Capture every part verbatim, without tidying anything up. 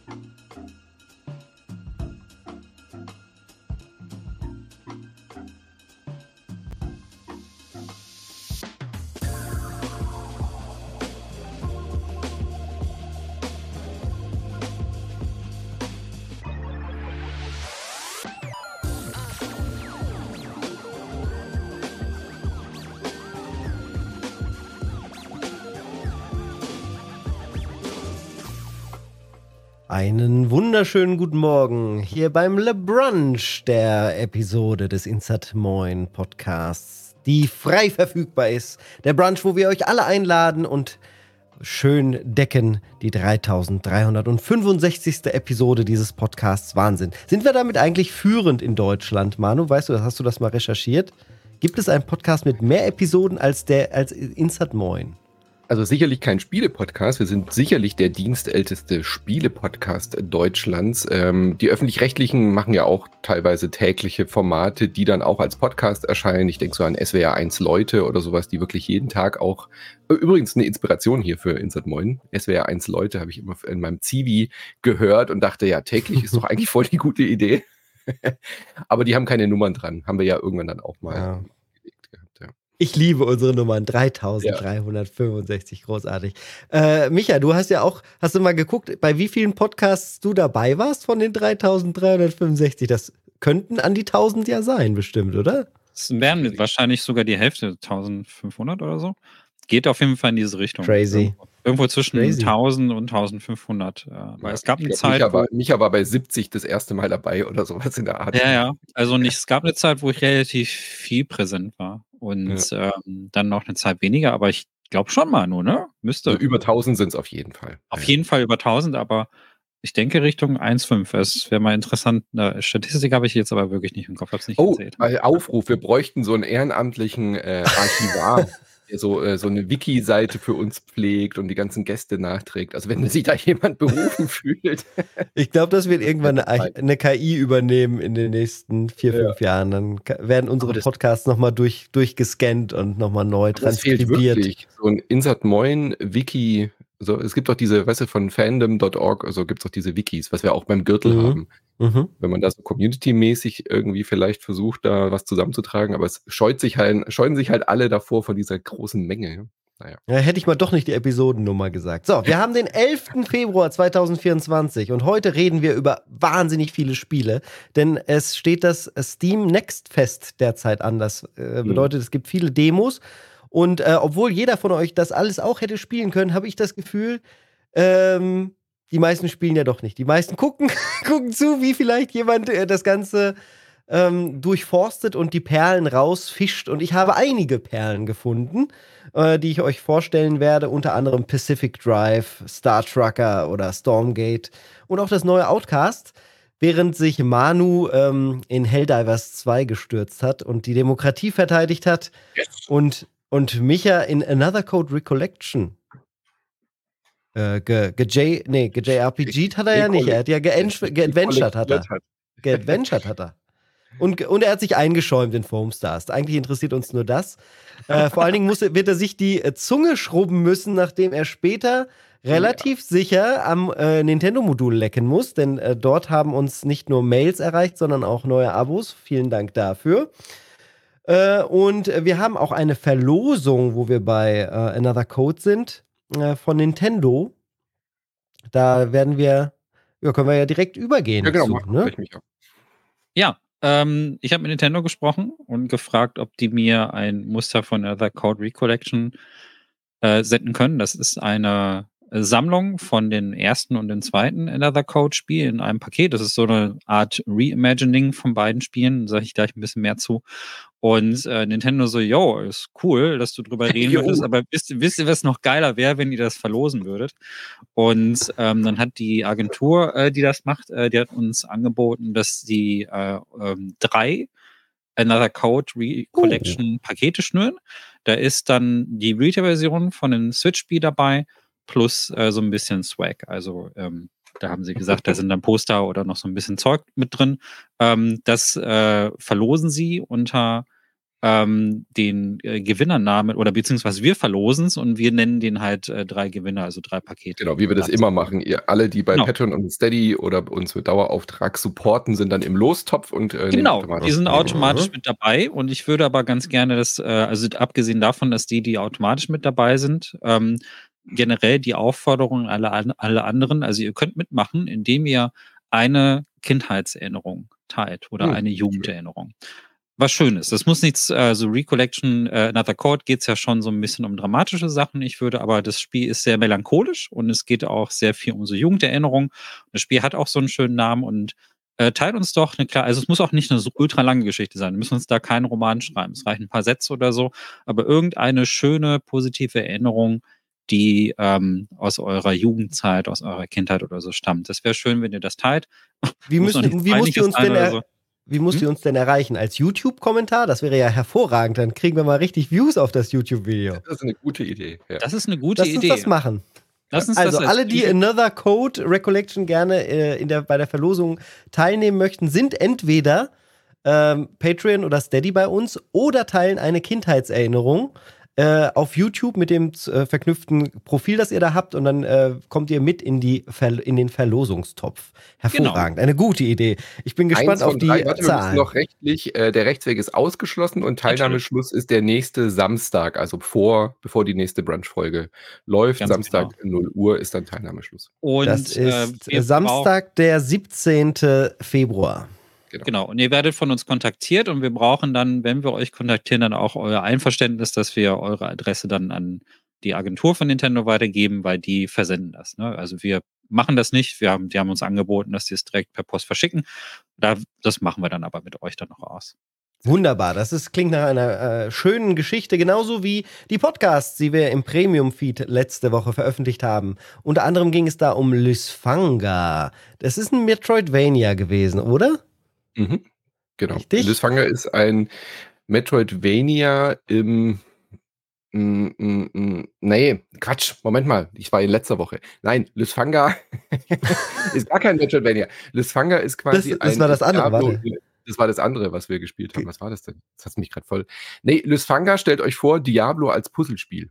Einen wunderschönen guten Morgen hier beim Le Brunch der Episode des Insert Moin Podcasts, die frei verfügbar ist. Der Brunch, wo wir euch alle einladen und schön decken, die dreitausenddreihundertfünfundsechzigste Episode dieses Podcasts. Wahnsinn. Sind wir damit eigentlich führend in Deutschland, Manu? Weißt du, hast du das mal recherchiert? Gibt es einen Podcast mit mehr Episoden als der als Insert Moin? Also sicherlich kein Spiele-Podcast. Wir sind sicherlich der dienstälteste Spiele-Podcast Deutschlands. Ähm, die Öffentlich-Rechtlichen machen ja auch teilweise tägliche Formate, die dann auch als Podcast erscheinen. Ich denke so an S W R eins Leute oder sowas, die wirklich jeden Tag auch... Übrigens eine Inspiration hier für Insert Moin. S W R eins Leute habe ich immer in meinem Zivi gehört und dachte, ja, täglich ist doch eigentlich voll die gute Idee. Aber die haben keine Nummern dran. Haben wir ja irgendwann dann auch mal... Ja. Ich liebe unsere Nummern, dreitausenddreihundertfünfundsechzig, ja. Großartig. Äh, Micha, du hast ja auch, hast du mal geguckt, bei wie vielen Podcasts du dabei warst von den dreitausenddreihundertfünfundsechzig? Das könnten an die tausend ja sein, bestimmt, oder? Das wären wahrscheinlich sogar die Hälfte, eintausendfünfhundert oder so. Geht auf jeden Fall in diese Richtung. Crazy. Irgendwo, irgendwo zwischen Crazy. tausend und eintausendfünfhundert. Äh, weil Ja, es gab ich eine glaub, Zeit. Micha war, wo, Micha war bei siebzig das erste Mal dabei oder sowas in der Art. Ja, ja. Also nicht, es gab eine Zeit, wo ich relativ viel präsent war. Und ja. ähm, dann noch eine Zeit weniger, aber ich glaube schon mal nur, ne? Müsste. Also über tausend sind es auf jeden Fall. Auf ja. jeden Fall über tausend, aber ich denke Richtung eins Komma fünf. Es wäre mal interessant. Eine Statistik habe ich jetzt aber wirklich nicht im Kopf. Hab's nicht Oh, gezählt. Aufruf. Wir bräuchten so einen ehrenamtlichen äh, Archivar, der so, äh, so eine Wiki-Seite für uns pflegt und die ganzen Gäste nachträgt. Also wenn sich da jemand berufen fühlt. Ich glaube, das wird irgendwann eine, eine K I übernehmen in den nächsten vier, fünf ja. Jahren. Dann werden unsere Podcasts nochmal durch, durchgescannt und nochmal neu transkribiert. Das fehlt wirklich. So ein Insert Moin Wiki. So, es gibt doch diese, weißt du, von fandom Punkt org, also gibt es doch diese Wikis, was wir auch beim Gürtel mhm. haben. Mhm. Wenn man da so community-mäßig irgendwie vielleicht versucht, da was zusammenzutragen, aber es scheut sich halt, scheuen sich halt alle davor von dieser großen Menge. Naja. Ja, hätte ich mal doch nicht die Episodennummer gesagt. So, wir haben den elften Februar zweitausendvierundzwanzig und heute reden wir über wahnsinnig viele Spiele, denn es steht das Steam Next Fest derzeit an. Das äh, bedeutet, mhm. es gibt viele Demos. Und äh, obwohl jeder von euch das alles auch hätte spielen können, habe ich das Gefühl, ähm, die meisten spielen ja doch nicht. Die meisten gucken, gucken zu, wie vielleicht jemand äh, das Ganze ähm, durchforstet und die Perlen rausfischt. Und ich habe einige Perlen gefunden, äh, die ich euch vorstellen werde. Unter anderem Pacific Drive, Star Trucker oder Stormgate und auch das neue Outcast. Während sich Manu ähm, in Helldivers zwei gestürzt hat und die Demokratie verteidigt hat. Yes. Und Und Micha in Another Code Recollection äh, ge, ge, nee, ge J R P G'd hat er ja nicht. Er hat ja geadventured hat er. Geadventured hat er. Und, und er hat sich eingeschäumt in Foamstars. Eigentlich interessiert uns nur das. Äh, vor allen Dingen muss, wird er sich die Zunge schrubben müssen, nachdem er später relativ ja. sicher am äh, Nintendo-Modul lecken muss. Denn äh, dort haben uns nicht nur Mails erreicht, sondern auch neue Abos. Vielen Dank dafür. Äh, und wir haben auch eine Verlosung, wo wir bei äh, Another Code sind, äh, von Nintendo. Da werden wir, ja, können wir ja direkt übergehen. Ja, genau, zu, mach, ne? ich mich auch. Ja, ähm, ich habe mit Nintendo gesprochen und gefragt, ob die mir ein Muster von Another Code Recollection äh, senden können. Das ist eine Sammlung von den ersten und den zweiten Another Code Spiel in einem Paket. Das ist so eine Art Reimagining von beiden Spielen. Da sage ich gleich ein bisschen mehr zu. Und äh, Nintendo so, yo, ist cool, dass du drüber reden würdest, aber wisst, wisst ihr, was noch geiler wäre, wenn ihr das verlosen würdet? Und ähm, dann hat die Agentur, äh, die das macht, äh, die hat uns angeboten, dass sie äh, ähm, drei Another Code Recollection Pakete schnüren. Da ist dann die Retail-Version von dem Switch-Spiel dabei, plus äh, so ein bisschen Swag. Also ähm, da haben sie gesagt, da sind dann Poster oder noch so ein bisschen Zeug mit drin. Ähm, das äh, verlosen sie unter ähm, den äh, Gewinnernamen oder beziehungsweise wir verlosen es und wir nennen den halt äh, drei Gewinner, also drei Pakete. Genau, wie wir das immer machen. Ihr alle, die bei Genau. Patreon und Steady oder uns mit Dauerauftrag supporten, sind dann im Lostopf und äh, nehmen Genau, automatisch. die sind teil. automatisch mit dabei und ich würde aber ganz gerne, dass, äh, also abgesehen davon, dass die, die automatisch mit dabei sind, ähm, generell die Aufforderung an alle, alle anderen, also ihr könnt mitmachen, indem ihr eine Kindheitserinnerung teilt oder Hm, eine Jugenderinnerung. Was schön ist. Das muss nichts, also Recollection, äh, Another Code geht es ja schon so ein bisschen um dramatische Sachen. Ich würde aber, das Spiel ist sehr melancholisch und es geht auch sehr viel um so Jugenderinnerung. Das Spiel hat auch so einen schönen Namen und äh, teilt uns doch eine klar, also es muss auch nicht eine so ultra lange Geschichte sein. Wir müssen uns da keinen Roman schreiben. Es reichen ein paar Sätze oder so, aber irgendeine schöne, positive Erinnerung, die ähm, aus eurer Jugendzeit, aus eurer Kindheit oder so stammt. Das wäre schön, wenn ihr das teilt. Wie, Muss noch müssen, nichts wie muss die Peinliches uns sein denn oder er, so. wie muss die uns denn erreichen? Als YouTube-Kommentar? Das wäre ja hervorragend. Dann kriegen wir mal richtig Views auf das YouTube-Video. Das ist eine gute Idee. Ja. Das ist eine gute Lass uns Idee. das machen. Lass uns Also das als alle, die Video- Another Code Recollection gerne äh, in der, bei der Verlosung teilnehmen möchten, sind entweder ähm, Patreon oder Steady bei uns oder teilen eine Kindheitserinnerung äh, auf YouTube mit dem äh, verknüpften Profil, das ihr da habt, und dann äh, kommt ihr mit in, die Ver- in den Verlosungstopf. Hervorragend, eine gute Idee. Ich bin gespannt Eins von auf die drei. Warte, wir müssen Zahlen. noch rechtlich, äh, der Rechtsweg ist ausgeschlossen und Teilnahmeschluss ist der nächste Samstag, also vor, bevor die nächste Brunch-Folge läuft. Ganz Samstag null Uhr ist dann Teilnahmeschluss. Und Das äh, ist wir Samstag, der siebzehnten Februar. Genau. Genau, und ihr werdet von uns kontaktiert und wir brauchen dann, wenn wir euch kontaktieren, dann auch euer Einverständnis, dass wir eure Adresse dann an die Agentur von Nintendo weitergeben, weil die versenden das. Ne? Also wir machen das nicht, wir haben, die haben uns angeboten, dass sie es direkt per Post verschicken. Da, das machen wir dann aber mit euch dann noch aus. Wunderbar, das ist, klingt nach einer äh, schönen Geschichte, genauso wie die Podcasts, die wir im Premium-Feed letzte Woche veröffentlicht haben. Unter anderem ging es da um Lysfanga. Das ist ein Metroidvania gewesen, oder? Mhm. Genau. Richtig? Lysfanga ist ein Metroidvania im. Mm, mm, mm, nee, Quatsch, Moment mal, ich war in letzter Woche. Nein, Lysfanga ist gar kein Metroidvania. Lysfanga ist quasi Das- das ein war das andere, Diablo- warte. Das war das andere, was wir gespielt haben. Was war das denn? Das hat mich gerade voll. Nee, Lysfanga, stellt euch vor, Diablo als Puzzlespiel.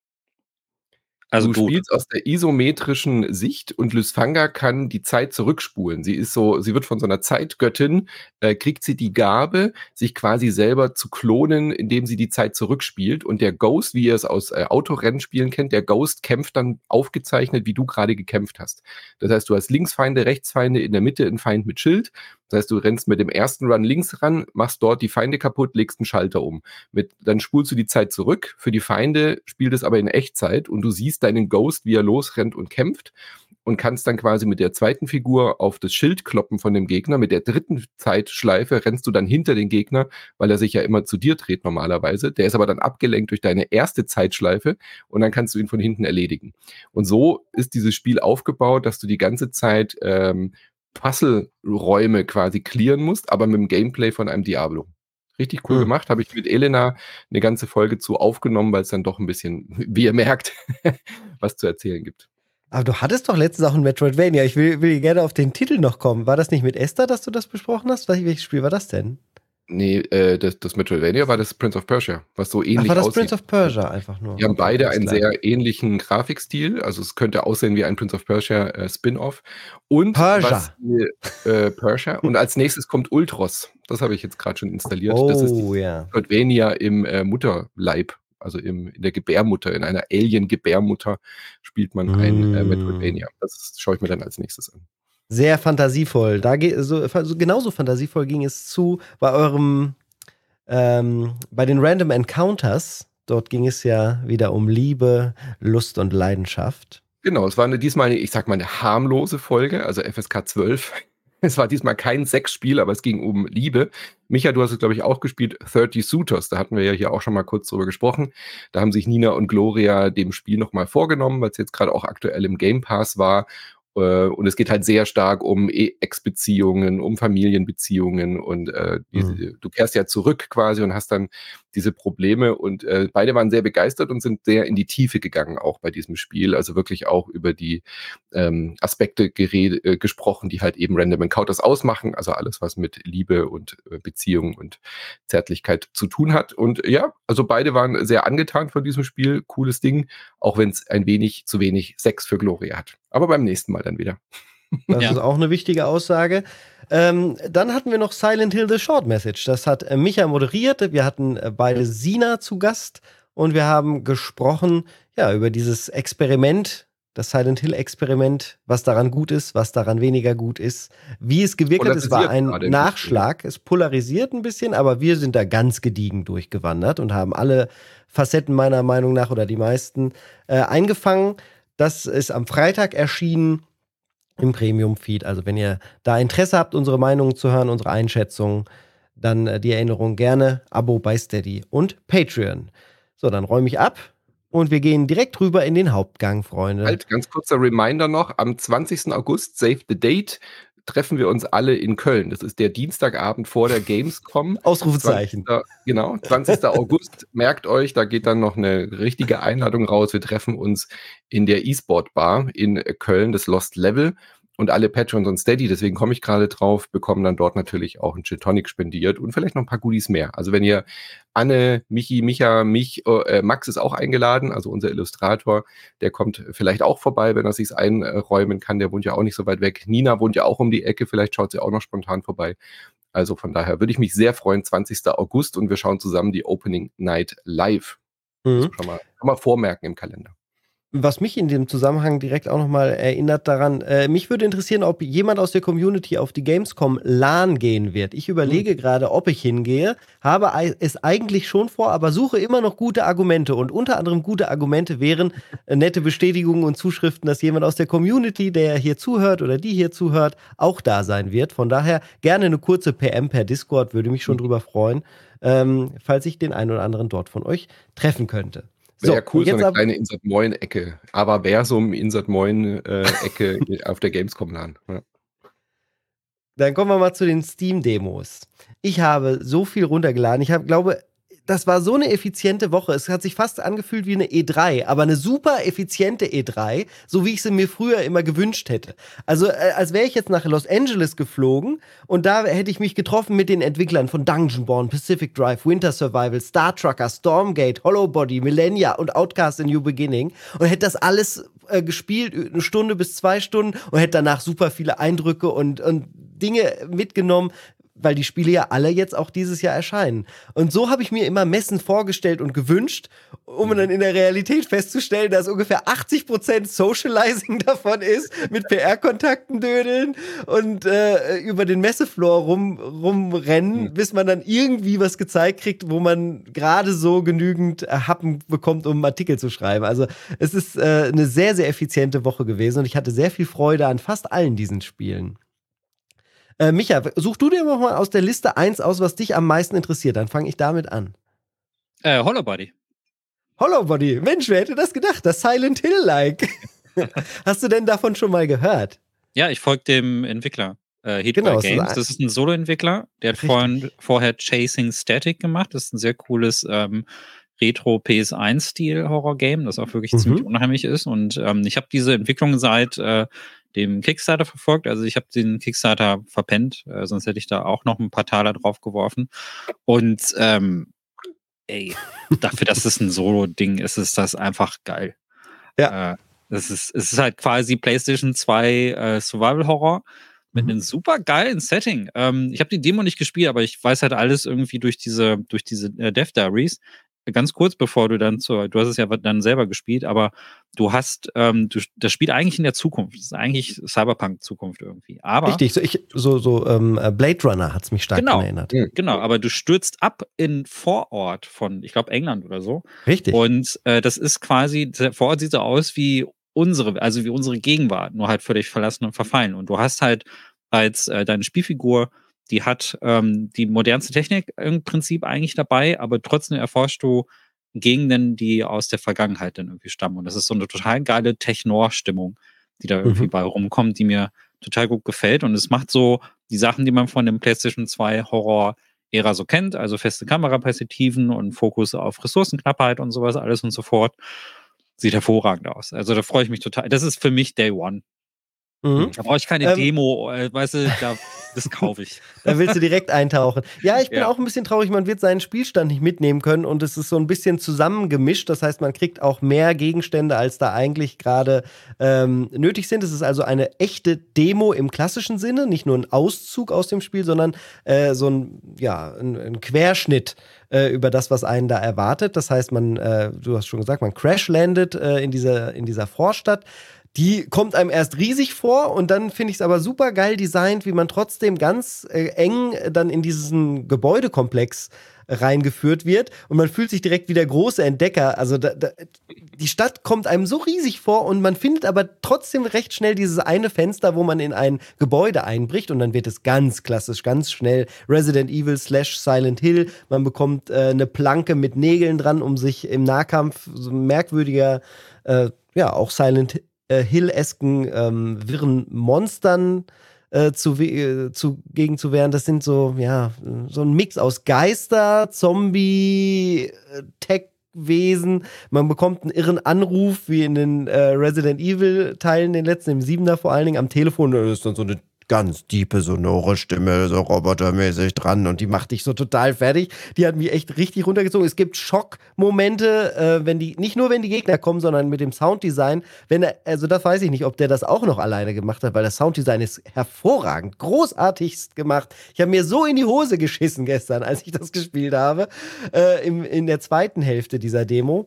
Also du gut. spielst aus der isometrischen Sicht und Lysfanga kann die Zeit zurückspulen. Sie ist so, sie wird von so einer Zeitgöttin, äh, kriegt sie die Gabe, sich quasi selber zu klonen, indem sie die Zeit zurückspielt. Und der Ghost, wie ihr es aus äh, Autorennspielen kennt, der Ghost kämpft dann aufgezeichnet, wie du gerade gekämpft hast. Das heißt, du hast Linksfeinde, Rechtsfeinde, in der Mitte ein Feind mit Schild. Das heißt, du rennst mit dem ersten Run links ran, machst dort die Feinde kaputt, legst einen Schalter um. Mit, dann spulst du die Zeit zurück. Für die Feinde spielt es aber in Echtzeit und du siehst deinen Ghost, wie er losrennt und kämpft und kannst dann quasi mit der zweiten Figur auf das Schild kloppen von dem Gegner. Mit der dritten Zeitschleife rennst du dann hinter den Gegner, weil er sich ja immer zu dir dreht normalerweise. Der ist aber dann abgelenkt durch deine erste Zeitschleife und dann kannst du ihn von hinten erledigen. Und so ist dieses Spiel aufgebaut, dass du die ganze Zeit ähm, Puzzle-Räume quasi clearen musst, aber mit dem Gameplay von einem Diablo. Richtig cool Hm. gemacht. Habe ich mit Elena eine ganze Folge zu aufgenommen, weil es dann doch ein bisschen, wie ihr merkt, was zu erzählen gibt. Aber du hattest doch letztens auch ein Metroidvania. Ich will, will gerne auf den Titel noch kommen. War das nicht mit Esther, dass du das besprochen hast? Welches Spiel war das denn? Nee, äh, das, das Metroidvania war das Prince of Persia, was so ähnlich Ach, war das aussieht. Prince of Persia einfach nur? Die haben Okay, beide alles einen klar. sehr ähnlichen Grafikstil, also es könnte aussehen wie ein Prince of Persia äh, Spin-off. Und Persia. was die, äh, Persia. Und als nächstes kommt Ultros. Das habe ich jetzt gerade schon installiert. Das ist Oh die ja. Metroidvania im äh, Mutterleib, also im, in der Gebärmutter, in einer Alien-Gebärmutter spielt man ein äh, Mm. Metroidvania. Das schaue ich mir dann als nächstes an. Sehr fantasievoll. Da ge so, so, genauso fantasievoll ging es zu bei eurem, ähm, bei den Random Encounters. Dort ging es ja wieder um Liebe, Lust und Leidenschaft. Genau, es war eine, diesmal, eine, ich sag mal, eine harmlose Folge, also F S K zwölf. Es war diesmal kein Sexspiel, aber es ging um Liebe. Micha, du hast es, glaube ich, auch gespielt, dreißig Suitors. Da hatten wir ja hier auch schon mal kurz drüber gesprochen. Da haben sich Nina und Gloria dem Spiel nochmal vorgenommen, weil es jetzt gerade auch aktuell im Game Pass war. Äh, und es geht halt sehr stark um Ex-Beziehungen, um Familienbeziehungen und äh, diese, Mhm. du kehrst ja zurück quasi und hast dann diese Probleme und äh, beide waren sehr begeistert und sind sehr in die Tiefe gegangen auch bei diesem Spiel, also wirklich auch über die ähm, Aspekte gered, äh, gesprochen, die halt eben Random Encounters ausmachen, also alles, was mit Liebe und äh, Beziehung und Zärtlichkeit zu tun hat. Und ja, also beide waren sehr angetan von diesem Spiel, cooles Ding, auch wenn es ein wenig zu wenig Sex für Gloria hat. Aber beim nächsten Mal dann wieder. Das Ja. ist auch eine wichtige Aussage. Ähm, dann hatten wir noch Silent Hill The Short Message. Das hat äh, Micha moderiert. Wir hatten äh, beide Sina zu Gast und wir haben gesprochen ja, über dieses Experiment, das Silent Hill-Experiment, was daran gut ist, was daran weniger gut ist, wie es gewirkt hat. Es war Polarisiert ein gerade ein Nachschlag. Es polarisiert ein bisschen, aber wir sind da ganz gediegen durchgewandert und haben alle Facetten meiner Meinung nach oder die meisten äh, eingefangen. Das ist am Freitag erschienen im Premium-Feed. Also wenn ihr da Interesse habt, unsere Meinungen zu hören, unsere Einschätzungen, dann äh, die Erinnerung gerne, Abo bei Steady und Patreon. So, dann räume ich ab und wir gehen direkt rüber in den Hauptgang, Freunde. Halt, ganz kurzer Reminder noch, am zwanzigsten August, save the date, treffen wir uns alle in Köln. Das ist der Dienstagabend vor der Gamescom. Ausrufezeichen. zwanzigsten Genau, zwanzigsten August. Merkt euch, da geht dann noch eine richtige Einladung raus. Wir treffen uns in der E-Sport Bar in Köln, das Lost Level. Und alle Patrons und Steady, deswegen komme ich gerade drauf, bekommen dann dort natürlich auch einen Gin Tonic spendiert und vielleicht noch ein paar Goodies mehr. Also wenn ihr Anne, Michi, Micha, mich, äh, Max ist auch eingeladen, also unser Illustrator, der kommt vielleicht auch vorbei, wenn er sich's einräumen kann. Der wohnt ja auch nicht so weit weg. Nina wohnt ja auch um die Ecke, vielleicht schaut sie auch noch spontan vorbei. Also von daher würde ich mich sehr freuen, zwanzigsten August und wir schauen zusammen die Opening Night live. Mhm. Das schon mal, kann man vormerken im Kalender. Was mich in dem Zusammenhang direkt auch nochmal erinnert daran, äh, mich würde interessieren, ob jemand aus der Community auf die Gamescom LAN gehen wird. Ich überlege gerade, ob ich hingehe, habe es eigentlich schon vor, aber suche immer noch gute Argumente. Und unter anderem gute Argumente wären äh, nette Bestätigungen und Zuschriften, dass jemand aus der Community, der hier zuhört oder die hier zuhört, auch da sein wird. Von daher gerne eine kurze P M per Discord, würde mich schon drüber freuen, ähm, falls ich den einen oder anderen dort von euch treffen könnte. Wäre ja cool, und so jetzt eine ab- kleine Insert Moin-Ecke. Aber Versum, Insert Moin-Ecke auf der Gamescom LAN. Ja. Dann kommen wir mal zu den Steam-Demos. Ich habe so viel runtergeladen. Ich habe, glaube, das war so eine effiziente Woche. Es hat sich fast angefühlt wie eine E drei, aber eine super effiziente E drei, so wie ich sie mir früher immer gewünscht hätte. Also, äh, als wäre ich jetzt nach Los Angeles geflogen und da hätte ich mich getroffen mit den Entwicklern von Dungeonborn, Pacific Drive, Winter Survival, Star Trucker, Stormgate, Hollow Body, Millennia und Outcast in New Beginning und hätte das alles äh, gespielt, eine Stunde bis zwei Stunden und hätte danach super viele Eindrücke und, und Dinge mitgenommen, weil die Spiele ja alle jetzt auch dieses Jahr erscheinen. Und so habe ich mir immer Messen vorgestellt und gewünscht, um dann in der Realität festzustellen, dass ungefähr achtzig Prozent Socializing davon ist, mit P R-Kontakten dödeln und äh, über den Messefloor rum, rumrennen, Mhm. bis man dann irgendwie was gezeigt kriegt, wo man gerade so genügend äh, Happen bekommt, um einen Artikel zu schreiben. Also es ist äh, eine sehr, sehr effiziente Woche gewesen und ich hatte sehr viel Freude an fast allen diesen Spielen. Äh, Micha, such du dir mal aus der Liste eins aus, was dich am meisten interessiert. Dann fange ich damit an. Äh, Hollow Body. Hollow Body. Mensch, wer hätte das gedacht? Das Silent Hill-like. Hast du denn davon schon mal gehört? Ja, ich folge dem Entwickler. Äh, Heatwell Genau, es ist Games. ein- Das ist ein Solo-Entwickler. Der hat Richtig. vorhin, vorher Chasing Static gemacht. Das ist ein sehr cooles ähm, Retro-P S eins Stil-Horror-Game, das auch wirklich Mhm. ziemlich unheimlich ist. Und ähm, ich habe diese Entwicklung seit äh, dem Kickstarter verfolgt. Also ich habe den Kickstarter verpennt, äh, sonst hätte ich da auch noch ein paar Taler drauf geworfen. Und ähm, ey, dafür, dass es ein Solo-Ding ist, ist das einfach geil. Ja. Äh, es ist, es ist halt quasi PlayStation zwei äh, Survival-Horror mit Mhm. einem super geilen Setting. Ähm, ich habe die Demo nicht gespielt, aber ich weiß halt alles irgendwie durch diese, durch diese äh, Dev Diaries. Ganz kurz bevor du dann zur, du hast es ja dann selber gespielt, aber du hast, ähm, du, das spielt eigentlich in der Zukunft. Das ist eigentlich Cyberpunk-Zukunft irgendwie. Aber Richtig, so, ich, so, so ähm, äh, Blade Runner hat es mich stark Genau. dran erinnert. Mhm. genau, aber du stürzt ab in Vorort von, ich glaube, England oder so. Richtig. Und äh, das ist quasi, der Vorort sieht so aus wie unsere, also wie unsere Gegenwart, nur halt völlig verlassen und verfallen. Und du hast halt als äh, deine Spielfigur, die hat ähm, die modernste Technik im Prinzip eigentlich dabei, aber trotzdem erforschst du Gegenden, die aus der Vergangenheit dann irgendwie stammen. Und das ist so eine total geile Technor-Stimmung. die da irgendwie Mhm. bei rumkommt, die mir total gut gefällt. Und es macht so die Sachen, die man von dem PlayStation zwei Horror-Ära so kennt, also feste Kameraperspektiven und Fokus auf Ressourcenknappheit und sowas, alles und so fort. Sieht hervorragend aus. Also da freue ich mich total. Das ist für mich Day One. Mhm. Da brauche ich keine Ähm, Demo, äh, weißt du, da, das kaufe ich. Da willst du direkt eintauchen. Ja, ich bin Ja. auch ein bisschen traurig, man wird seinen Spielstand nicht mitnehmen können und es ist so ein bisschen zusammengemischt. Das heißt, man kriegt auch mehr Gegenstände, als da eigentlich gerade ähm, nötig sind. Es ist also eine echte Demo im klassischen Sinne, nicht nur ein Auszug aus dem Spiel, sondern äh, so ein, ja, ein, ein Querschnitt äh, über das, was einen da erwartet. Das heißt, man, äh, du hast schon gesagt, man crash-landet äh, in dieser, in dieser Vorstadt. Die kommt einem erst riesig vor und dann finde ich es aber super geil designt, wie man trotzdem ganz äh, eng dann in diesen Gebäudekomplex reingeführt wird und man fühlt sich direkt wie der große Entdecker. Also da, da, die Stadt kommt einem so riesig vor und man findet aber trotzdem recht schnell dieses eine Fenster, wo man in ein Gebäude einbricht und dann wird es ganz klassisch, ganz schnell Resident Evil slash Silent Hill. Man bekommt äh, eine Planke mit Nägeln dran, um sich im Nahkampf so merkwürdiger, äh, ja, auch Silent Hill Hill-esken ähm, wirren Monstern äh, zu, äh, zu, gegen zu wehren. Das sind so, ja, so ein Mix aus Geister, Zombie, äh, Tech-Wesen. Man bekommt einen irren Anruf, wie in den äh, Resident Evil-Teilen, den letzten, im Siebener vor allen Dingen, am Telefon. Da ist dann so eine ganz tiefe, sonore Stimme, so robotermäßig dran und die macht dich so total fertig. Die hat mich echt richtig runtergezogen. Es gibt Schockmomente, äh, wenn die, nicht nur wenn die Gegner kommen, sondern mit dem Sounddesign. Wenn er, also das weiß ich nicht, ob der das auch noch alleine gemacht hat, weil das Sounddesign ist hervorragend, großartigst gemacht. Ich habe mir so in die Hose geschissen gestern, als ich das gespielt habe, äh, im, in der zweiten Hälfte dieser Demo.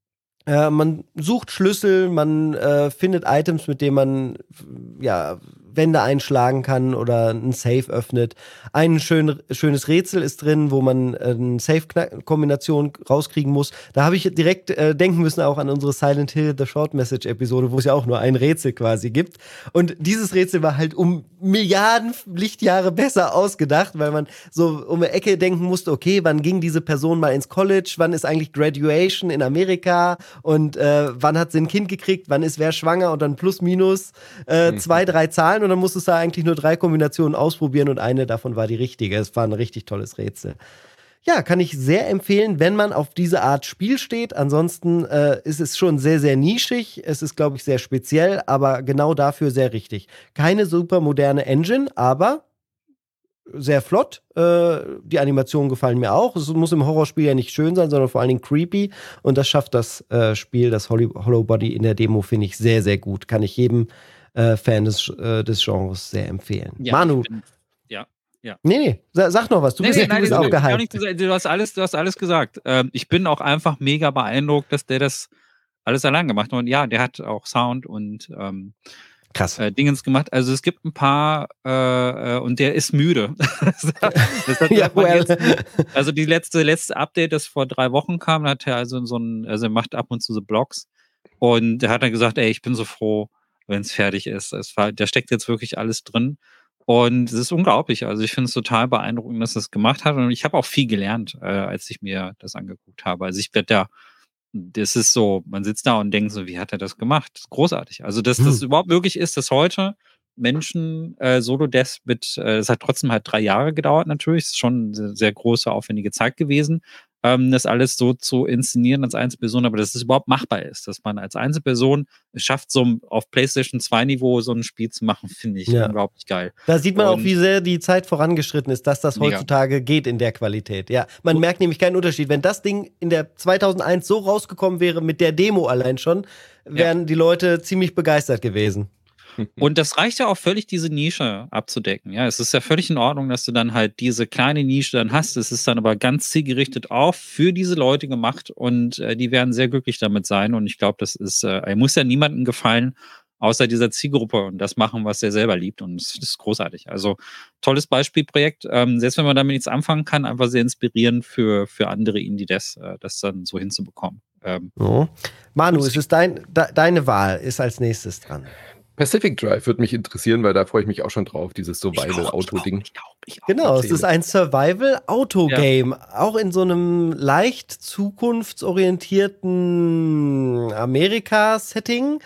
Äh, man sucht Schlüssel, man äh, findet Items, mit denen man ja, Wände einschlagen kann oder ein Safe öffnet. Ein schön, schönes Rätsel ist drin, wo man äh, eine Safe-Kombination rauskriegen muss. Da habe ich direkt äh, denken müssen auch an unsere Silent Hill The Short Message-Episode, wo es ja auch nur ein Rätsel quasi gibt. Und dieses Rätsel war halt um Milliarden Lichtjahre besser ausgedacht, weil man so um eine Ecke denken musste, okay, wann ging diese Person mal ins College, wann ist eigentlich Graduation in Amerika und äh, wann hat sie ein Kind gekriegt, wann ist wer schwanger und dann plus minus äh, mhm. zwei, drei Zahlen und dann musstest du da eigentlich nur drei Kombinationen ausprobieren und eine davon war die richtige. Es war ein richtig tolles Rätsel. Ja, kann ich sehr empfehlen, wenn man auf diese Art Spiel steht. Ansonsten äh, ist es schon sehr, sehr nischig. Es ist, glaube ich, sehr speziell, aber genau dafür sehr richtig. Keine super moderne Engine, aber sehr flott. Äh, die Animationen gefallen mir auch. Es muss im Horrorspiel ja nicht schön sein, sondern vor allen Dingen creepy. Und das schafft das äh, Spiel, das Hollow Body in der Demo, finde ich sehr, sehr gut. Kann ich jedem äh, Fan des, äh, des Genres sehr empfehlen. Ja, Manu. bin, ja, ja. Nee, nee, sag noch was. Du nee, bist, nee, du nein, bist nee, auch nee, gehypt. Nicht, du, hast alles, du hast alles gesagt. Ähm, ich bin auch einfach mega beeindruckt, dass der das alles allein gemacht hat. Und ja, der hat auch Sound und ähm, Krass. Äh, Dingens gemacht. Also es gibt ein paar äh, und der ist müde. das hat, ja, well. jetzt, also die letzte letzte Update, das vor drei Wochen kam, hat er also so ein, also er macht ab und zu so Blogs und er hat dann gesagt, ey, ich bin so froh, wenn es fertig ist. Es war, da steckt jetzt wirklich alles drin und es ist unglaublich. Also ich finde es total beeindruckend, dass er es gemacht hat und ich habe auch viel gelernt, äh, als ich mir das angeguckt habe. Also ich werde da das ist so, man sitzt da und denkt so, wie hat er das gemacht? Das ist großartig. Also, dass das hm. überhaupt möglich ist, dass heute Menschen äh, Solo-Death mit, äh, es hat trotzdem halt drei Jahre gedauert natürlich, es ist schon eine sehr große, aufwendige Zeit gewesen, ähm, das alles so zu inszenieren als Einzelperson, aber dass es überhaupt machbar ist, dass man als Einzelperson es schafft, so auf PlayStation zwei Niveau so ein Spiel zu machen, finde ich ja. unglaublich geil. Da sieht man und auch, wie sehr die Zeit vorangeschritten ist, dass das mega. heutzutage geht in der Qualität. Ja, man merkt nämlich keinen Unterschied. Wenn das Ding in der zweitausendeins so rausgekommen wäre, mit der Demo allein schon, wären ja. die Leute ziemlich begeistert gewesen. Und das reicht ja auch völlig, diese Nische abzudecken. Ja, es ist ja völlig in Ordnung, dass du dann halt diese kleine Nische dann hast. Es ist dann aber ganz zielgerichtet auch für diese Leute gemacht und äh, die werden sehr glücklich damit sein. Und ich glaube, das ist, äh, er muss ja niemandem gefallen, außer dieser Zielgruppe und das machen, was er selber liebt. Und das ist großartig. Also tolles Beispielprojekt. Ähm, selbst wenn man damit nichts anfangen kann, einfach sehr inspirierend für, für andere Indie-Devs, äh, das dann so hinzubekommen. Ähm, oh. Manu, es ist dein, de, deine Wahl, ist als nächstes dran. Pacific Drive würde mich interessieren, weil da freue ich mich auch schon drauf, dieses Survival-Auto-Ding. Genau, es ist ein Survival-Auto-Game, ja. auch in so einem leicht zukunftsorientierten Amerika-Setting.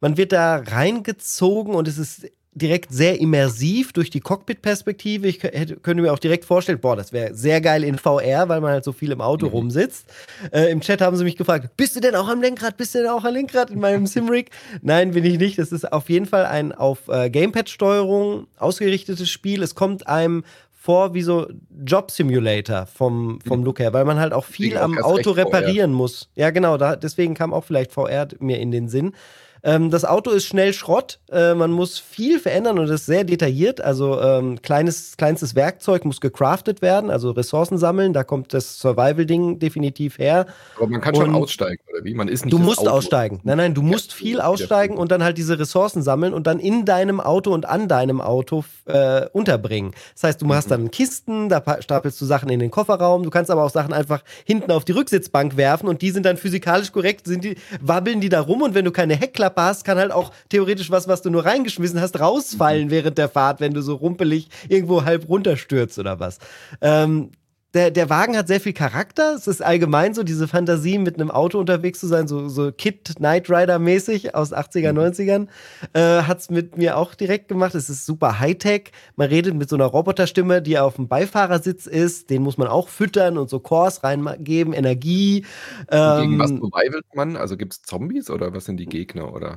man wird da reingezogen und es ist direkt sehr immersiv durch die Cockpit-Perspektive. Ich hätte, könnte mir auch direkt vorstellen, boah, das wäre sehr geil in V R, weil man halt so viel im Auto mhm. rumsitzt. Äh, Im Chat haben sie mich gefragt, bist du denn auch am Lenkrad? Bist du denn auch am Lenkrad in meinem Simrig? Nein, bin ich nicht. Das ist auf jeden Fall ein auf äh, Gamepad-Steuerung ausgerichtetes Spiel. Es kommt einem vor wie so Job-Simulator vom, vom mhm. Look her, weil man halt auch viel am Auto reparieren V R muss. Ja, genau, da, deswegen kam auch vielleicht V R mir in den Sinn. Ähm, das Auto ist schnell Schrott, äh, man muss viel verändern und ist sehr detailliert, also ähm, kleines, kleinstes Werkzeug muss gecraftet werden, also Ressourcen sammeln, da kommt das Survival-Ding definitiv her. Aber man kann und schon aussteigen, oder wie? Man ist nicht Du das musst Auto. aussteigen, nein, nein, du musst ja, viel aussteigen und dann halt diese Ressourcen sammeln und dann in deinem Auto und an deinem Auto äh, unterbringen. Das heißt, du mhm. hast dann Kisten, da stapelst du Sachen in den Kofferraum, du kannst aber auch Sachen einfach hinten auf die Rücksitzbank werfen und die sind dann physikalisch korrekt, sind die, wabbeln die da rum und wenn du keine Heckklappe hast, kann halt auch theoretisch was, was du nur reingeschmissen hast, rausfallen mhm. während der Fahrt, wenn du so rumpelig irgendwo halb runterstürzt oder was. Ähm, der, der Wagen hat sehr viel Charakter. Es ist allgemein so, diese Fantasie, mit einem Auto unterwegs zu sein, so, so Kid Knight Rider-mäßig aus achtziger, neunzigern, äh, hat es mit mir auch direkt gemacht. Es ist super Hightech. Man redet mit so einer Roboterstimme, die auf dem Beifahrersitz ist. Den muss man auch füttern und so Cores reingeben, Energie. Ähm, gegen was survivalt man? Also gibt es Zombies oder was sind die Gegner, oder?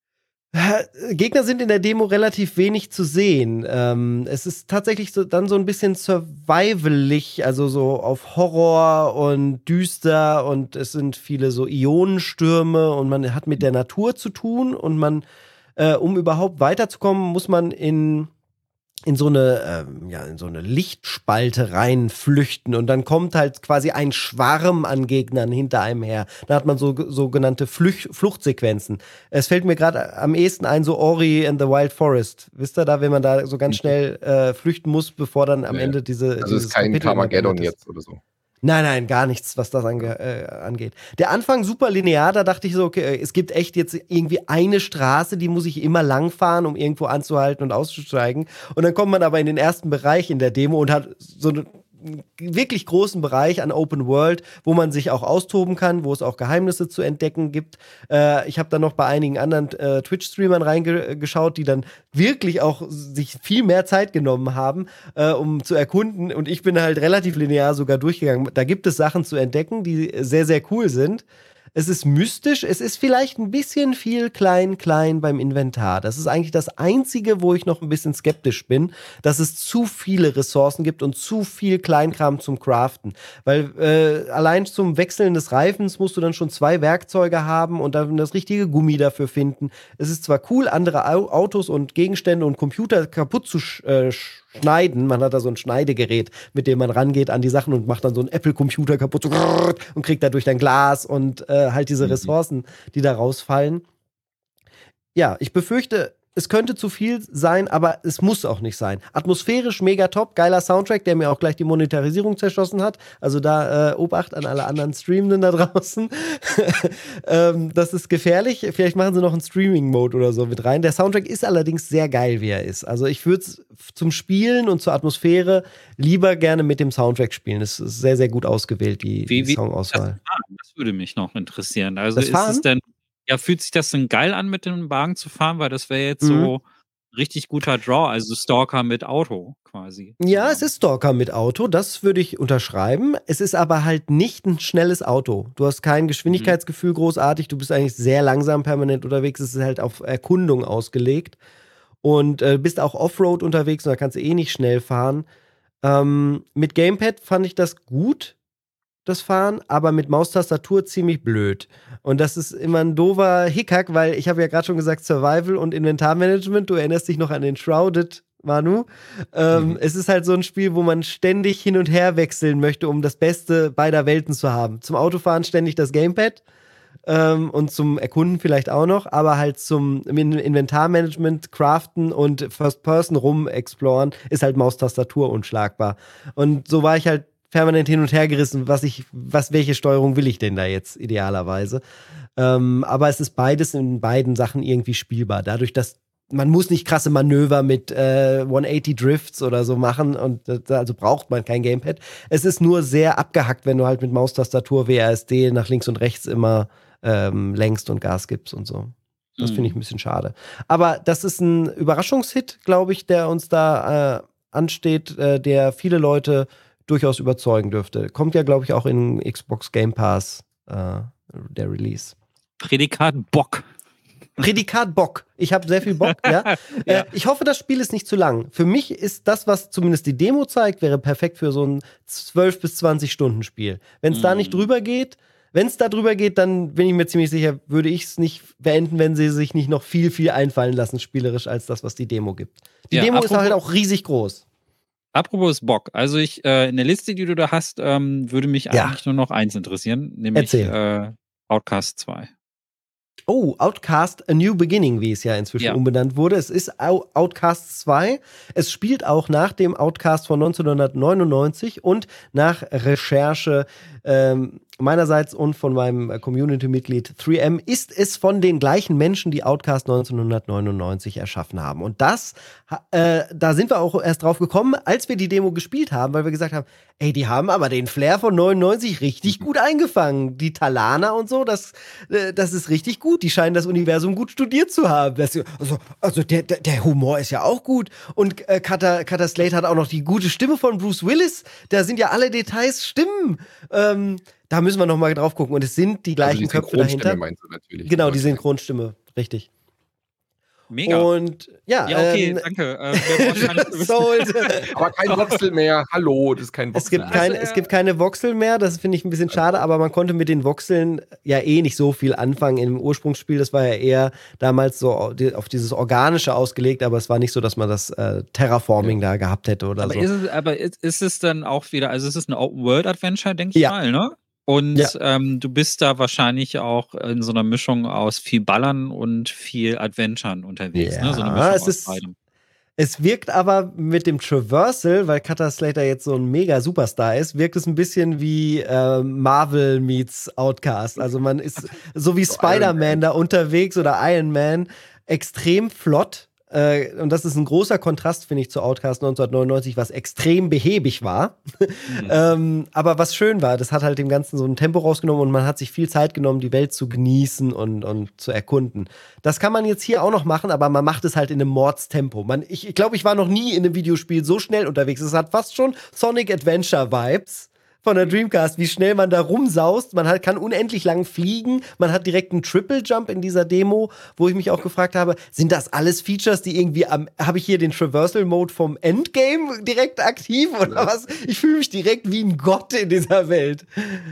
Gegner sind in der Demo relativ wenig zu sehen. Ähm, es ist tatsächlich so, dann so ein bisschen survivalig, also so auf Horror und düster und es sind viele so Ionenstürme und man hat mit der Natur zu tun und man, äh, um überhaupt weiterzukommen, muss man in in so eine, ähm, ja, in so eine Lichtspalte reinflüchten und dann kommt halt quasi ein Schwarm an Gegnern hinter einem her. Da hat man so sogenannte Flüch- Fluchtsequenzen. Es fällt mir gerade am ehesten ein, so Ori and the Wild Forest. Wisst ihr da, wenn man da so ganz schnell äh, flüchten muss, bevor dann am ja, Ende diese Also es ist kein Carmageddon jetzt oder so. Nein, nein, gar nichts, was das ange- äh, angeht. Der Anfang super linear, da dachte ich so, okay, es gibt echt jetzt irgendwie eine Straße, die muss ich immer lang fahren, um irgendwo anzuhalten und auszusteigen. Und dann kommt man aber in den ersten Bereich in der Demo und hat so eine wirklich großen Bereich an Open World, wo man sich auch austoben kann, wo es auch Geheimnisse zu entdecken gibt. Äh, ich habe dann noch bei einigen anderen äh, Twitch-Streamern reingeschaut, die dann wirklich auch sich viel mehr Zeit genommen haben, äh, um zu erkunden. Und ich bin halt relativ linear sogar durchgegangen. Da gibt es Sachen zu entdecken, die sehr, sehr cool sind. Es ist mystisch, es ist vielleicht ein bisschen viel klein, klein beim Inventar. Das ist eigentlich das Einzige, wo ich noch ein bisschen skeptisch bin, dass es zu viele Ressourcen gibt und zu viel Kleinkram zum Craften. Weil äh, allein zum Wechseln des Reifens musst du dann schon zwei Werkzeuge haben und dann das richtige Gummi dafür finden. Es ist zwar cool, andere Autos und Gegenstände und Computer kaputt zu sch- äh, schneiden. Man hat da so ein Schneidegerät, mit dem man rangeht an die Sachen und macht dann so einen Apple-Computer kaputt und kriegt dadurch dann Glas und äh, halt diese Ressourcen, die da rausfallen. Ja, ich befürchte, es könnte zu viel sein, aber es muss auch nicht sein. Atmosphärisch mega top, geiler Soundtrack, der mir auch gleich die Monetarisierung zerschossen hat. Also da äh, Obacht an alle anderen Streamenden da draußen. ähm, das ist gefährlich. Vielleicht machen sie noch einen Streaming-Mode oder so mit rein. Der Soundtrack ist allerdings sehr geil, wie er ist. Also ich würde es zum Spielen und zur Atmosphäre lieber gerne mit dem Soundtrack spielen. Es ist sehr, sehr gut ausgewählt, die, wie, die Songauswahl. Das, das würde mich noch interessieren. Also das ist Fahren? es denn Ja, fühlt sich das denn geil an, mit dem Wagen zu fahren? Weil das wäre jetzt mhm. so richtig guter Draw, also Stalker mit Auto quasi. Ja, es ist Stalker mit Auto, das würde ich unterschreiben. Es ist aber halt nicht ein schnelles Auto. Du hast kein Geschwindigkeitsgefühl großartig, du bist eigentlich sehr langsam permanent unterwegs. Es ist halt auf Erkundung ausgelegt. Und äh, bist auch Offroad unterwegs und da kannst du eh nicht schnell fahren. Ähm, mit Gamepad fand ich das gut, das Fahren, aber mit Maustastatur ziemlich blöd. Und das ist immer ein doofer Hickhack, weil ich habe ja gerade schon gesagt, Survival und Inventarmanagement, du erinnerst dich noch an den Shrouded, Manu. Ähm, mhm. Es ist halt so ein Spiel, wo man ständig hin und her wechseln möchte, um das Beste beider Welten zu haben. Zum Autofahren ständig das Gamepad ähm, und zum Erkunden vielleicht auch noch, aber halt zum Inventarmanagement, Craften und First-Person rum-exploren ist halt Maustastatur unschlagbar. Und so war ich halt permanent hin und her gerissen, was ich, was, welche Steuerung will ich denn da jetzt idealerweise. Ähm, aber es ist beides in beiden Sachen irgendwie spielbar. Dadurch, dass man muss nicht krasse Manöver mit äh, hundertachtzig Drifts oder so machen und äh, also braucht man kein Gamepad. Es ist nur sehr abgehackt, wenn du halt mit Maustastatur W A S D nach links und rechts immer ähm, lenkst und Gas gibst und so. Das finde ich ein bisschen schade. Aber das ist ein Überraschungshit, glaube ich, der uns da äh, ansteht, äh, der viele Leute durchaus überzeugen dürfte. Kommt ja, glaube ich, auch in Xbox Game Pass, äh, der Release. Prädikat Bock. Prädikat Bock. Ich habe sehr viel Bock, ja. Ja. Äh, ich hoffe, das Spiel ist nicht zu lang. Für mich ist das, was zumindest die Demo zeigt, wäre perfekt für so ein zwölf bis zwanzig Stunden Spiel. Wenn es Mhm. da nicht drüber geht, wenn es da drüber geht, dann bin ich mir ziemlich sicher, würde ich es nicht beenden, wenn sie sich nicht noch viel, viel einfallen lassen, spielerisch, als das, was die Demo gibt. Die Ja, Demo ist apropos- halt auch riesig groß. Apropos Bock, also ich, äh, in der Liste, die du da hast, ähm, würde mich Ja. eigentlich nur noch eins interessieren, nämlich Erzähl. äh, Outcast zwei. Oh, Outcast A New Beginning, wie es ja inzwischen Ja. umbenannt wurde. Es ist Au- Outcast zwei. Es spielt auch nach dem Outcast von neunzehnhundertneunundneunzig und nach Recherche ähm, meinerseits und von meinem Community-Mitglied drei M ist es von den gleichen Menschen, die Outcast neunzehnhundertneunundneunzig erschaffen haben. Und das, ha- äh, da sind wir auch erst drauf gekommen, als wir die Demo gespielt haben, weil wir gesagt haben, ey, die haben aber den Flair von neunundneunzig richtig gut eingefangen. Die Talaner und so, das, äh, das ist richtig gut. Die scheinen das Universum gut studiert zu haben. Das, also also der, der, der Humor ist ja auch gut. Und äh, Cutter, Cutter Slade hat auch noch die gute Stimme von Bruce Willis. Da sind ja alle Details Stimmen. Ähm, da müssen wir noch mal drauf gucken. Und es sind die gleichen Also die Köpfe Synchronstimme dahinter. meinst du natürlich. Genau, die Synchronstimme, richtig. Mega. Und ja, ja, okay, ähm, danke. Äh, wer braucht gar nicht zu wissen. Sold. Aber kein Voxel mehr. Hallo, das ist kein Voxel Es gibt, mehr. kein, Also, äh, es gibt keine Voxel mehr, das finde ich ein bisschen schade, aber man konnte mit den Voxeln ja eh nicht so viel anfangen im Ursprungsspiel. Das war ja eher damals so auf dieses Organische ausgelegt, aber es war nicht so, dass man das äh, Terraforming da gehabt hätte oder Aber, so. ist es, aber ist, ist es dann auch wieder, also es ist ein Open-World-Adventure, denke ich Ja. mal, ne? Und Ja. ähm, du bist da wahrscheinlich auch in so einer Mischung aus viel Ballern und viel Adventuren unterwegs, Ja, ne? So eine Mischung es aus ist- beidem. Es wirkt aber mit dem Traversal, weil Cutter Slater jetzt so ein mega Superstar ist, wirkt es ein bisschen wie äh, Marvel meets Outcast. Also man ist so wie So Iron Spider-Man da unterwegs oder Iron Man, extrem flott. Äh, und das ist ein großer Kontrast, finde ich, zu Outcast neunzehnhundertneunundneunzig, was extrem behäbig war. Mhm. ähm, aber was schön war, das hat halt dem Ganzen so ein Tempo rausgenommen und man hat sich viel Zeit genommen, die Welt zu genießen und, und zu erkunden. Das kann man jetzt hier auch noch machen, aber man macht es halt in einem Mordstempo. Man, ich ich glaube, ich war noch nie in einem Videospiel so schnell unterwegs. Es hat fast schon Sonic Adventure-Vibes von der Dreamcast, wie schnell man da rumsaust. Man hat, kann unendlich lang fliegen. Man hat direkt einen Triple Jump in dieser Demo, wo ich mich auch gefragt habe, sind das alles Features, die irgendwie am, habe ich hier den Traversal Mode vom Endgame direkt aktiv oder Ja. was? Ich fühle mich direkt wie ein Gott in dieser Welt.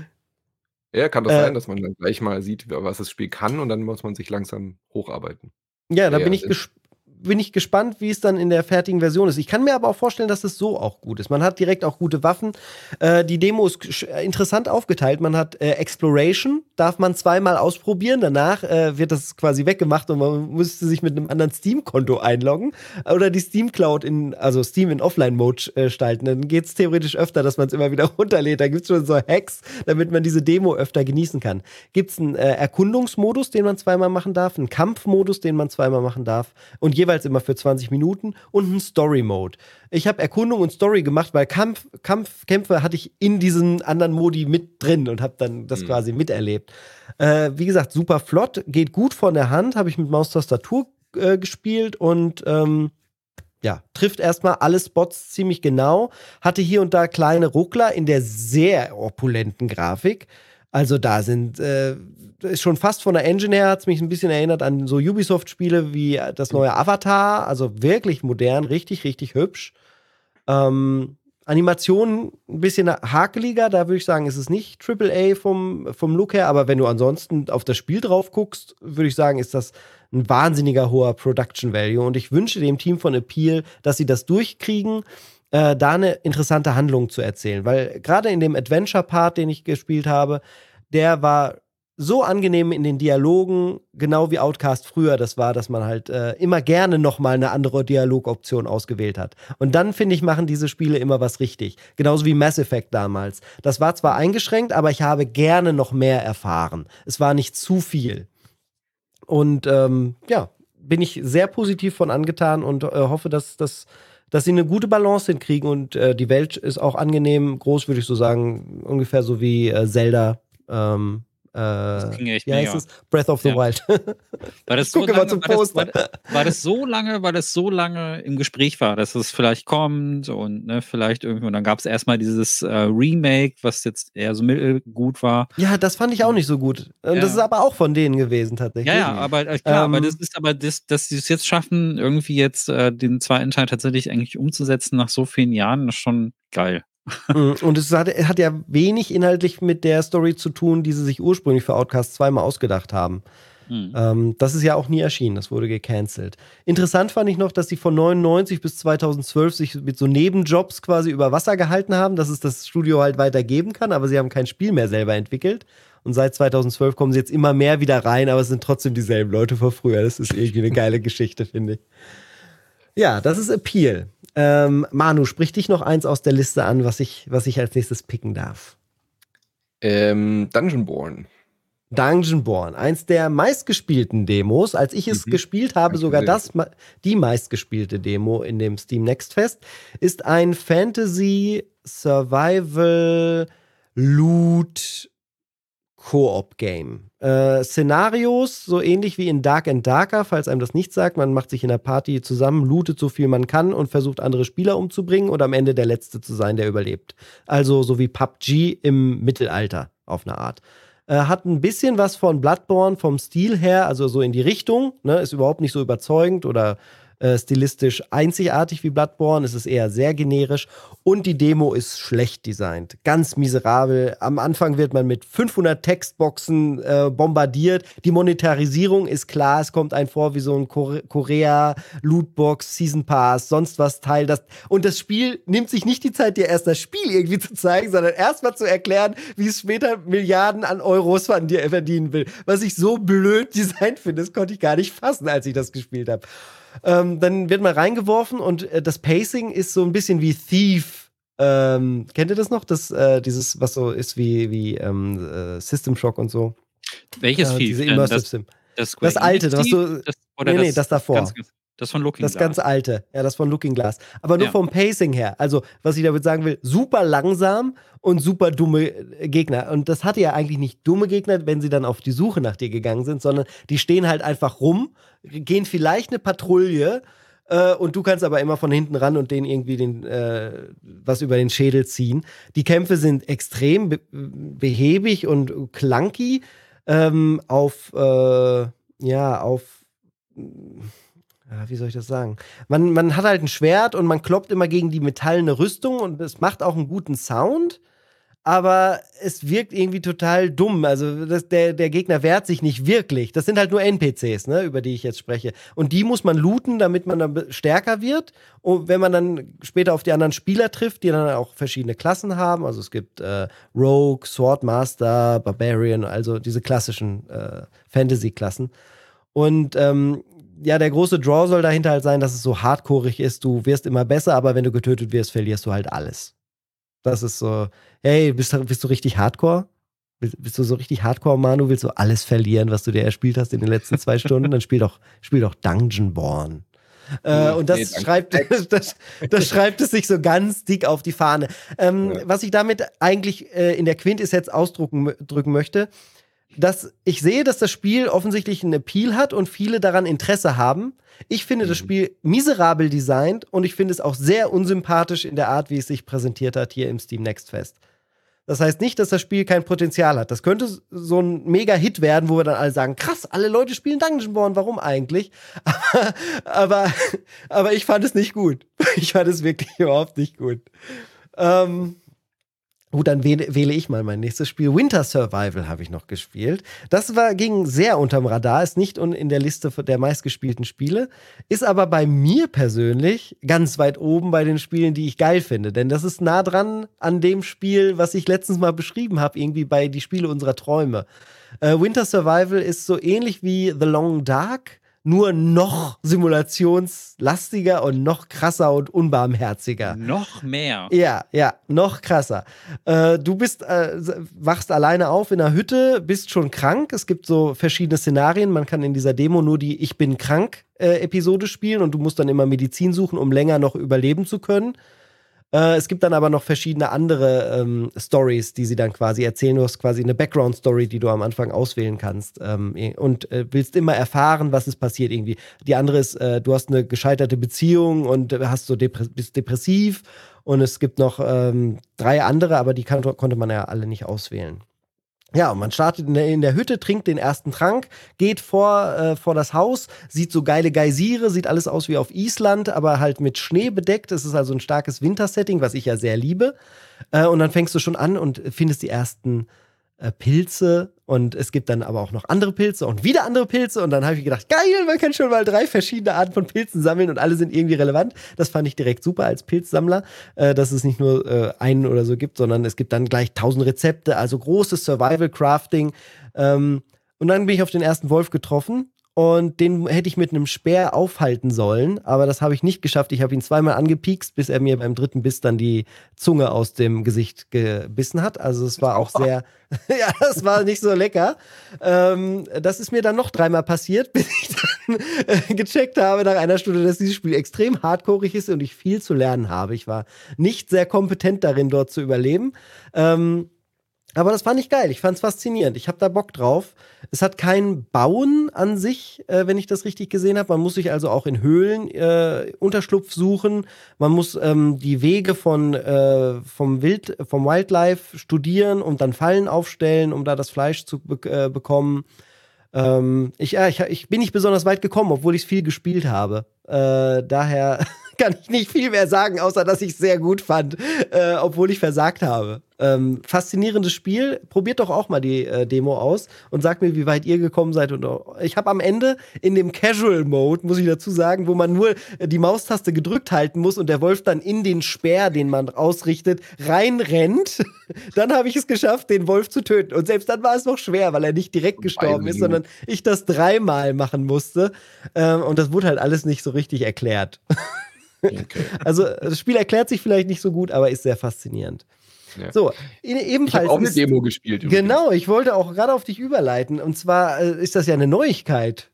Ja, kann das Äh, sein, dass man dann gleich mal sieht, was das Spiel kann und dann muss man sich langsam hocharbeiten. Ja, da Ja, bin ich das- gespannt. Bin ich gespannt, wie es dann in der fertigen Version ist. Ich kann mir aber auch vorstellen, dass es so auch gut ist. Man hat direkt auch gute Waffen. Äh, die Demo ist sch- interessant aufgeteilt. Man hat äh, Exploration, darf man zweimal ausprobieren. Danach äh, wird das quasi weggemacht und man müsste sich mit einem anderen Steam-Konto einloggen oder die Steam Cloud in, also Steam in Offline-Mode äh, stalten. Dann geht es theoretisch öfter, dass man es immer wieder runterlädt. Da gibt es schon so Hacks, damit man diese Demo öfter genießen kann. Gibt es einen äh, Erkundungsmodus, den man zweimal machen darf, einen Kampfmodus, den man zweimal machen darf und jeweils immer für zwanzig Minuten und einen Story-Mode. Ich habe Erkundung und Story gemacht, weil Kampf, Kampfkämpfe hatte ich in diesen anderen Modi mit drin und habe dann das Mhm. quasi miterlebt. Äh, wie gesagt, super flott, geht gut von der Hand, habe ich mit Maustastatur äh, gespielt und ähm, ja, trifft erstmal alle Spots ziemlich genau. Hatte hier und da kleine Ruckler in der sehr opulenten Grafik. Also da sind, äh, ist schon fast von der Engine her, hat es mich ein bisschen erinnert an so Ubisoft-Spiele wie das neue Avatar. Also wirklich modern, richtig, richtig hübsch. Ähm, Animationen ein bisschen hakeliger, da würde ich sagen, ist es nicht Triple A vom, vom Look her, aber wenn du ansonsten auf das Spiel drauf guckst, würde ich sagen, ist das ein wahnsinniger hoher Production Value und ich wünsche dem Team von Appeal, dass sie das durchkriegen, äh, da eine interessante Handlung zu erzählen, weil gerade in dem Adventure-Part, den ich gespielt habe, der war so angenehm in den Dialogen, genau wie Outcast früher das war, dass man halt äh, immer gerne noch mal eine andere Dialogoption ausgewählt hat. Und dann, finde ich, machen diese Spiele immer was richtig. Genauso wie Mass Effect damals. Das war zwar eingeschränkt, aber ich habe gerne noch mehr erfahren. Es war nicht zu viel. Und ähm, ja, bin ich sehr positiv von angetan und äh, hoffe, dass, dass, dass sie eine gute Balance hinkriegen. Und äh, die Welt ist auch angenehm groß, würde ich so sagen. Ungefähr so wie äh, Zelda. Ähm, Äh, das ging echt wie heißt mega. es? Breath of the Ja. Wild. War das so Guck immer lange, zum war, das, Poster. war, das, war das so lange, weil das so lange im Gespräch war, dass es vielleicht kommt und ne, vielleicht irgendwie, und dann gab es erstmal dieses äh, Remake, was jetzt eher so mittelgut war. Ja, das fand ich auch nicht so gut. Und Ja. das ist aber auch von denen gewesen, tatsächlich. Ja, ja, aber äh, klar, Ähm, aber das ist aber das, dass sie es jetzt schaffen, irgendwie jetzt äh, den zweiten Teil tatsächlich eigentlich umzusetzen nach so vielen Jahren, das ist schon geil. Und es hat, hat ja wenig inhaltlich mit der Story zu tun, die sie sich ursprünglich für Outcast zweimal ausgedacht haben. Mhm. Ähm, das ist ja auch nie erschienen, das wurde gecancelt. Interessant fand ich noch, dass die von neunundneunzig bis zweitausendzwölf sich mit so Nebenjobs quasi über Wasser gehalten haben, dass es das Studio halt weitergeben kann, aber sie haben kein Spiel mehr selber entwickelt. Und seit zweitausendzwölf kommen sie jetzt immer mehr wieder rein, aber es sind trotzdem dieselben Leute von früher. Das ist irgendwie eine geile Geschichte, finde ich. Ja, das ist Appeal. Ähm, Manu, sprich dich noch eins aus der Liste an, was ich, was ich als nächstes picken darf. Ähm, Dungeonborn. Dungeonborn, eins der meistgespielten Demos. Als ich es Mhm. gespielt habe, Danke sogar sehr. das, ma- die meistgespielte Demo in dem Steam Next Fest, ist ein Fantasy Survival Loot Koop-Game. Äh, Szenarios, so ähnlich wie in Dark and Darker, falls einem das nicht sagt. Man macht sich in der Party zusammen, lootet so viel man kann und versucht andere Spieler umzubringen und am Ende der Letzte zu sein, der überlebt. Also so wie P U B G im Mittelalter auf eine Art. Äh, hat ein bisschen was von Bloodborne vom Stil her, also so in die Richtung. Ne? Ist überhaupt nicht so überzeugend oder äh, stilistisch einzigartig wie Bloodborne. Es ist eher sehr generisch. Und die Demo ist schlecht designt. Ganz miserabel. Am Anfang wird man mit fünfhundert Textboxen äh, bombardiert. Die Monetarisierung ist klar. Es kommt einem vor wie so ein Kore- Korea, Lootbox, Season Pass, sonst was Teil. Das, und das Spiel nimmt sich nicht die Zeit, dir erst das Spiel irgendwie zu zeigen, sondern erst mal zu erklären, wie es später Milliarden an Euros von dir verdienen will. Was ich so blöd designt finde, das konnte ich gar nicht fassen, als ich das gespielt habe. Ähm, dann wird man reingeworfen und äh, das Pacing ist so ein bisschen wie Thief. Ähm, kennt ihr das noch? Das, äh, dieses, was so ist wie, wie ähm, äh, System Shock und so. Welches Äh, Thief? diese denn? Immersive Das, Sim. das, Das alte, was du. das, oder nee, nee, das, das davor. Ganz, das von Looking Das Glass. ganz alte. Ja, das von Looking Glass. Aber nur Ja. vom Pacing her. Also, was ich damit sagen will, super langsam und super dumme äh, Gegner. Und das hatte ja eigentlich nicht dumme Gegner, wenn sie dann auf die Suche nach dir gegangen sind, sondern die stehen halt einfach rum, gehen vielleicht eine Patrouille äh, und du kannst aber immer von hinten ran und denen irgendwie den, äh, was über den Schädel ziehen. Die Kämpfe sind extrem be behäbig und clunky ähm, auf, äh, ja, auf Ja, wie soll ich das sagen? Man, man hat halt ein Schwert und man kloppt immer gegen die metallene Rüstung und es macht auch einen guten Sound, aber es wirkt irgendwie total dumm. Also das, der, der Gegner wehrt sich nicht wirklich. Das sind halt nur N P Cs, ne, über die ich jetzt spreche. Und die muss man looten, damit man dann stärker wird. Und wenn man dann später auf die anderen Spieler trifft, die dann auch verschiedene Klassen haben, also es gibt äh, Rogue, Swordmaster, Barbarian, also diese klassischen äh, Fantasy-Klassen. Und ähm, ja, der große Draw soll dahinter halt sein, dass es so hardcoreig ist. Du wirst immer besser, aber wenn du getötet wirst, verlierst du halt alles. Das ist so, hey, bist, du- bist du richtig hardcore? Bist, bist du so richtig hardcore, Manu? Willst du alles verlieren, was du dir erspielt hast in den letzten zwei Stunden? Dann spiel doch, spiel doch Dungeonborn. Äh, und das, Nee, danke. schreibt, das, das schreibt es sich so ganz dick auf die Fahne. Ähm, Ja. Was ich damit eigentlich äh, in der Quintessenz ausdrücken drücken möchte, dass ich sehe, dass das Spiel offensichtlich einen Appeal hat und viele daran Interesse haben. Ich finde das Mhm. Spiel miserabel designt und ich finde es auch sehr unsympathisch in der Art, wie es sich präsentiert hat hier im Steam Next Fest. Das heißt nicht, dass das Spiel kein Potenzial hat. Das könnte so ein Mega-Hit werden, wo wir dann alle sagen, krass, alle Leute spielen Dungeonborn, warum eigentlich? Aber, aber, aber ich fand es nicht gut. Ich fand es wirklich überhaupt nicht gut. Ähm, Gut, dann wähle, wähle ich mal mein nächstes Spiel. Winter Survival habe ich noch gespielt. Das war, ging sehr unterm Radar, ist nicht un- in der Liste der meistgespielten Spiele, ist aber bei mir persönlich ganz weit oben bei den Spielen, die ich geil finde. Denn das ist nah dran an dem Spiel, was ich letztens mal beschrieben habe, irgendwie bei Die Spiele unserer Träume. Äh, Winter Survival ist so ähnlich wie The Long Dark, nur noch simulationslastiger und noch krasser und unbarmherziger. Noch mehr. Ja, ja, noch krasser. Äh, du bist, äh, wachst alleine auf in einer Hütte, bist schon krank. Es gibt so verschiedene Szenarien. Man kann in dieser Demo nur die Ich bin krank äh, Episode spielen und du musst dann immer Medizin suchen, um länger noch überleben zu können. Äh, es gibt dann aber noch verschiedene andere ähm, Stories, die sie dann quasi erzählen. Du hast quasi eine Background-Story, die du am Anfang auswählen kannst ähm, und äh, willst immer erfahren, was ist passiert irgendwie. Die andere ist, äh, du hast eine gescheiterte Beziehung und hast so depre- bist depressiv und es gibt noch ähm, drei andere, aber die kann, konnte man ja alle nicht auswählen. Ja, und man startet in der, in der Hütte, trinkt den ersten Trank, geht vor, äh, vor das Haus, sieht so geile Geysire, sieht alles aus wie auf Island, aber halt mit Schnee bedeckt. Es ist also ein starkes Wintersetting, was ich ja sehr liebe. Äh, und dann fängst du schon an und findest die ersten äh, Pilze. Und es gibt dann aber auch noch andere Pilze und wieder andere Pilze. Und dann habe ich gedacht, geil, man kann schon mal drei verschiedene Arten von Pilzen sammeln und alle sind irgendwie relevant. Das fand ich direkt super als Pilzsammler, äh, dass es nicht nur äh, einen oder so gibt, sondern es gibt dann gleich tausend Rezepte, also großes Survival-Crafting. Ähm, und dann bin ich auf den ersten Wolf getroffen. Und den hätte ich mit einem Speer aufhalten sollen, aber das habe ich nicht geschafft. Ich habe ihn zweimal angepiekst, bis er mir beim dritten Biss dann die Zunge aus dem Gesicht gebissen hat. Also es war auch sehr, ja, das war nicht so lecker. Ähm, das ist mir dann noch dreimal passiert, bis ich dann äh, gecheckt habe nach einer Stunde, dass dieses Spiel extrem hardcoreig ist und ich viel zu lernen habe. Ich war nicht sehr kompetent darin, dort zu überleben. Ähm, Aber das fand ich geil. Ich fand es faszinierend. Ich habe da Bock drauf. Es hat kein Bauen an sich, äh, wenn ich das richtig gesehen habe. Man muss sich also auch in Höhlen äh, Unterschlupf suchen. Man muss ähm, die Wege von, äh, vom, Wild, vom Wildlife studieren und dann Fallen aufstellen, um da das Fleisch zu be äh, bekommen. Ähm, ich, ja, ich, ich bin nicht besonders weit gekommen, obwohl ich es viel gespielt habe. Äh, daher kann ich nicht viel mehr sagen, außer dass ich es sehr gut fand, äh, obwohl ich versagt habe. Ähm, faszinierendes Spiel. Probiert doch auch mal die äh, Demo aus und sagt mir, wie weit ihr gekommen seid. Und ich habe am Ende in dem Casual-Mode, muss ich dazu sagen, wo man nur die Maustaste gedrückt halten muss und der Wolf dann in den Speer, den man ausrichtet, reinrennt. Dann habe ich es geschafft, den Wolf zu töten. Und selbst dann war es noch schwer, weil er nicht direkt gestorben ist, sondern ich das dreimal machen musste. Ähm, und das wurde halt alles nicht so richtig erklärt. Okay. Also das Spiel erklärt sich vielleicht nicht so gut, aber ist sehr faszinierend. Ja. So, ebenfalls. Ich habe auch eine ist, Demo gespielt. Übrigens. Genau, ich wollte auch gerade auf dich überleiten. Und zwar äh, ist das ja eine Neuigkeit.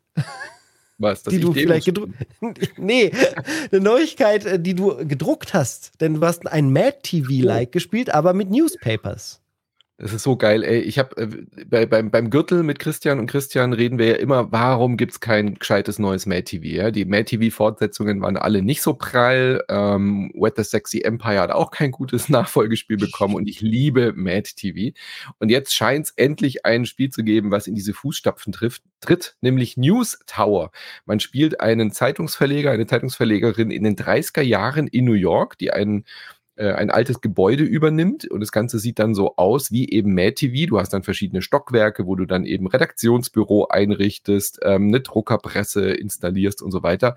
Was? Dass die ich du Demos vielleicht gedruckt. Nee, eine Neuigkeit, die du gedruckt hast. Denn du hast ein Mad T V-like oh. gespielt, aber mit Newspapers. Das ist so geil, ey. Ich habe äh, bei, beim, beim Gürtel mit Christian und Christian reden wir ja immer, warum gibt's kein gescheites neues Mad T V? Ja? Die Mad T V-Fortsetzungen waren alle nicht so prall. Ähm, What the Sexy Empire hat auch kein gutes Nachfolgespiel bekommen und ich liebe Mad T V. Und jetzt scheint es endlich ein Spiel zu geben, was in diese Fußstapfen trifft, tritt, nämlich News Tower. Man spielt einen Zeitungsverleger, eine Zeitungsverlegerin in den dreißiger Jahren in New York, die einen ein altes Gebäude übernimmt und das Ganze sieht dann so aus wie eben Mad T V. Du hast dann verschiedene Stockwerke, wo du dann eben Redaktionsbüro einrichtest, ähm, eine Druckerpresse installierst und so weiter.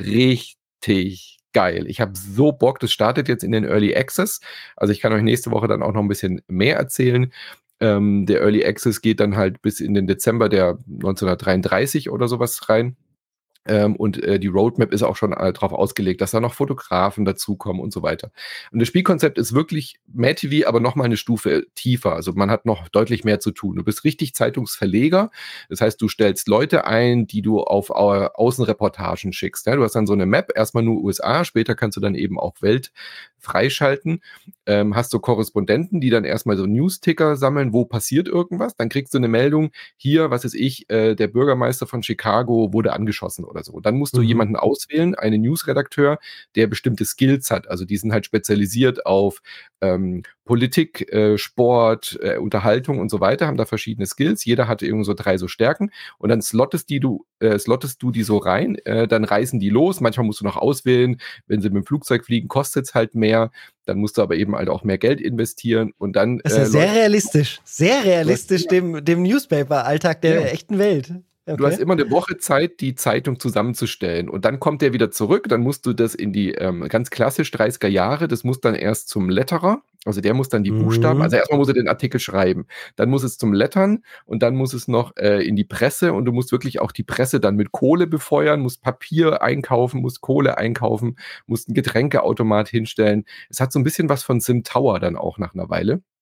Richtig geil. Ich habe so Bock. Das startet jetzt in den Early Access. Also ich kann euch nächste Woche dann auch noch ein bisschen mehr erzählen. Ähm, der Early Access geht dann halt bis in den Dezember der neunzehnhundertdreiunddreißig oder sowas rein. Ähm, und äh, die Roadmap ist auch schon äh, darauf ausgelegt, dass da noch Fotografen dazukommen und so weiter. Und das Spielkonzept ist wirklich Mad T V, aber noch mal eine Stufe tiefer. Also man hat noch deutlich mehr zu tun. Du bist richtig Zeitungsverleger. Das heißt, du stellst Leute ein, die du auf äh, Außenreportagen schickst. Ja? Du hast dann so eine Map, erstmal nur U S A, später kannst du dann eben auch Welt freischalten. Ähm, hast du Korrespondenten, die dann erstmal so News-Ticker sammeln, wo passiert irgendwas. Dann kriegst du eine Meldung, hier, was weiß ich, äh, der Bürgermeister von Chicago wurde angeschossen oder so. Dann musst du mhm. jemanden auswählen, einen News-Redakteur, der bestimmte Skills hat. Also die sind halt spezialisiert auf ähm, Politik, äh, Sport, äh, Unterhaltung und so weiter, haben da verschiedene Skills. Jeder hat irgendwie so drei so Stärken und dann slottest die du, äh, slottest du die so rein, äh, dann reisen die los. Manchmal musst du noch auswählen, wenn sie mit dem Flugzeug fliegen, kostet es halt mehr. Dann musst du aber eben halt auch mehr Geld investieren und dann. Das ist ja äh, sehr realistisch, sehr realistisch dem, dem Newspaper-Alltag der ja. echten Welt. Okay. Du hast immer eine Woche Zeit, die Zeitung zusammenzustellen und dann kommt der wieder zurück, dann musst du das in die ähm, ganz klassisch dreißiger Jahre, das muss dann erst zum Letterer, also der muss dann die mhm. Buchstaben, also erstmal muss er den Artikel schreiben, dann muss es zum Lettern und dann muss es noch äh, in die Presse und du musst wirklich auch die Presse dann mit Kohle befeuern, musst Papier einkaufen, musst Kohle einkaufen, musst einen Getränkeautomat hinstellen. Es hat so ein bisschen was von Sim Tower dann auch nach einer Weile.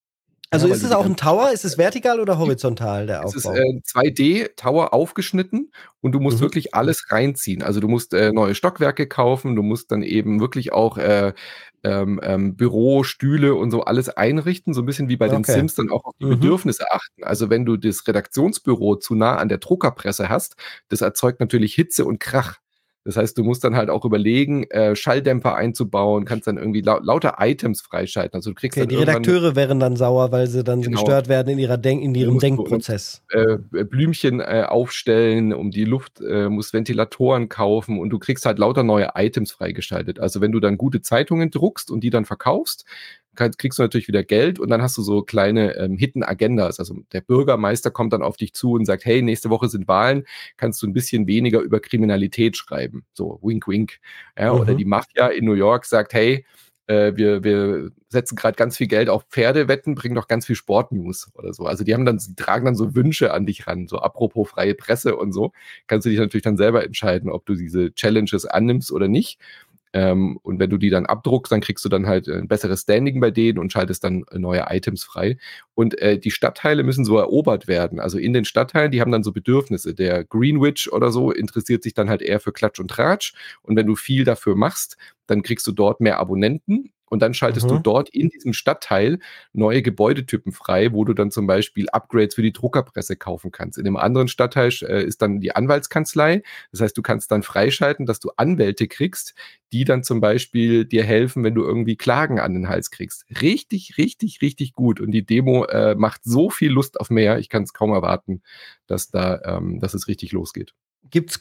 Also Ja, ist weil du es die auch ein ganze Tower? Ist es vertikal oder horizontal, der Es ist Aufbau? äh, zwei D-Tower aufgeschnitten und du musst Mhm. wirklich alles reinziehen. Also du musst äh, neue Stockwerke kaufen, du musst dann eben wirklich auch äh, ähm, ähm, Büro, Stühle und so alles einrichten, so ein bisschen wie bei den Okay. Sims dann auch auf die Mhm. Bedürfnisse achten. Also wenn du das Redaktionsbüro zu nah an der Druckerpresse hast, das erzeugt natürlich Hitze und Krach. Das heißt, du musst dann halt auch überlegen, äh, Schalldämpfer einzubauen, kannst dann irgendwie lau lauter Items freischalten. Also du kriegst Okay, dann die irgendwann Redakteure wären dann sauer, weil sie dann genau. gestört werden in ihrer Denk in Du ihrem musst so dann Denkprozess. äh, Blümchen äh, aufstellen, um die Luft, äh, musst Ventilatoren kaufen und du kriegst halt lauter neue Items freigeschaltet. Also wenn du dann gute Zeitungen druckst und die dann verkaufst, kann, kriegst du natürlich wieder Geld und dann hast du so kleine ähm, Hidden Agendas. Also der Bürgermeister kommt dann auf dich zu und sagt, hey, nächste Woche sind Wahlen, kannst du ein bisschen weniger über Kriminalität schreiben. So, wink, wink. Ja, oder Mhm. die Mafia in New York sagt, hey, äh, wir, wir setzen gerade ganz viel Geld auf Pferdewetten, bringen doch ganz viel Sportnews oder so. Also die haben dann, die tragen dann so Wünsche an dich ran, so apropos freie Presse und so. Kannst du dich natürlich dann selber entscheiden, ob du diese Challenges annimmst oder nicht. Ähm, und wenn du die dann abdruckst, dann kriegst du dann halt ein besseres Standing bei denen und schaltest dann neue Items frei. Und äh, die Stadtteile müssen so erobert werden. Also in den Stadtteilen, die haben dann so Bedürfnisse. Der Greenwich oder so interessiert sich dann halt eher für Klatsch und Tratsch. Und wenn du viel dafür machst, dann kriegst du dort mehr Abonnenten. Und dann schaltest Mhm. du dort in diesem Stadtteil neue Gebäudetypen frei, wo du dann zum Beispiel Upgrades für die Druckerpresse kaufen kannst. In dem anderen Stadtteil äh, ist dann die Anwaltskanzlei. Das heißt, du kannst dann freischalten, dass du Anwälte kriegst, die dann zum Beispiel dir helfen, wenn du irgendwie Klagen an den Hals kriegst. Richtig, richtig, richtig gut. Und die Demo äh, macht so viel Lust auf mehr. Ich kann es kaum erwarten, dass da, ähm, dass es richtig losgeht. Gibt's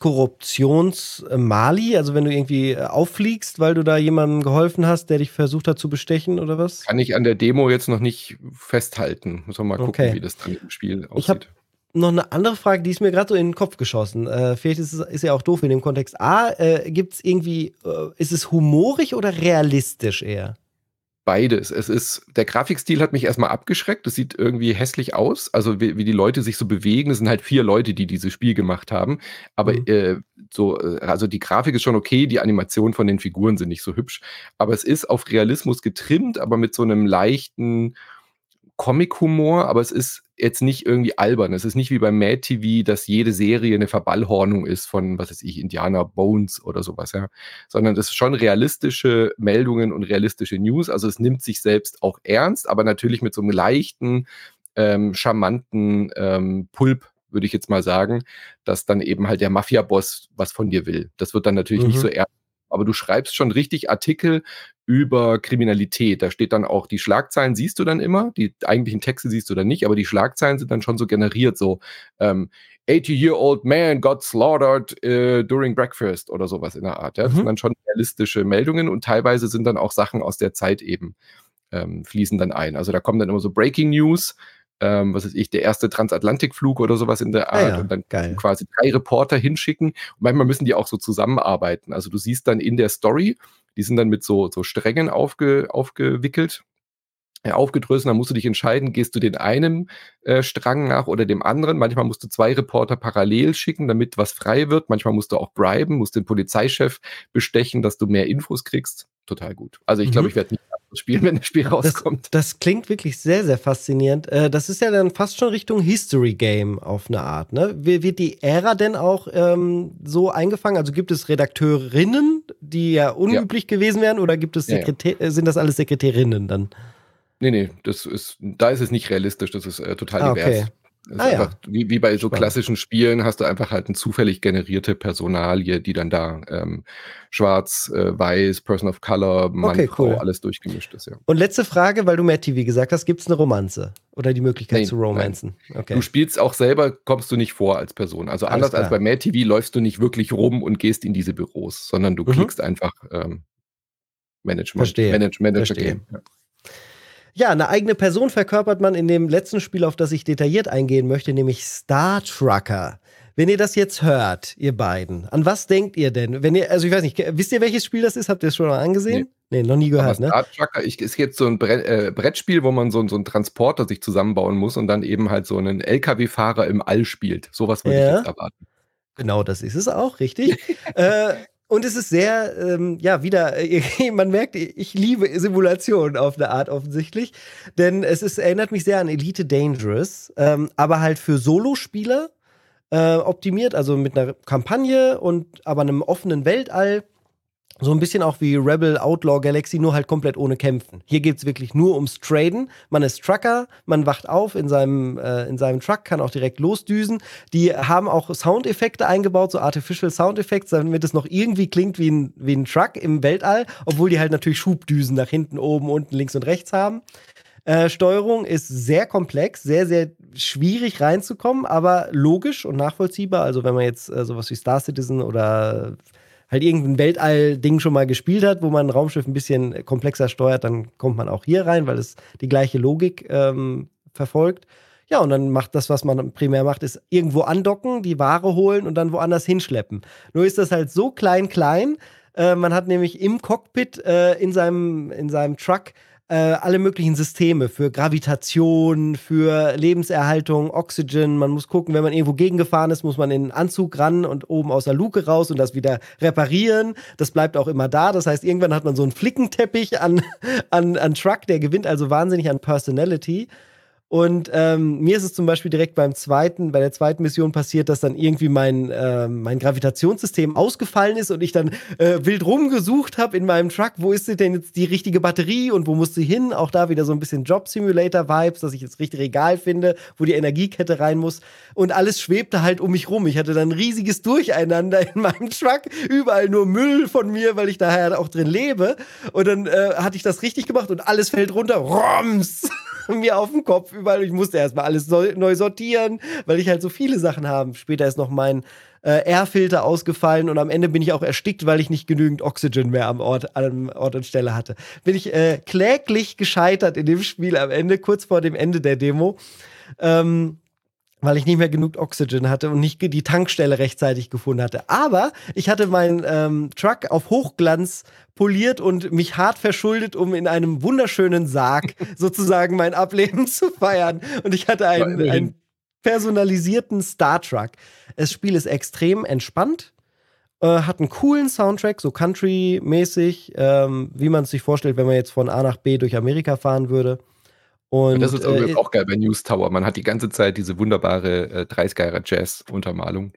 Korruptions-Mali? Also wenn du irgendwie äh, auffliegst, weil du da jemandem geholfen hast, der dich versucht hat zu bestechen oder was? Kann ich an der Demo jetzt noch nicht festhalten. Muss man mal gucken, Okay. wie das dann im Spiel Ich habe aussieht. noch eine andere Frage, die ist mir gerade so in den Kopf geschossen. Äh, vielleicht ist es ist ja auch doof in dem Kontext. A, äh, gibt's irgendwie, äh, ist es humorig oder realistisch eher? Beides. Es ist, der Grafikstil hat mich erstmal abgeschreckt. Das sieht irgendwie hässlich aus. Also wie, wie die Leute sich so bewegen. Es sind halt vier Leute, die dieses Spiel gemacht haben. Aber Mhm. äh, so, also die Grafik ist schon okay. Die Animationen von den Figuren sind nicht so hübsch. Aber es ist auf Realismus getrimmt, aber mit so einem leichten Comic-Humor. Aber es ist jetzt nicht irgendwie albern. Es ist nicht wie bei Mad T V, dass jede Serie eine Verballhornung ist von, was weiß ich, Indiana Bones oder sowas, ja. Sondern das ist schon realistische Meldungen und realistische News. Also es nimmt sich selbst auch ernst, aber natürlich mit so einem leichten, ähm, charmanten ähm, Pulp, würde ich jetzt mal sagen, dass dann eben halt der Mafia-Boss was von dir will. Das wird dann natürlich nicht Mhm. so ernst. Aber du schreibst schon richtig Artikel über Kriminalität. Da steht dann auch, die Schlagzeilen siehst du dann immer, die eigentlichen Texte siehst du dann nicht, aber die Schlagzeilen sind dann schon so generiert, so ähm, eighty-year-old man got slaughtered uh, during breakfast oder sowas in der Art. Ja? Das Mhm. sind dann schon realistische Meldungen und teilweise sind dann auch Sachen aus der Zeit eben, ähm, fließen dann ein. Also da kommen dann immer so Breaking News, ähm, was weiß ich, der erste Transatlantikflug oder sowas in der Ah Art ja, und dann geil. quasi drei Reporter hinschicken und manchmal müssen die auch so zusammenarbeiten. Also du siehst dann in der Story, die sind dann mit so, so Strängen aufge, aufgewickelt, äh, aufgedröselt, dann musst du dich entscheiden, gehst du den einen äh, Strang nach oder dem anderen. Manchmal musst du zwei Reporter parallel schicken, damit was frei wird. Manchmal musst du auch briben, musst den Polizeichef bestechen, dass du mehr Infos kriegst. Total gut. Also ich glaube, Mhm. ich werde nicht spielen, wenn das Spiel Das, rauskommt. das klingt wirklich sehr, sehr faszinierend. Äh, das ist ja dann fast schon Richtung History Game auf eine Art. Ne? Wie- Wird die Ära denn auch ähm, so eingefangen? Also gibt es Redakteurinnen, die ja unüblich gewesen wären, oder gibt es Ja, ja. Sekretär äh, sind das alles Sekretärinnen dann? Nee, nee, das ist, da ist es nicht realistisch, das ist äh, total Ah, divers. okay. Das ist Ah, ja. einfach, wie, wie bei so Spannend. klassischen Spielen hast du einfach halt eine zufällig generierte Personalie, die dann da ähm, schwarz, äh, weiß, Person of Color, Mann, Okay, Frau, cool. alles durchgemischt ist, ja. Und letzte Frage, weil du Mad T V gesagt hast, gibt es eine Romanze oder die Möglichkeit Nein, zu romanzen? Okay. Du spielst auch selber, kommst du nicht vor als Person. Also Alles anders als klar. bei Mad T V läufst du nicht wirklich rum und gehst in diese Büros, sondern du Mhm. klickst einfach ähm, Management, Verstehe. Manage, Manager Verstehe. Game. Ja. Ja, eine eigene Person verkörpert man in dem letzten Spiel, auf das ich detailliert eingehen möchte, nämlich Star Trucker. Wenn ihr das jetzt hört, ihr beiden, an was denkt ihr denn? Wenn ihr, also ich weiß nicht, wisst ihr, welches Spiel das ist? Habt ihr es schon mal angesehen? Nee, noch nie gehört, Aber ne? Star Trucker, ich, ist jetzt so ein Brett, äh, Brettspiel, wo man so, so einen Transporter sich zusammenbauen muss und dann eben halt so einen L K W-Fahrer im All spielt. Sowas würde Ja. ich jetzt erwarten. Genau, das ist es auch, richtig. äh, Und es ist sehr, ähm, ja, wieder, äh, man merkt, ich liebe Simulationen auf eine Art offensichtlich, denn es ist, erinnert mich sehr an Elite Dangerous, ähm, aber halt für Solospieler äh, optimiert, also mit einer Kampagne und aber einem offenen Weltall. So ein bisschen auch wie Rebel Outlaw Galaxy, nur halt komplett ohne Kämpfen. Hier geht's wirklich nur ums Traden. Man ist Trucker, man wacht auf in seinem, äh, in seinem Truck, kann auch direkt losdüsen. Die haben auch Soundeffekte eingebaut, so Artificial Soundeffects, damit es noch irgendwie klingt wie ein, wie ein Truck im Weltall, obwohl die halt natürlich Schubdüsen nach hinten, oben, unten, links und rechts haben. Äh, Steuerung ist sehr komplex, sehr, sehr schwierig reinzukommen, aber logisch und nachvollziehbar. Also wenn man jetzt äh, sowas wie Star Citizen oder halt irgendein Weltall-Ding schon mal gespielt hat, wo man ein Raumschiff ein bisschen komplexer steuert, dann kommt man auch hier rein, weil es die gleiche Logik ähm, verfolgt. Ja, und dann macht das, was man primär macht, ist irgendwo andocken, die Ware holen und dann woanders hinschleppen. Nur ist das halt so klein, klein. Äh, man hat nämlich im Cockpit äh, in seinem, in seinem Truck äh, alle möglichen Systeme für Gravitation, für Lebenserhaltung, Oxygen. Man muss gucken, wenn man irgendwo gegengefahren ist, muss man in den Anzug ran und oben aus der Luke raus und das wieder reparieren. Das bleibt auch immer da. Das heißt, irgendwann hat man so einen Flickenteppich an, an, an Truck, der gewinnt also wahnsinnig an Personality. Und ähm, mir ist es zum Beispiel direkt beim zweiten, bei der zweiten Mission passiert, dass dann irgendwie mein, äh, mein Gravitationssystem ausgefallen ist und ich dann äh, wild rumgesucht habe in meinem Truck, wo ist denn jetzt die richtige Batterie und wo muss sie hin? Auch da wieder so ein bisschen Job-Simulator-Vibes, dass ich jetzt richtig Regal finde, wo die Energiekette rein muss. Und alles schwebte halt um mich rum. Ich hatte dann ein riesiges Durcheinander in meinem Truck, überall nur Müll von mir, weil ich daher auch drin lebe. Und dann äh, hatte ich das richtig gemacht und alles fällt runter. Roms! Mir auf den Kopf überall. Ich musste erstmal alles neu sortieren, weil ich halt so viele Sachen habe. Später ist noch mein äh, Airfilter ausgefallen und am Ende bin ich auch erstickt, weil ich nicht genügend Oxygen mehr am Ort, am Ort und Stelle hatte. Bin ich äh, kläglich gescheitert in dem Spiel am Ende, kurz vor dem Ende der Demo. Ähm, weil ich nicht mehr genug Oxygen hatte und nicht die Tankstelle rechtzeitig gefunden hatte. Aber ich hatte meinen ähm, Truck auf Hochglanz poliert und mich hart verschuldet, um in einem wunderschönen Sarg sozusagen mein Ableben zu feiern. Und ich hatte einen, einen personalisierten Star Truck. Das Spiel ist extrem entspannt, äh, hat einen coolen Soundtrack, so Country-mäßig, ähm, wie man es sich vorstellt, wenn man jetzt von A nach B durch Amerika fahren würde. Und, das ist äh, auch geil bei News Tower. Man hat die ganze Zeit diese wunderbare äh, dreißiger Jazz-Untermalung.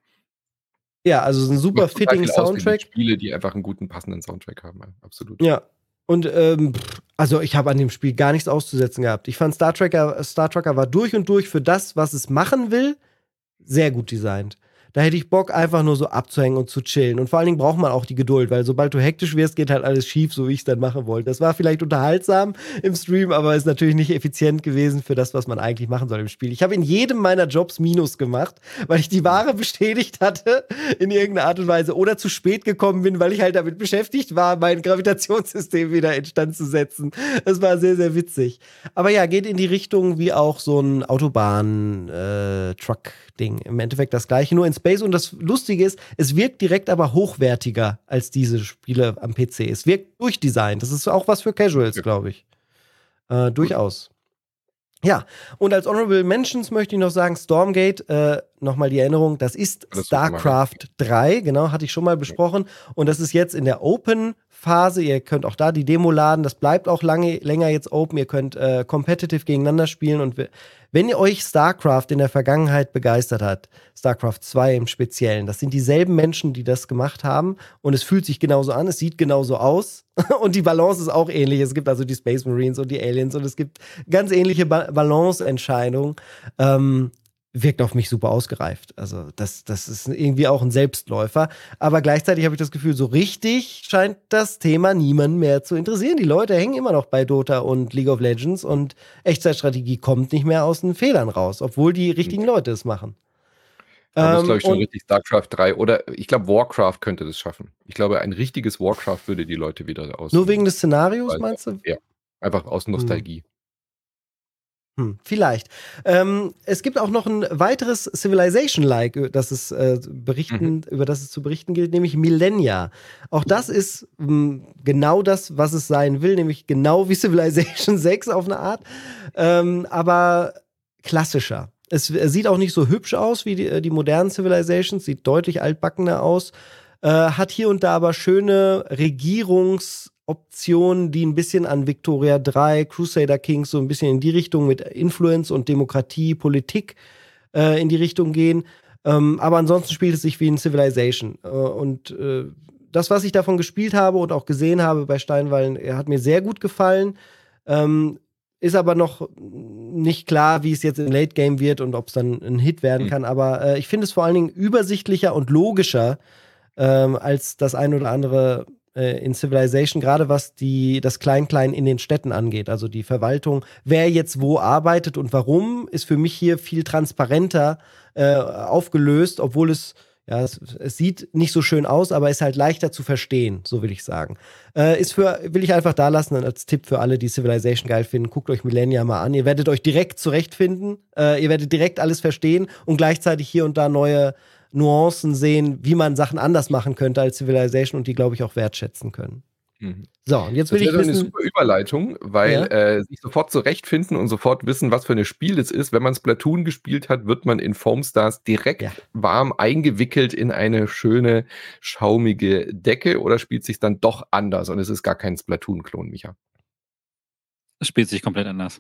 Ja, also ein super fitting Soundtrack. Spiele, die einfach einen guten, passenden Soundtrack haben. Ja, absolut. Ja. Und ähm, also ich habe an dem Spiel gar nichts auszusetzen gehabt. Ich fand Star Trekker, Star Trekker war durch und durch für das, was es machen will, sehr gut designt. Da hätte ich Bock, einfach nur so abzuhängen und zu chillen. Und vor allen Dingen braucht man auch die Geduld, weil sobald du hektisch wirst, geht halt alles schief, so wie ich es dann machen wollte. Das war vielleicht unterhaltsam im Stream, aber ist natürlich nicht effizient gewesen für das, was man eigentlich machen soll im Spiel. Ich habe in jedem meiner Jobs Minus gemacht, weil ich die Ware bestätigt hatte in irgendeiner Art und Weise oder zu spät gekommen bin, weil ich halt damit beschäftigt war, mein Gravitationssystem wieder instand zu setzen. Das war sehr, sehr witzig. Aber ja, geht in die Richtung wie auch so ein Autobahn-Truck-Ding. Im Endeffekt das gleiche, nur in Space. Und das Lustige ist, es wirkt direkt aber hochwertiger als diese Spiele am P C. Es wirkt durchdesignt. Das ist auch was für Casuals, glaube ich. Äh, durchaus. Ja, und als Honorable Mentions möchte ich noch sagen, Stormgate, äh, nochmal die Erinnerung, das ist das StarCraft drei, genau, hatte ich schon mal besprochen. Und das ist jetzt in der Open-Phase. Ihr könnt auch da die Demo laden. Das bleibt auch lange, länger jetzt open. Ihr könnt äh, competitive gegeneinander spielen. Und wenn ihr euch StarCraft in der Vergangenheit begeistert hat, StarCraft zwei im Speziellen, das sind dieselben Menschen, die das gemacht haben. Und es fühlt sich genauso an, es sieht genauso aus. Und die Balance ist auch ähnlich. Es gibt also die Space Marines und die Aliens und es gibt ganz ähnliche ba- Balance-Entscheidungen. Ähm, wirkt auf mich super ausgereift. Also das, das ist irgendwie auch ein Selbstläufer. Aber gleichzeitig habe ich das Gefühl, so richtig scheint das Thema niemanden mehr zu interessieren. Die Leute hängen immer noch bei Dota und League of Legends und Echtzeitstrategie kommt nicht mehr aus den Federn raus, obwohl die richtigen Leute es machen. Da muss, glaube ich, schon richtig StarCraft drei oder ich glaube, Warcraft könnte das schaffen. Ich glaube, ein richtiges Warcraft würde die Leute wieder aus. Nur wegen des Szenarios, meinst du? Ja, einfach aus Nostalgie. Hm. Hm, vielleicht. Ähm, es gibt auch noch ein weiteres Civilization-like, das es, äh, berichten, mhm. über das es zu berichten gilt, nämlich Millennia. Auch das ist mh, genau das, was es sein will, nämlich genau wie Civilization sechs auf eine Art, ähm, aber klassischer. Es sieht auch nicht so hübsch aus wie die, die modernen Civilizations, sieht deutlich altbackener aus. äh, hat hier und da aber schöne Regierungsoptionen, die ein bisschen an Victoria drei, Crusader Kings so ein bisschen in die Richtung mit Influence und Demokratie, Politik äh, in die Richtung gehen. Ähm, aber ansonsten spielt es sich wie ein Civilization. Äh, und äh, das, was ich davon gespielt habe und auch gesehen habe bei Steinwallen, hat mir sehr gut gefallen. Ähm, ist aber noch nicht klar, wie es jetzt im Late Game wird und ob es dann ein Hit werden kann. Aber äh, ich finde es vor allen Dingen übersichtlicher und logischer ähm, als das ein oder andere äh, in Civilization, gerade was die, das Klein-Klein in den Städten angeht. Also die Verwaltung, wer jetzt wo arbeitet und warum, ist für mich hier viel transparenter äh, aufgelöst, obwohl es Ja, es, es sieht nicht so schön aus, aber ist halt leichter zu verstehen, so will ich sagen. Äh, ist für, will ich einfach da lassen als Tipp für alle, die Civilization geil finden. Guckt euch Millennia mal an. Ihr werdet euch direkt zurechtfinden. Äh, ihr werdet direkt alles verstehen und gleichzeitig hier und da neue Nuancen sehen, wie man Sachen anders machen könnte als Civilization und die, glaube ich, auch wertschätzen können. Mhm. So, und jetzt will Das ich wäre wissen, eine super Überleitung, weil Ja. äh, sich sofort zurechtfinden und sofort wissen, was für ein Spiel es ist. Wenn man Splatoon gespielt hat, wird man in Foam Stars direkt Ja. warm eingewickelt in eine schöne, schaumige Decke oder spielt sich dann doch anders und es ist gar kein Splatoon-Klon, Micha? Es spielt sich komplett anders.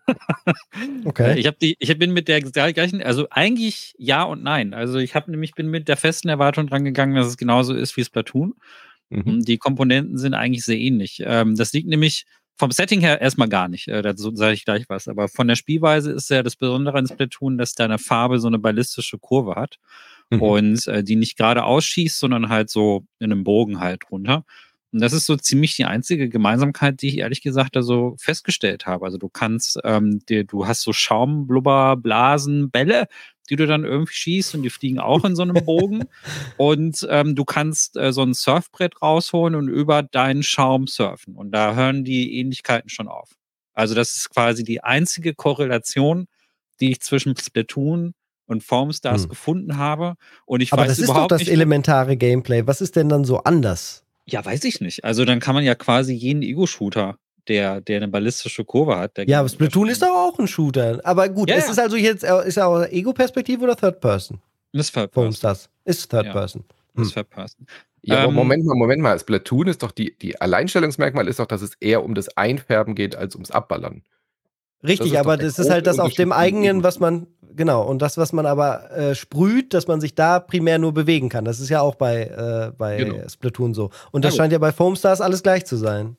Okay. Äh, Ich habe die, ich bin mit der gleichen, also eigentlich ja und nein. Also ich habe nämlich bin mit der festen Erwartung dran gegangen, dass es genauso ist wie Splatoon. Mhm. Und die Komponenten sind eigentlich sehr ähnlich. Ähm, das liegt nämlich vom Setting her erstmal gar nicht. Äh, dazu sage ich gleich was. Aber von der Spielweise ist ja das Besondere an Splatoon, dass deine Farbe so eine ballistische Kurve hat Mhm. und äh, die nicht gerade ausschießt, sondern halt so in einem Bogen halt runter. Und das ist so ziemlich die einzige Gemeinsamkeit, die ich ehrlich gesagt da so festgestellt habe. Also du kannst, ähm, dir, du hast so Schaum, Blubber, Blasen, Bälle, die du dann irgendwie schießt und die fliegen auch in so einem Bogen. Und ähm, du kannst äh, so ein Surfbrett rausholen und über deinen Schaum surfen. Und da hören die Ähnlichkeiten schon auf. Also das ist quasi die einzige Korrelation, die ich zwischen Splatoon und Foam Stars Hm. gefunden habe. Und ich Aber weiß das ist doch überhaupt das nicht, elementare Gameplay. Was ist denn dann so anders? ja, weiß ich nicht. Also dann kann man ja quasi jeden Ego-Shooter, der, der eine ballistische Kurve hat. Ja, aber Splatoon ist doch auch ein Shooter. Aber gut, Ja, es ja. ist also jetzt, äh, ist ja auch Ego-Perspektive oder Third Person? Das Third Foam Person. Stars. Ist Third Ja. Person. Das Hm. Third Person. Ja, aber Ähm, Moment mal, Moment mal. Splatoon ist doch die, die Alleinstellungsmerkmal ist doch, dass es eher um das Einfärben geht als ums Abballern. Richtig, ist doch aber der das ist halt große das auf dem Unterschied zum eigenen, Ego. was man, genau, und das, was man aber äh, sprüht, dass man sich da primär nur bewegen kann. Das ist ja auch bei, äh, bei Genau. Splatoon so. Und Ja, das gut. scheint ja bei Foam Stars alles gleich zu sein.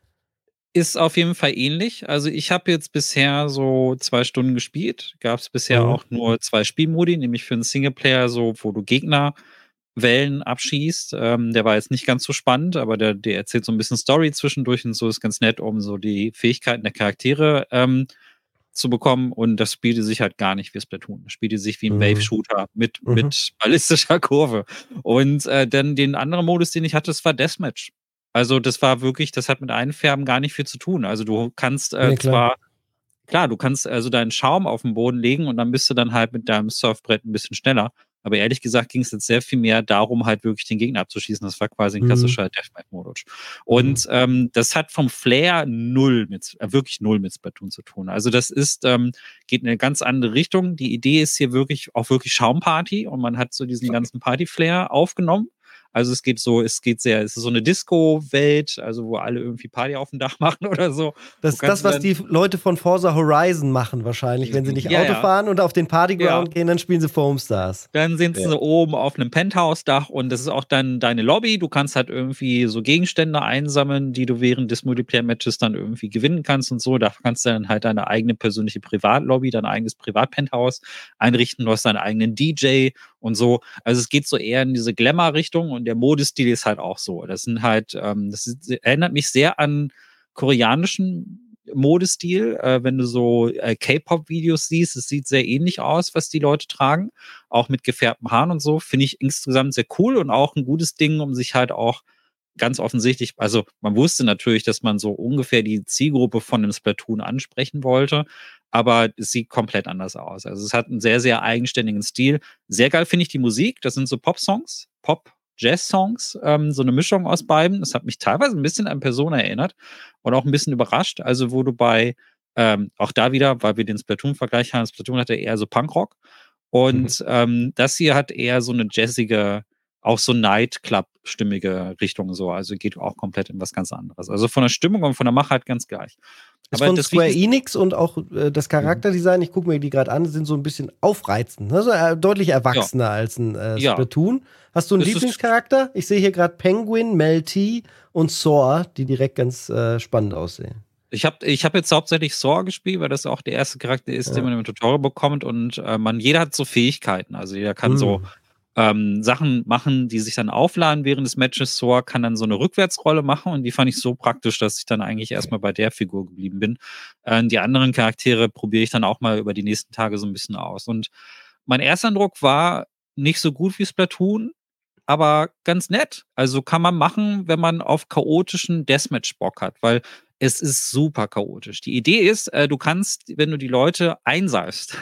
Ist auf jeden Fall ähnlich. Also ich habe jetzt bisher so zwei Stunden gespielt. Gab es bisher Mhm. auch nur zwei Spielmodi, nämlich für einen Singleplayer, so wo du Gegnerwellen abschießt. Ähm, der war jetzt nicht ganz so spannend, aber der, der erzählt so ein bisschen Story zwischendurch und so ist ganz nett, um so die Fähigkeiten der Charaktere ähm, zu bekommen. Und das spielte sich halt gar nicht wie Splatoon. Das spielte sich wie ein Mhm. Wave-Shooter mit, Mhm. mit ballistischer Kurve. Und äh, dann den anderen Modus, den ich hatte, das war Deathmatch. Also das war wirklich, das hat mit Einfärben gar nicht viel zu tun. Also du kannst äh, Nee, klar. zwar, klar, du kannst also deinen Schaum auf den Boden legen und dann bist du dann halt mit deinem Surfbrett ein bisschen schneller. Aber ehrlich gesagt ging es jetzt sehr viel mehr darum, halt wirklich den Gegner abzuschießen. Das war quasi ein Mhm. klassischer Deathmatch-Modus. Und ähm, das hat vom Flair null mit, äh, wirklich null mit Splatoon zu tun. Also das ist, ähm, geht in eine ganz andere Richtung. Die Idee ist hier wirklich auch wirklich Schaumparty und man hat so diesen ganzen Party-Flair aufgenommen. Also es geht so, es geht sehr, es ist so eine Disco-Welt, also wo alle irgendwie Party auf dem Dach machen oder so. Das Wo ist kannst das, du was die Leute von Forza Horizon machen wahrscheinlich. Wenn sie nicht Ja, Auto ja. fahren und auf den Partyground Ja. gehen, dann spielen sie Foam Stars. Dann sind sie Ja. so oben auf einem Penthouse-Dach und das ist auch dann deine Lobby. Du kannst halt irgendwie so Gegenstände einsammeln, die du während des Multiplayer-Matches dann irgendwie gewinnen kannst und so. Da kannst du dann halt deine eigene persönliche Privatlobby, dein eigenes Privatpenthouse einrichten. Du hast deinen eigenen D J und so. Also es geht so eher in diese Glamour-Richtung und der Modestil ist halt auch so. Das sind halt, ähm, das ist, erinnert mich sehr an koreanischen Modestil, äh, wenn du so äh, K-Pop-Videos siehst, es sieht sehr ähnlich aus, was die Leute tragen, auch mit gefärbten Haaren und so, finde ich insgesamt sehr cool und auch ein gutes Ding, um sich halt auch ganz offensichtlich, also man wusste natürlich, dass man so ungefähr die Zielgruppe von dem Splatoon ansprechen wollte, aber es sieht komplett anders aus. Also es hat einen sehr, sehr eigenständigen Stil. Sehr geil finde ich die Musik, das sind so Pop-Songs, Pop, Jazz-Songs, ähm, so eine Mischung aus beiden. Das hat mich teilweise ein bisschen an Persona erinnert und auch ein bisschen überrascht. Also, wo du bei, ähm, auch da wieder, weil wir den Splatoon-Vergleich haben, Splatoon hatte eher so Punkrock und ähm, das hier hat eher so eine jazzige auch so Nightclub-stimmige Richtung so. Also geht auch komplett in was ganz anderes. Also von der Stimmung und von der Machart ganz gleich. Ist Aber von das Square Wichtigste- Enix und auch äh, das Charakterdesign, ich gucke mir die gerade an, sind so ein bisschen aufreizend. Ne? So, äh, deutlich erwachsener als ein äh, Ja. Splatoon. Hast du einen Das ist- Lieblingscharakter? Ich sehe hier gerade Penguin, Mel T und Sora, die direkt ganz äh, spannend aussehen. Ich habe ich hab jetzt hauptsächlich Sora gespielt, weil das auch der erste Charakter ist, Ja. den man im Tutorial bekommt. Und äh, man, jeder hat so Fähigkeiten. Also jeder kann Mhm. so ähm, Sachen machen, die sich dann aufladen während des Matches. Sora kann dann so eine Rückwärtsrolle machen und die fand ich so praktisch, dass ich dann eigentlich erstmal bei der Figur geblieben bin. Äh, die anderen Charaktere probiere ich dann auch mal über die nächsten Tage so ein bisschen aus. Und mein erster Eindruck war nicht so gut wie Splatoon, aber ganz nett. Also kann man machen, wenn man auf chaotischen Deathmatch Bock hat, weil es ist super chaotisch. Die Idee ist, äh, du kannst, wenn du die Leute einseifst,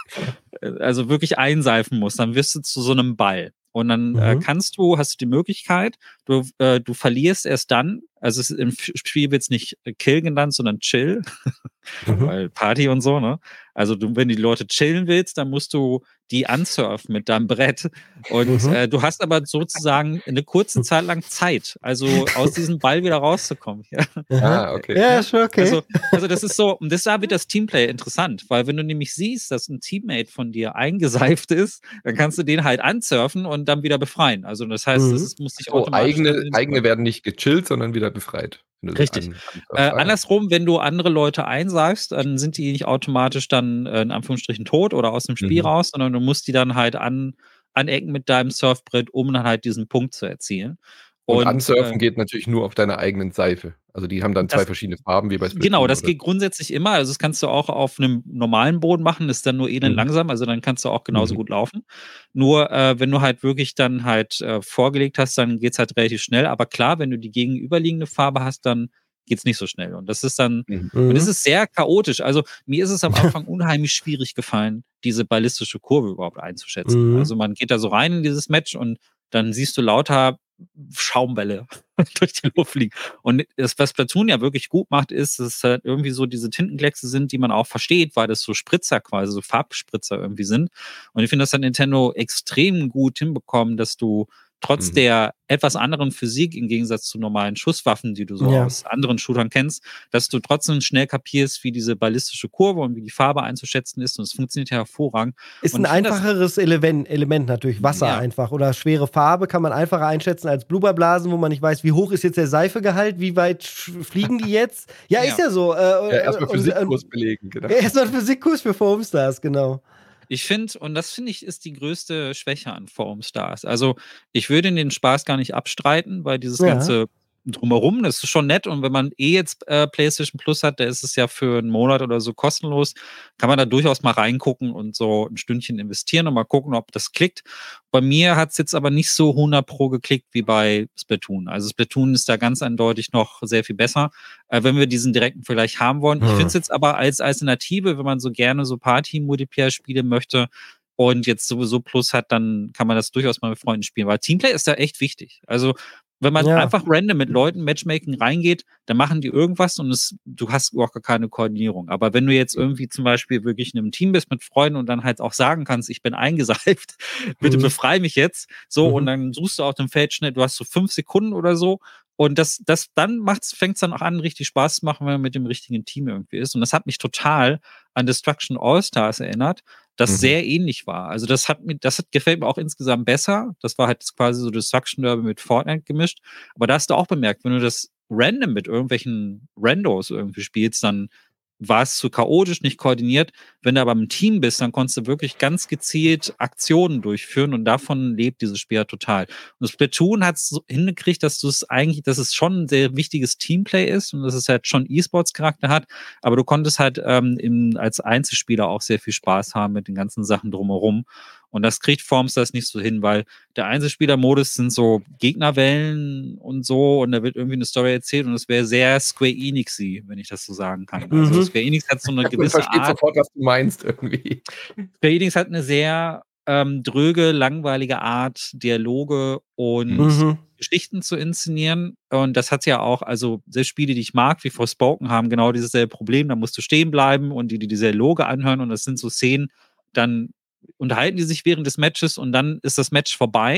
also wirklich einseifen musst, dann wirst du zu so einem Ball. Und dann äh, Mhm. kannst du, hast du die Möglichkeit, du, äh, du verlierst erst dann, also es, im Spiel wird es nicht Kill genannt, sondern Chill, Mhm. weil Party und so, ne? Also du, wenn du die Leute chillen willst, dann musst du die ansurfen mit deinem Brett. Und Mhm. äh, du hast aber sozusagen eine kurze Zeit lang Zeit, also aus diesem Ball wieder rauszukommen. Ja? Aha. Ah, okay. Ja, ist schon okay. Also, also das ist so, und deshalb wird das Teamplay interessant, weil wenn du nämlich siehst, dass ein Teammate von dir eingeseift ist, dann kannst du den halt ansurfen und dann wieder befreien. Also das heißt, Mhm. das ist, muss sich Oh, automatisch dann in eigene, den eigene werden nicht gechillt, sondern wieder befreit. wenn du sie Richtig. an- Äh, ansurfst. Ah, andersrum, wenn du andere Leute einseifst, dann sind die nicht automatisch dann äh, in Anführungsstrichen tot oder aus dem Spiel Mhm. raus, sondern du musst die dann halt an, anecken mit deinem Surfbrett, um dann halt diesen Punkt zu erzielen. Und, Und, ansurfen äh, geht natürlich nur auf deiner eigenen Seife. Also die haben dann zwei Das- verschiedene Farben, wie bei Splatoon. Genau, das oder- geht grundsätzlich immer. Also das kannst du auch auf einem normalen Boden machen, ist dann nur elend Mhm. langsam, also dann kannst du auch genauso Mhm. gut laufen. Nur äh, wenn du halt wirklich dann halt äh, vorgelegt hast, dann geht's halt relativ schnell. Aber klar, wenn du die gegenüberliegende Farbe hast, dann geht's nicht so schnell. Und das ist dann, Mhm. und es Mhm. ist sehr chaotisch. Also mir ist es am Anfang unheimlich schwierig gefallen, diese ballistische Kurve überhaupt einzuschätzen. Mhm. Also man geht da so rein in dieses Match und dann siehst du lauter Schaumbälle durch die Luft fliegen. Und das, was Splatoon ja wirklich gut macht, ist, dass es halt irgendwie so diese Tintenkleckse sind, die man auch versteht, weil das so Spritzer quasi, so Farbspritzer irgendwie sind. Und ich finde, das hat Nintendo extrem gut hinbekommen, dass du trotz Mhm. der etwas anderen Physik im Gegensatz zu normalen Schusswaffen, die du so Ja. aus anderen Shootern kennst, dass du trotzdem schnell kapierst, wie diese ballistische Kurve und wie die Farbe einzuschätzen ist. Und es funktioniert ja hervorragend. Ist Und ein ich find das- einfacheres Element, Element natürlich. Wasser Ja. einfach oder schwere Farbe kann man einfacher einschätzen als Blubberblasen, wo man nicht weiß, wie hoch ist jetzt der Seifegehalt, wie weit sch- fliegen die jetzt. Ja, Ja. ist ja so. Äh, Ja, erstmal und- Physikkurs und- belegen. Genau. Ja, erstmal einen Physikkurs für Foamstars, genau. Ich finde, und das finde ich, ist die größte Schwäche an Foam Stars. Also, ich würde den Spaß gar nicht abstreiten, weil dieses Ja. ganze Drumherum, das ist schon nett. Und wenn man eh jetzt äh, PlayStation Plus hat, da ist es ja für einen Monat oder so kostenlos, kann man da durchaus mal reingucken und so ein Stündchen investieren und mal gucken, ob das klickt. Bei mir hat es jetzt aber nicht so hundert Pro geklickt wie bei Splatoon. Also Splatoon ist da ganz eindeutig noch sehr viel besser, äh, wenn wir diesen direkten Vergleich haben wollen. Ich Hm. finde es jetzt aber als Alternative, wenn man so gerne so Party-Multiplayer spielen möchte und jetzt sowieso Plus hat, dann kann man das durchaus mal mit Freunden spielen, weil Teamplay ist da echt wichtig. Also wenn man Ja. einfach random mit Leuten Matchmaking reingeht, dann machen die irgendwas und es, du hast auch gar keine Koordinierung. Aber wenn du jetzt irgendwie zum Beispiel wirklich in einem Team bist mit Freunden und dann halt auch sagen kannst, ich bin eingeseift, bitte Mhm. befrei mich jetzt, so, Mhm. und dann suchst du auf dem Feld schnell, du hast so fünf Sekunden oder so. Und das, das dann macht's, fängt's dann auch an, richtig Spaß zu machen, wenn man mit dem richtigen Team irgendwie ist. Und das hat mich total an Destruction All-Stars erinnert, das Mhm. sehr ähnlich war. Also das hat mir, das hat, gefällt mir auch insgesamt besser. Das war halt quasi so Destruction Derby mit Fortnite gemischt. Aber da hast du auch bemerkt, wenn du das random mit irgendwelchen Randos irgendwie spielst, dann war es zu chaotisch, nicht koordiniert. Wenn du aber im Team bist, dann konntest du wirklich ganz gezielt Aktionen durchführen und davon lebt dieses Spiel ja total. Und Splatoon hat es so hingekriegt, dass du es eigentlich, dass es schon ein sehr wichtiges Teamplay ist und dass es halt schon E-Sports-Charakter hat, aber du konntest halt ähm, im, als Einzelspieler auch sehr viel Spaß haben mit den ganzen Sachen drumherum. Und das kriegt Formstars nicht so hin, weil der Einzelspieler-Modus sind so Gegnerwellen und so und da wird irgendwie eine Story erzählt und es wäre sehr Square Enixy, wenn ich das so sagen kann. Also Mhm. Square Enix hat so eine Man gewisse versteht Art. sofort, was du meinst irgendwie. Square Enix hat eine sehr ähm, dröge, langweilige Art, Dialoge und Mhm. Geschichten zu inszenieren. Und das hat ja auch, also selbst Spiele, die ich mag, wie Forspoken, haben genau dieses selbe Problem. Da musst du stehen bleiben und die, die diese Dialoge anhören und das sind so Szenen, dann unterhalten die sich während des Matches und dann ist das Match vorbei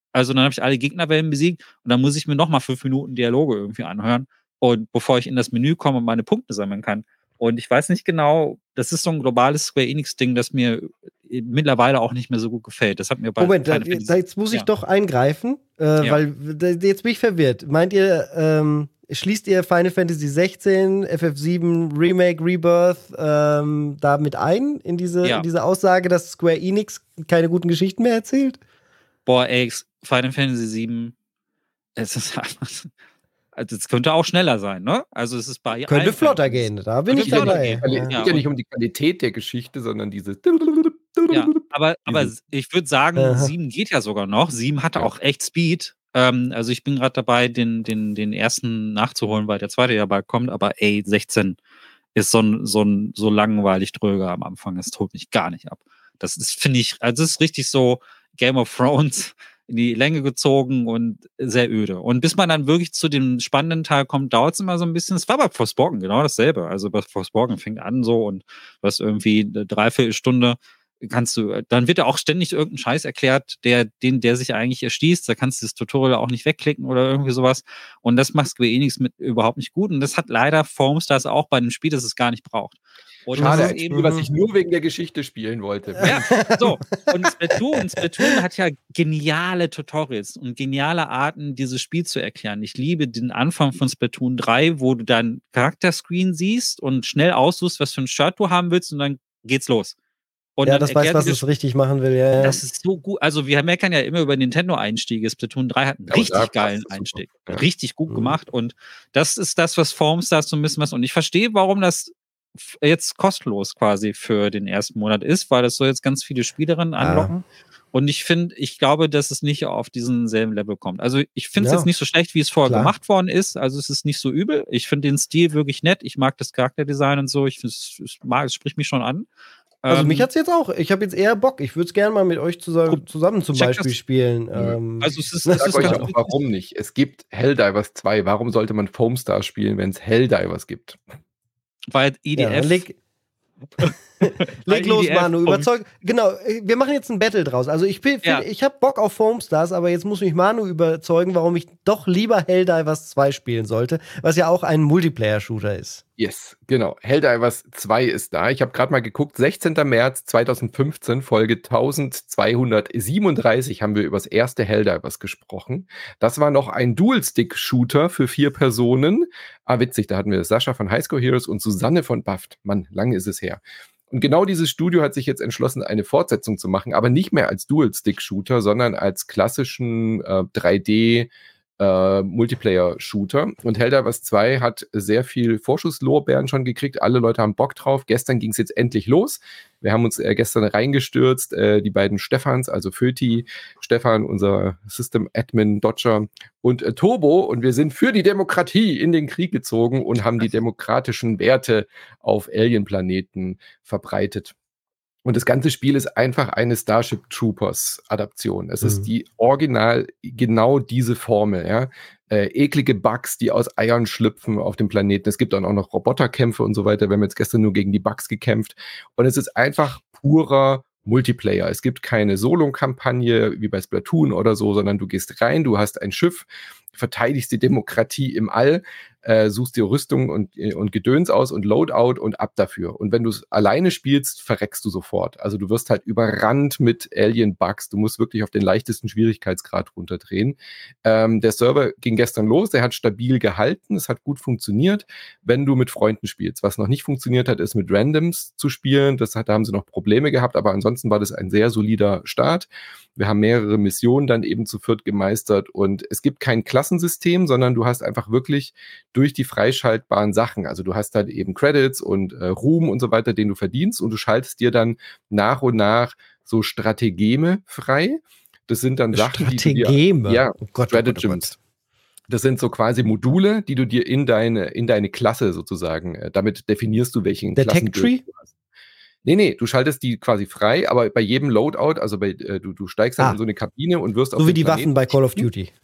Also dann habe ich alle Gegnerwellen besiegt und dann muss ich mir nochmal fünf Minuten Dialoge irgendwie anhören. Und bevor ich in das Menü komme und meine Punkte sammeln kann. Und ich weiß nicht genau, das ist so ein globales Square Enix-Ding, das mir mittlerweile auch nicht mehr so gut gefällt. Das hat mir bei Moment, da, Final Fantasy- da, jetzt muss ich ja. doch eingreifen, äh, Ja. weil da, jetzt bin ich verwirrt. Meint ihr, ähm, schließt ihr Final Fantasy sechzehn, F F sieben, Remake, Rebirth ähm, da mit ein in diese, Ja. in diese Aussage, dass Square Enix keine guten Geschichten mehr erzählt? Boah, ey, Final Fantasy sieben, es ist einfach, also es könnte auch schneller sein, ne? Also es ist bei Könnte allen flotter Final gehen, da bin Könnte ich flotter dabei. gehen. Es Ja. geht Ja, ja und- nicht um die Qualität der Geschichte, sondern dieses. Ja, aber, aber Dieses- ich würde sagen, Aha. sieben geht ja sogar noch. sieben hatte Ja. auch echt Speed. Ähm, also ich bin gerade dabei, den, den, den ersten nachzuholen, weil der zweite ja bald kommt. Aber ey, sechzehn ist so, ein, so, ein, so langweilig dröge am Anfang. Das holt mich gar nicht ab. Das ist, finde ich, also das ist richtig so Game of Thrones in die Länge gezogen und sehr öde. Und bis man dann wirklich zu dem spannenden Teil kommt, dauert es immer so ein bisschen. Es war bei Forspoken genau dasselbe. Also bei Forspoken fängt an so und du hast irgendwie eine Dreiviertelstunde kannst du, dann wird ja auch ständig irgendein Scheiß erklärt, der, den, der sich eigentlich erschließt. Da kannst du das Tutorial auch nicht wegklicken oder irgendwie sowas. Und das macht Square Enix mit überhaupt nicht gut. Und das hat leider Foamstars auch bei einem Spiel, das es gar nicht braucht. Und Schade, das ein ist Spiel, eben, was ich nur wegen der Geschichte spielen wollte. ja, so. Und Splatoon, Splatoon hat ja geniale Tutorials und geniale Arten, dieses Spiel zu erklären. Ich liebe den Anfang von Splatoon drei, wo du dein Charakterscreen siehst und schnell aussuchst, was für ein Shirt du haben willst und dann geht's los. Und Ja, dann das weiß, erklärt was dir es richtig machen will. Ja, ja. das ist so gut. Also wir meckern ja immer über Nintendo-Einstiege. Splatoon drei hat einen Ja, aber da richtig passt geilen es super. Einstieg. Ja. Richtig gut Mhm. gemacht. Und das ist das, was Foamstars so ein bisschen was. Und ich verstehe, warum das f- jetzt kostenlos quasi für den ersten Monat ist, weil das so jetzt ganz viele Spielerinnen Ah. anlocken. Und ich finde, ich glaube, dass es nicht auf diesen selben Level kommt. Also ich finde es Ja. jetzt nicht so schlecht, wie es vorher Klar. gemacht worden ist. Also es ist nicht so übel. Ich finde den Stil wirklich nett. Ich mag das Charakterdesign und so. Ich finde es, es mag, es spricht mich schon an. Also Ähm, mich hat's jetzt auch. Ich habe jetzt eher Bock. Ich würde es gerne mal mit euch zusammen, Guck, zusammen zum check Beispiel das- spielen. Nö. Ähm, Also es ist, Ich es sag ist euch ganz auch, witzig. warum nicht. Es gibt Helldivers zwei. Warum sollte man Foamstar spielen, wenn es Helldivers gibt? Weil E D ja, F. leg, Weil leg los, E D F Manu. kommt. Überzeug. Genau, äh, wir machen jetzt ein Battle draus. Also ich, bin- Ja. find, ich habe Bock auf Foamstars, aber jetzt muss mich Manu überzeugen, warum ich doch lieber Helldivers zwei spielen sollte, was ja auch ein Multiplayer-Shooter ist. Yes, genau. Helldivers zwei ist da. Ich habe gerade mal geguckt, sechzehnter März zweitausendfünfzehn, Folge eintausendzweihundertsiebenunddreißig haben wir über das erste Helldivers gesprochen. Das war noch ein Dual-Stick-Shooter für vier Personen. Ah, witzig, da hatten wir Sascha von High School Heroes und Susanne von Buffed. Mann, lange ist es her. Und genau dieses Studio hat sich jetzt entschlossen, eine Fortsetzung zu machen, aber nicht mehr als Dual-Stick-Shooter, sondern als klassischen äh, drei D Äh, Multiplayer-Shooter. Und Helldivers zwei hat sehr viel Vorschusslorbeeren schon gekriegt. Alle Leute haben Bock drauf. Gestern ging es jetzt endlich los. Wir haben uns äh, gestern reingestürzt. Äh, die beiden Stefans, also Föti, Stefan, unser System-Admin, Dodger und äh, Turbo. Und wir sind für die Demokratie in den Krieg gezogen und haben die demokratischen Werte auf Alien-Planeten verbreitet. Und das ganze Spiel ist einfach eine Starship Troopers Adaption. Es Mhm. ist die original genau diese Formel, ja. Äh, eklige Bugs, die aus Eiern schlüpfen auf dem Planeten. Es gibt dann auch noch Roboterkämpfe und so weiter. Wir haben jetzt gestern nur gegen die Bugs gekämpft. Und es ist einfach purer Multiplayer. Es gibt keine Solo-Kampagne wie bei Splatoon oder so, sondern du gehst rein, du hast ein Schiff, verteidigst die Demokratie im All, äh, suchst dir Rüstung und, und Gedöns aus und Loadout und ab dafür. Und wenn du es alleine spielst, verreckst du sofort. Also du wirst halt überrannt mit Alien-Bugs. Du musst wirklich auf den leichtesten Schwierigkeitsgrad runterdrehen. Ähm, der Server ging gestern los, der hat stabil gehalten, es hat gut funktioniert, wenn du mit Freunden spielst. Was noch nicht funktioniert hat, ist mit Randoms zu spielen. Das hat, da haben sie noch Probleme gehabt, aber ansonsten war das ein sehr solider Start. Wir haben mehrere Missionen dann eben zu viert gemeistert und es gibt kein Klassensystem, sondern du hast einfach wirklich durch die freischaltbaren Sachen, also du hast halt eben Credits und äh, Ruhm und so weiter, den du verdienst und du schaltest dir dann nach und nach so Strategeme frei. Das sind dann Sachen, Strategeme? die du dir, ja, Oh Gott, oh Gott, oh Stratagems. Gott. Das sind so quasi Module, die du dir in deine, in deine Klasse sozusagen, äh, damit definierst du, welchen Der Tech Klassenbild Tree? du hast. Nee, nee, du schaltest die quasi frei, aber bei jedem Loadout, also bei, äh, du, du steigst dann Ah. in so eine Kabine und wirst auf So wie den die Planeten Waffen bei Call of geschickt. Duty.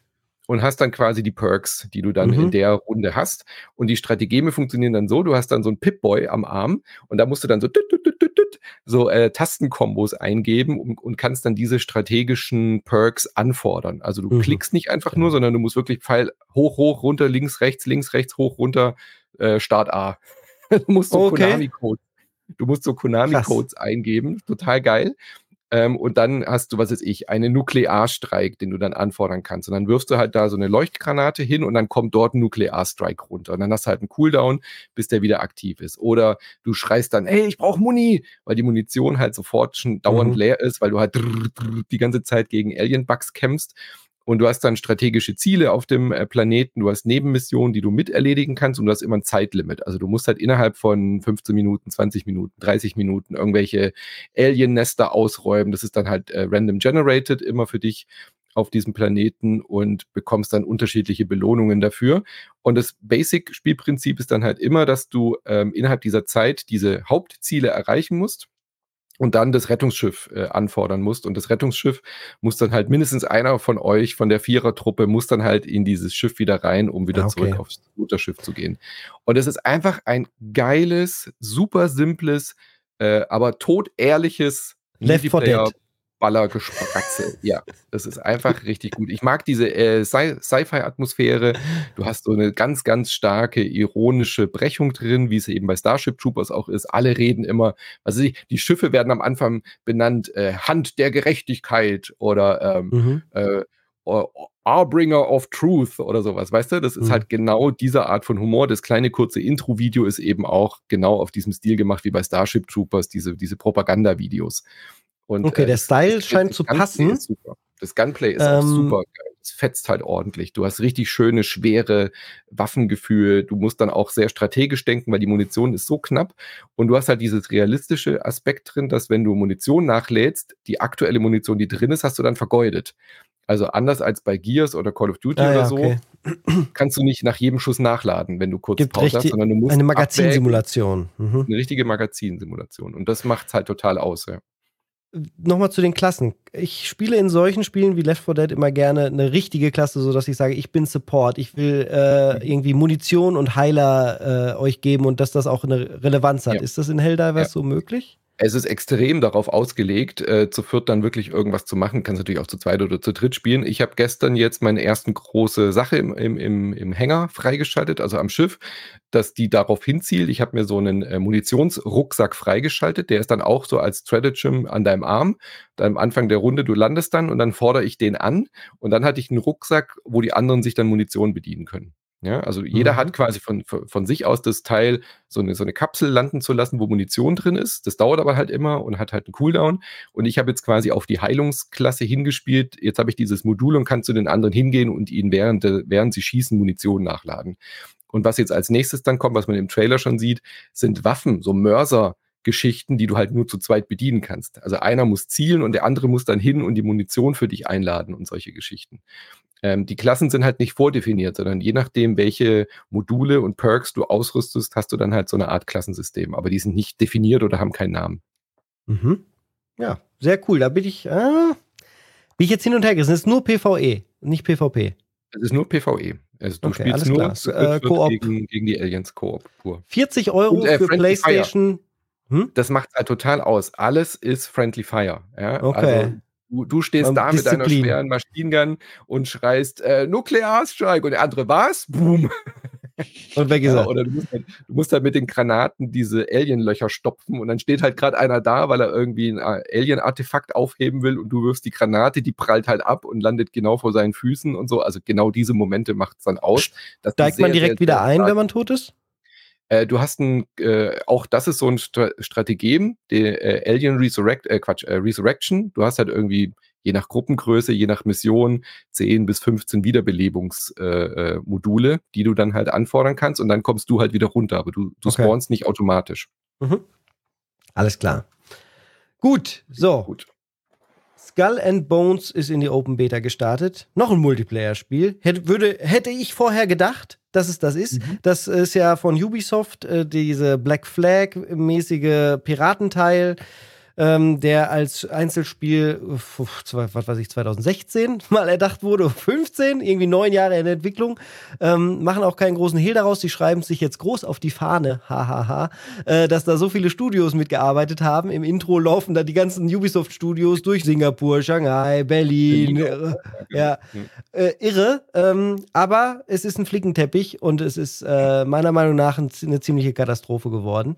und hast dann quasi die Perks, die du dann Mhm. in der Runde hast. Und die Strategeme funktionieren dann so, du hast dann so einen Pip-Boy am Arm und da musst du dann so, tüt, tüt, tüt, tüt, tüt, so äh, Tastenkombos eingeben und, und kannst dann diese strategischen Perks anfordern. Also du Mhm. klickst nicht einfach nur, sondern du musst wirklich Pfeil hoch, hoch, runter, links, rechts, links, rechts, hoch, runter, äh, Start A. Du musst so Okay. Konami-Codes, du musst so Konami-Codes eingeben, total geil. Ähm, und dann hast du, was weiß ich, einen Nuklearstrike, den du dann anfordern kannst. Und dann wirfst du halt da so eine Leuchtgranate hin und dann kommt dort ein Nuklearstrike runter. Und dann hast du halt einen Cooldown, bis der wieder aktiv ist. Oder du schreist dann, hey, ich brauche Muni, weil die Munition halt sofort schon dauernd Mhm. leer ist, weil du halt drrr, drrr, die ganze Zeit gegen Alien-Bugs kämpfst. Und du hast dann strategische Ziele auf dem äh, Planeten, du hast Nebenmissionen, die du miterledigen kannst und du hast immer ein Zeitlimit. Also du musst halt innerhalb von fünfzehn Minuten, zwanzig Minuten, dreißig Minuten irgendwelche Alien-Nester ausräumen. Das ist dann halt äh, random generated immer für dich auf diesem Planeten und bekommst dann unterschiedliche Belohnungen dafür. Und das Basic-Spielprinzip ist dann halt immer, dass du ähm, innerhalb dieser Zeit diese Hauptziele erreichen musst und dann das Rettungsschiff äh, anfordern musst. Und das Rettungsschiff muss dann halt mindestens einer von euch, von der Vierertruppe, muss dann halt in dieses Schiff wieder rein, um wieder Ah, okay. zurück aufs Mutterschiff zu gehen. Und es ist einfach ein geiles, super simples, äh, aber todehrliches Left four Dead. Ballergespratze. Ja, das ist einfach richtig gut. Ich mag diese äh, Sci- Sci-Fi-Atmosphäre. Du hast so eine ganz, ganz starke ironische Brechung drin, wie es eben bei Starship Troopers auch ist. Alle reden immer, also die, die Schiffe werden am Anfang benannt, äh, Hand der Gerechtigkeit oder ähm, Mhm. äh, Harbinger of Truth oder sowas, weißt du? Das ist Mhm. halt genau diese Art von Humor. Das kleine kurze Intro-Video ist eben auch genau auf diesem Stil gemacht wie bei Starship Troopers, diese, diese Propagandavideos. Und, Okay, äh, der das, Style das, scheint das zu Gunplay passen. Ist super. Das Gunplay ist auch Ähm, super geil. Es fetzt halt ordentlich. Du hast richtig schöne, schwere Waffengefühl. Du musst dann auch sehr strategisch denken, weil die Munition ist so knapp. Und du hast halt dieses realistische Aspekt drin, dass wenn du Munition nachlädst, die aktuelle Munition, die drin ist, hast du dann vergeudet. Also anders als bei Gears oder Call of Duty Ah, oder ja, so, okay. kannst du nicht nach jedem Schuss nachladen, wenn du kurz Gibt Pause hast, richtig sondern du musst eine abwägen. Magazinsimulation. Mhm. Eine richtige Magazinsimulation. Und das macht's halt total aus, ja. Nochmal zu den Klassen. Ich spiele in solchen Spielen wie Left four Dead immer gerne eine richtige Klasse, sodass ich sage, ich bin Support. Ich will äh, irgendwie Munition und Heiler äh, euch geben und dass das auch eine Relevanz hat. Ja. Ist das in Helldivers Ja. so möglich? Es ist extrem darauf ausgelegt, äh, zu viert dann wirklich irgendwas zu machen. Kannst natürlich auch zu zweit oder zu dritt spielen. Ich habe gestern jetzt meine ersten große Sache im, im, im, im Hänger freigeschaltet, also am Schiff, dass die darauf hinzielt. Ich habe mir so einen äh, Munitionsrucksack freigeschaltet. Der ist dann auch so als Stratagem an deinem Arm. Dann am Anfang der Runde, du landest dann und dann fordere ich den an. Und dann hatte ich einen Rucksack, wo die anderen sich dann Munition bedienen können. Ja, also jeder Mhm. hat quasi von, von, von sich aus das Teil, so eine, so eine Kapsel landen zu lassen, wo Munition drin ist. Das dauert aber halt immer und hat halt einen Cooldown. Und ich habe jetzt quasi auf die Heilungsklasse hingespielt. Jetzt habe ich dieses Modul und kann zu den anderen hingehen und ihnen während, der- während sie schießen Munition nachladen. Und was jetzt als nächstes dann kommt, was man im Trailer schon sieht, sind Waffen, so Mörser-Geschichten, die du halt nur zu zweit bedienen kannst. Also einer muss zielen und der andere muss dann hin und die Munition für dich einladen und solche Geschichten. Ähm, die Klassen sind halt nicht vordefiniert, sondern je nachdem, welche Module und Perks du ausrüstest, hast du dann halt so eine Art Klassensystem. Aber die sind nicht definiert oder haben keinen Namen. Mhm. Ja, sehr cool. Da bin ich, ah, bin ich jetzt hin und her gerissen. Es ist nur PvE, nicht PvP. Es ist nur PvE. Also du Okay, spielst alles nur klar. zu Äh, viert Koop. gegen, gegen die Aliens Koop pur. vierzig Euro Und, äh, für Friendly Fire. PlayStation. Hm? Das macht halt total aus. Alles ist Friendly Fire. Ja? Okay. Also du, du stehst Ähm, da mit deiner Disziplin. schweren Maschinengun und schreist äh, Nuklearstrike und der andere was? Boom. Und weg ist Ja, er. oder du musst, halt, du musst halt mit den Granaten diese Alienlöcher stopfen und dann steht halt gerade einer da, weil er irgendwie ein Alien-Artefakt aufheben will und du wirfst die Granate, die prallt halt ab und landet genau vor seinen Füßen und so. Also genau diese Momente macht es dann aus. dass die Steigt man sehr, direkt sehr, wieder sehr ein, stark- wenn man tot ist? Äh, du hast ein, äh, auch das ist so ein Stra Strategem, der äh, Alien Resurrect, äh, Quatsch, äh, Resurrection. Du hast halt irgendwie, je nach Gruppengröße, je nach Mission, zehn bis fünfzehn Wiederbelebungsmodule, äh, äh, Module, die du dann halt anfordern kannst und dann kommst du halt wieder runter, aber du, du Okay. spawnst nicht automatisch. Mhm. Alles klar. Gut, so. Gut. Skull and Bones ist in die Open Beta gestartet. Noch ein Multiplayer-Spiel. Hätte, würde, hätte ich vorher gedacht, dass es das ist. Mhm. Das ist ja von Ubisoft, äh, diese Black Flag-mäßige Piratenteil. ähm, der als Einzelspiel, was weiß ich, zwanzig sechzehn mal erdacht wurde, fünfzehn, irgendwie neun Jahre in der Entwicklung, ähm, machen auch keinen großen Hehl daraus, die schreiben sich jetzt groß auf die Fahne, hahaha, äh, dass da so viele Studios mitgearbeitet haben. Im Intro laufen da die ganzen Ubisoft-Studios durch Singapur, Shanghai, Berlin, Berlin äh, ja, äh, irre, ähm, aber es ist ein Flickenteppich und es ist äh, meiner Meinung nach ein, eine ziemliche Katastrophe geworden.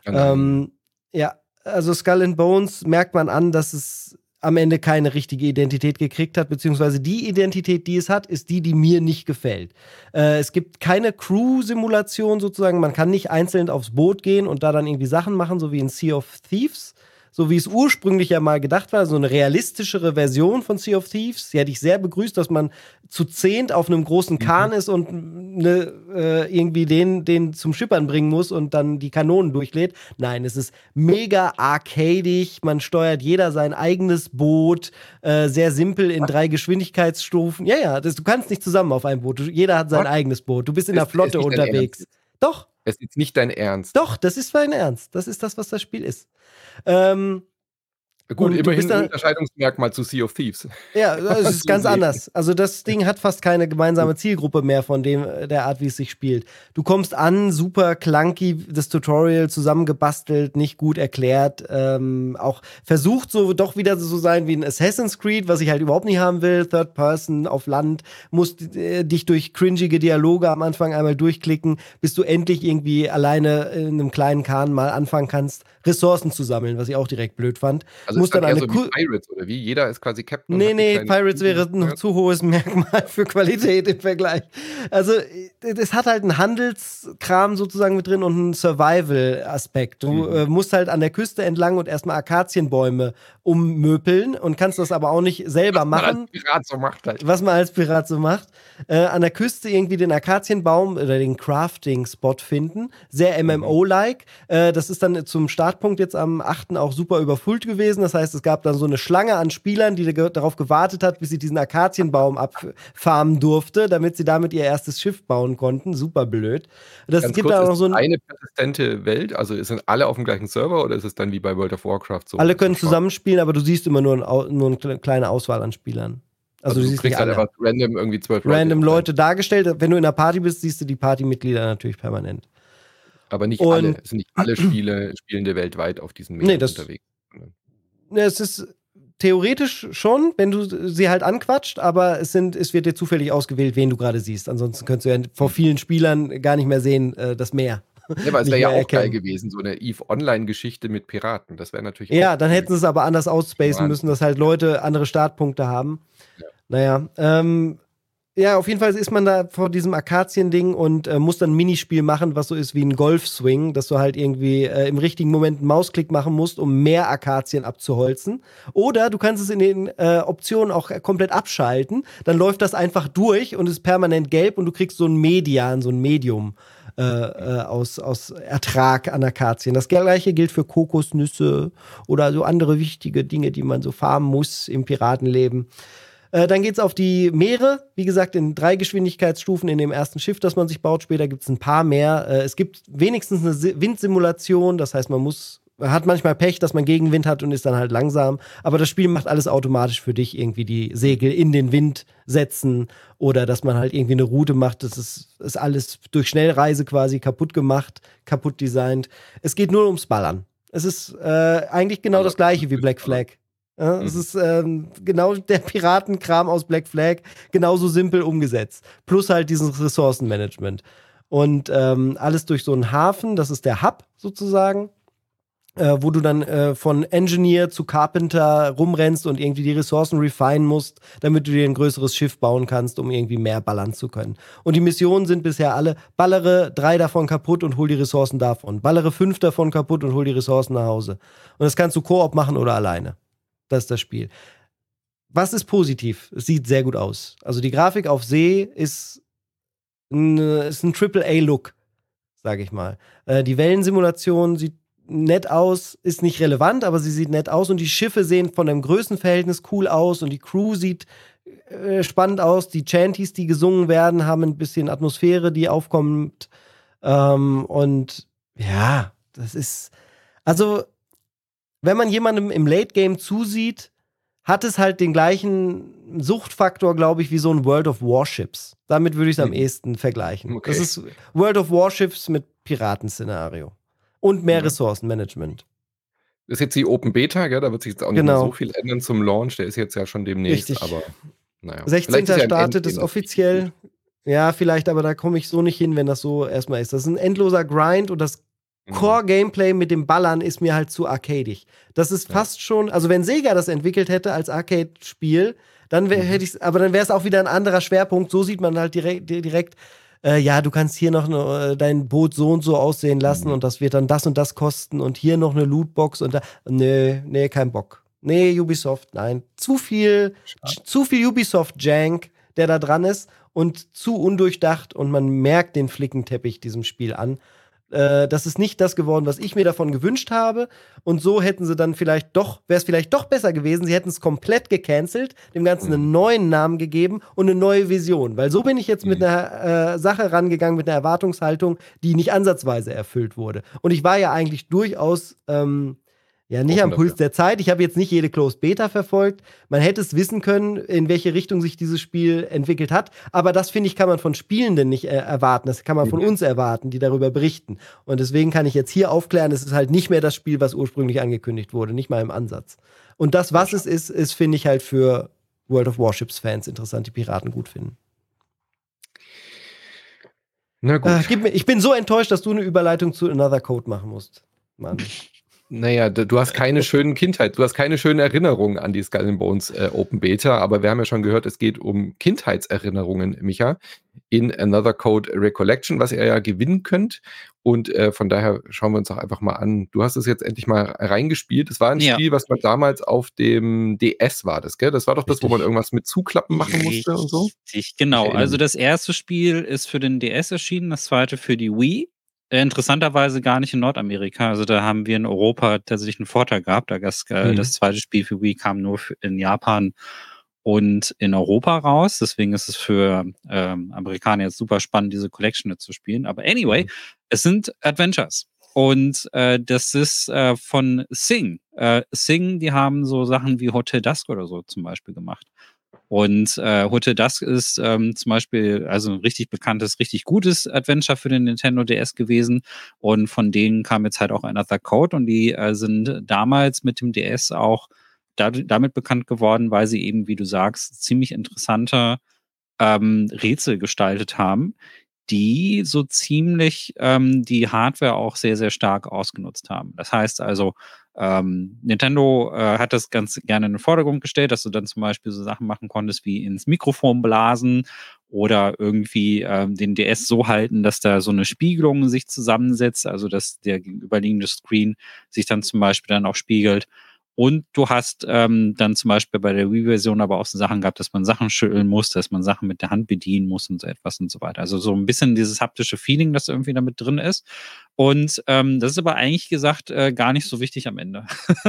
Ähm, ja, also Skull and Bones merkt man an, dass es am Ende keine richtige Identität gekriegt hat, beziehungsweise die Identität, die es hat, ist die, die mir nicht gefällt. Äh, es gibt keine Crew-Simulation sozusagen, man kann nicht einzeln aufs Boot gehen und da dann irgendwie Sachen machen, so wie in Sea of Thieves, so wie es ursprünglich ja mal gedacht war, so eine realistischere Version von Sea of Thieves. Die hätte ich sehr begrüßt, dass man zu zehnt auf einem großen Kahn mhm. ist und ne, äh, irgendwie den, den zum Schippern bringen muss und dann die Kanonen durchlädt. Nein, es ist mega arcadig, man steuert jeder sein eigenes Boot, äh, sehr simpel in drei Geschwindigkeitsstufen. Ja, ja, das, du kannst nicht zusammen auf einem Boot, du, jeder hat sein Was? eigenes Boot, du bist in der Flotte unterwegs. Doch. Es ist nicht dein Ernst. Doch, das ist mein Ernst. Das ist das, was das Spiel ist. Ähm, Gut, immerhin ein Unterscheidungsmerkmal zu Sea of Thieves. Ja, es ist ganz anders. Also das Ding hat fast keine gemeinsame Zielgruppe mehr von dem der Art, wie es sich spielt. Du kommst an, super clunky, das Tutorial zusammengebastelt, nicht gut erklärt, ähm, auch versucht so doch wieder so sein wie ein Assassin's Creed, was ich halt überhaupt nicht haben will, Third Person auf Land, musst äh, dich durch cringige Dialoge am Anfang einmal durchklicken, bis du endlich irgendwie alleine in einem kleinen Kahn mal anfangen kannst, Ressourcen zu sammeln, was ich auch direkt blöd fand. Also muss dann eher so wie Pirates oder wie? Jeder ist quasi Captain. Nee, nee, Pirates wäre ein zu hohes Merkmal für Qualität im Vergleich. Also, es hat halt einen Handelskram sozusagen mit drin und einen Survival-Aspekt. Du mhm. äh, musst halt an der Küste entlang und erstmal Akazienbäume ummöpeln und kannst das aber auch nicht selber was machen. Was man als Pirat so macht halt. Was man als Pirat so macht. Äh, an der Küste irgendwie den Akazienbaum oder den Crafting-Spot finden. Sehr M M O-like. Äh, das ist dann zum Startpunkt jetzt am achten auch super überfüllt gewesen. Das heißt, es gab dann so eine Schlange an Spielern, die ge- darauf gewartet hat, bis sie diesen Akazienbaum abfarmen durfte, damit sie damit ihr erstes Schiff bauen konnten. Super blöd. Das Ganz gibt kurz, da noch ist so ein eine persistente Welt? Also sind alle auf dem gleichen Server oder ist es dann wie bei World of Warcraft so? Alle können zusammenspielen, aber du siehst immer nur, ein, Au- nur eine kleine Auswahl an Spielern. Also, Also du du siehst kriegst nicht halt alle. einfach random irgendwie zwölf Leute. Random Leute dargestellt. Wenn du in der Party bist, siehst du die Partymitglieder natürlich permanent. Aber nicht Und- alle. Es sind nicht alle Spiele, Spielende weltweit auf diesen Nee, Meeren das- unterwegs. Es ist theoretisch schon, wenn du sie halt anquatscht, aber es, sind, es wird dir zufällig ausgewählt, wen du gerade siehst. Ansonsten könntest du ja vor vielen Spielern gar nicht mehr sehen, äh, das Meer. Ja, aber es Nicht wäre ja mehr auch geil erkennen. gewesen, so eine EVE-Online-Geschichte mit Piraten. Das wäre natürlich Ja, auch dann cool. hätten sie es aber anders ausspacen Wahnsinn. müssen, dass halt Leute andere Startpunkte haben. Ja. Naja, ähm, ja, auf jeden Fall ist man da vor diesem Akazien-Ding und äh, muss dann ein Minispiel machen, was so ist wie ein Golf-Swing, dass du halt irgendwie äh, im richtigen Moment einen Mausklick machen musst, um mehr Akazien abzuholzen. Oder du kannst es in den äh, Optionen auch komplett abschalten. Dann läuft das einfach durch und ist permanent gelb und du kriegst so ein Median, so ein Medium äh, äh, aus, aus Ertrag an Akazien. Das gleiche gilt für Kokosnüsse oder so andere wichtige Dinge, die man so farmen muss im Piratenleben. Äh, dann geht's auf die Meere, wie gesagt, in drei Geschwindigkeitsstufen in dem ersten Schiff, das man sich baut. Später gibt's ein paar mehr. Äh, es gibt wenigstens eine Si- Windsimulation, das heißt, man muss, man hat manchmal Pech, dass man Gegenwind hat und ist dann halt langsam. Aber das Spiel macht alles automatisch für dich, irgendwie die Segel in den Wind setzen oder dass man halt irgendwie eine Route macht. Das ist, ist alles durch Schnellreise quasi kaputt gemacht, kaputt designt. Es geht nur ums Ballern. Es ist äh, eigentlich genau das gleiche wie Black Flag. Ja, es ist ähm, genau der Piratenkram aus Black Flag, genauso simpel umgesetzt. Plus halt dieses Ressourcenmanagement. Und ähm, alles durch so einen Hafen, das ist der Hub sozusagen, äh, wo du dann äh, von Engineer zu Carpenter rumrennst und irgendwie die Ressourcen refinen musst, damit du dir ein größeres Schiff bauen kannst, um irgendwie mehr ballern zu können. Und die Missionen sind bisher alle, ballere drei davon kaputt und hol die Ressourcen davon. Ballere fünf davon kaputt und hol die Ressourcen nach Hause. Und das kannst du Koop machen oder alleine. Das ist das Spiel. Was ist positiv? Es sieht sehr gut aus. Also die Grafik auf See ist ein, ist ein Triple A-Look, sage ich mal. Äh, die Wellensimulation sieht nett aus, ist nicht relevant, aber sie sieht nett aus und die Schiffe sehen von dem Größenverhältnis cool aus und die Crew sieht äh, spannend aus. Die Chanties, die gesungen werden, haben ein bisschen Atmosphäre, die aufkommt. Ähm, und ja, das ist also wenn man jemandem im Late-Game zusieht, hat es halt den gleichen Suchtfaktor, glaube ich, wie so ein World of Warships. Damit würde ich es am Mhm. ehesten vergleichen. Okay. Das ist World of Warships mit Piratenszenario. Und mehr Ja. Ressourcenmanagement. Das ist jetzt die Open Beta, gell? Da wird sich jetzt auch nicht Genau. mehr so viel ändern zum Launch. Der ist jetzt ja schon demnächst, Richtig. aber naja. sechzehnten ja im startet es Endgame offiziell. natürlich gut. Ja, vielleicht, aber da komme ich so nicht hin, wenn das so erstmal ist. Das ist ein endloser Grind und das Mhm. Core-Gameplay mit dem Ballern ist mir halt zu arcadig. Das ist Ja. fast schon, also wenn Sega das entwickelt hätte als Arcade-Spiel, dann wär, Mhm. hätte ich, aber dann wäre es auch wieder ein anderer Schwerpunkt. So sieht man halt direkt, direkt äh, ja, du kannst hier noch ne, dein Boot so und so aussehen lassen Mhm. und das wird dann das und das kosten und hier noch eine Lootbox und da. Nee, nee, kein Bock. Nee, Ubisoft, nein. Zu viel, Schade. zu viel Ubisoft-Jank, der da dran ist und zu undurchdacht und man merkt den Flickenteppich diesem Spiel an. Äh, das ist nicht das geworden, was ich mir davon gewünscht habe. Und so hätten sie dann vielleicht doch, wäre es vielleicht doch besser gewesen, sie hätten es komplett gecancelt, dem Ganzen einen Mhm. neuen Namen gegeben und eine neue Vision. Weil so bin ich jetzt mit Mhm. einer äh, Sache rangegangen, mit einer Erwartungshaltung, die nicht ansatzweise erfüllt wurde. Und ich war ja eigentlich durchaus ähm, ja, nicht Offen am Puls dafür. der Zeit. Ich habe jetzt nicht jede Closed Beta verfolgt. Man hätte es wissen können, in welche Richtung sich dieses Spiel entwickelt hat. Aber das, finde ich, kann man von Spielenden nicht äh, erwarten. Das kann man von Mhm. uns erwarten, die darüber berichten. Und deswegen kann ich jetzt hier aufklären, es ist halt nicht mehr das Spiel, was ursprünglich angekündigt wurde. Nicht mal im Ansatz. Und das, was es ist, ist, finde ich, halt für World of Warships-Fans interessant, die Piraten gut finden. Na gut. Äh, gib mir, ich bin so enttäuscht, dass du eine Überleitung zu Another Code machen musst. Mann. Naja, d- du hast keine schönen Kindheit, du hast keine schönen Erinnerungen an die Skull and Bones äh, Open Beta, aber wir haben ja schon gehört, es geht um Kindheitserinnerungen, Micha, in Another Code Recollection, was ihr ja gewinnen könnt. Und äh, von daher schauen wir uns doch einfach mal an. Du hast es jetzt endlich mal reingespielt. Es war ein Ja. Spiel, was man damals auf dem D S war, das, gell? Das war doch das, wo man Richtig. irgendwas mit Zuklappen machen musste und so. Richtig, genau. Ich erinnere Also mich. das erste Spiel ist für den D S erschienen, das zweite für die Wii. Äh, interessanterweise gar nicht in Nordamerika. Also da haben wir in Europa tatsächlich einen Vorteil gehabt. Da das, äh, Mhm. das zweite Spiel für Wii kam nur für, in Japan und in Europa raus. Deswegen ist es für ähm, Amerikaner jetzt super spannend, diese Collection zu spielen. Aber anyway, Mhm. es sind Adventures. Und äh, das ist äh, von Sing. Äh, Sing, die haben so Sachen wie Hotel Dusk oder so zum Beispiel gemacht. Und äh, Hotel Dusk ist ähm, zum Beispiel also ein richtig bekanntes, richtig gutes Adventure für den Nintendo D S gewesen. Und von denen kam jetzt halt auch Another Code. Und die äh, sind damals mit dem D S auch dad- damit bekannt geworden, weil sie eben, wie du sagst, ziemlich interessante ähm, Rätsel gestaltet haben, die so ziemlich ähm, die Hardware auch sehr, sehr stark ausgenutzt haben. Das heißt also, ähm, Nintendo äh, hat das ganz gerne in den Vordergrund gestellt, dass du dann zum Beispiel so Sachen machen konntest wie ins Mikrofon blasen oder irgendwie ähm, den D S so halten, dass da so eine Spiegelung sich zusammensetzt, also dass der gegenüberliegende Screen sich dann zum Beispiel dann auch spiegelt. Und du hast ähm, dann zum Beispiel bei der Wii-Version aber auch so Sachen gehabt, dass man Sachen schütteln muss, dass man Sachen mit der Hand bedienen muss und so etwas und so weiter. Also so ein bisschen dieses haptische Feeling, das irgendwie damit drin ist. Und ähm, das ist aber eigentlich gesagt äh, gar nicht so wichtig am Ende.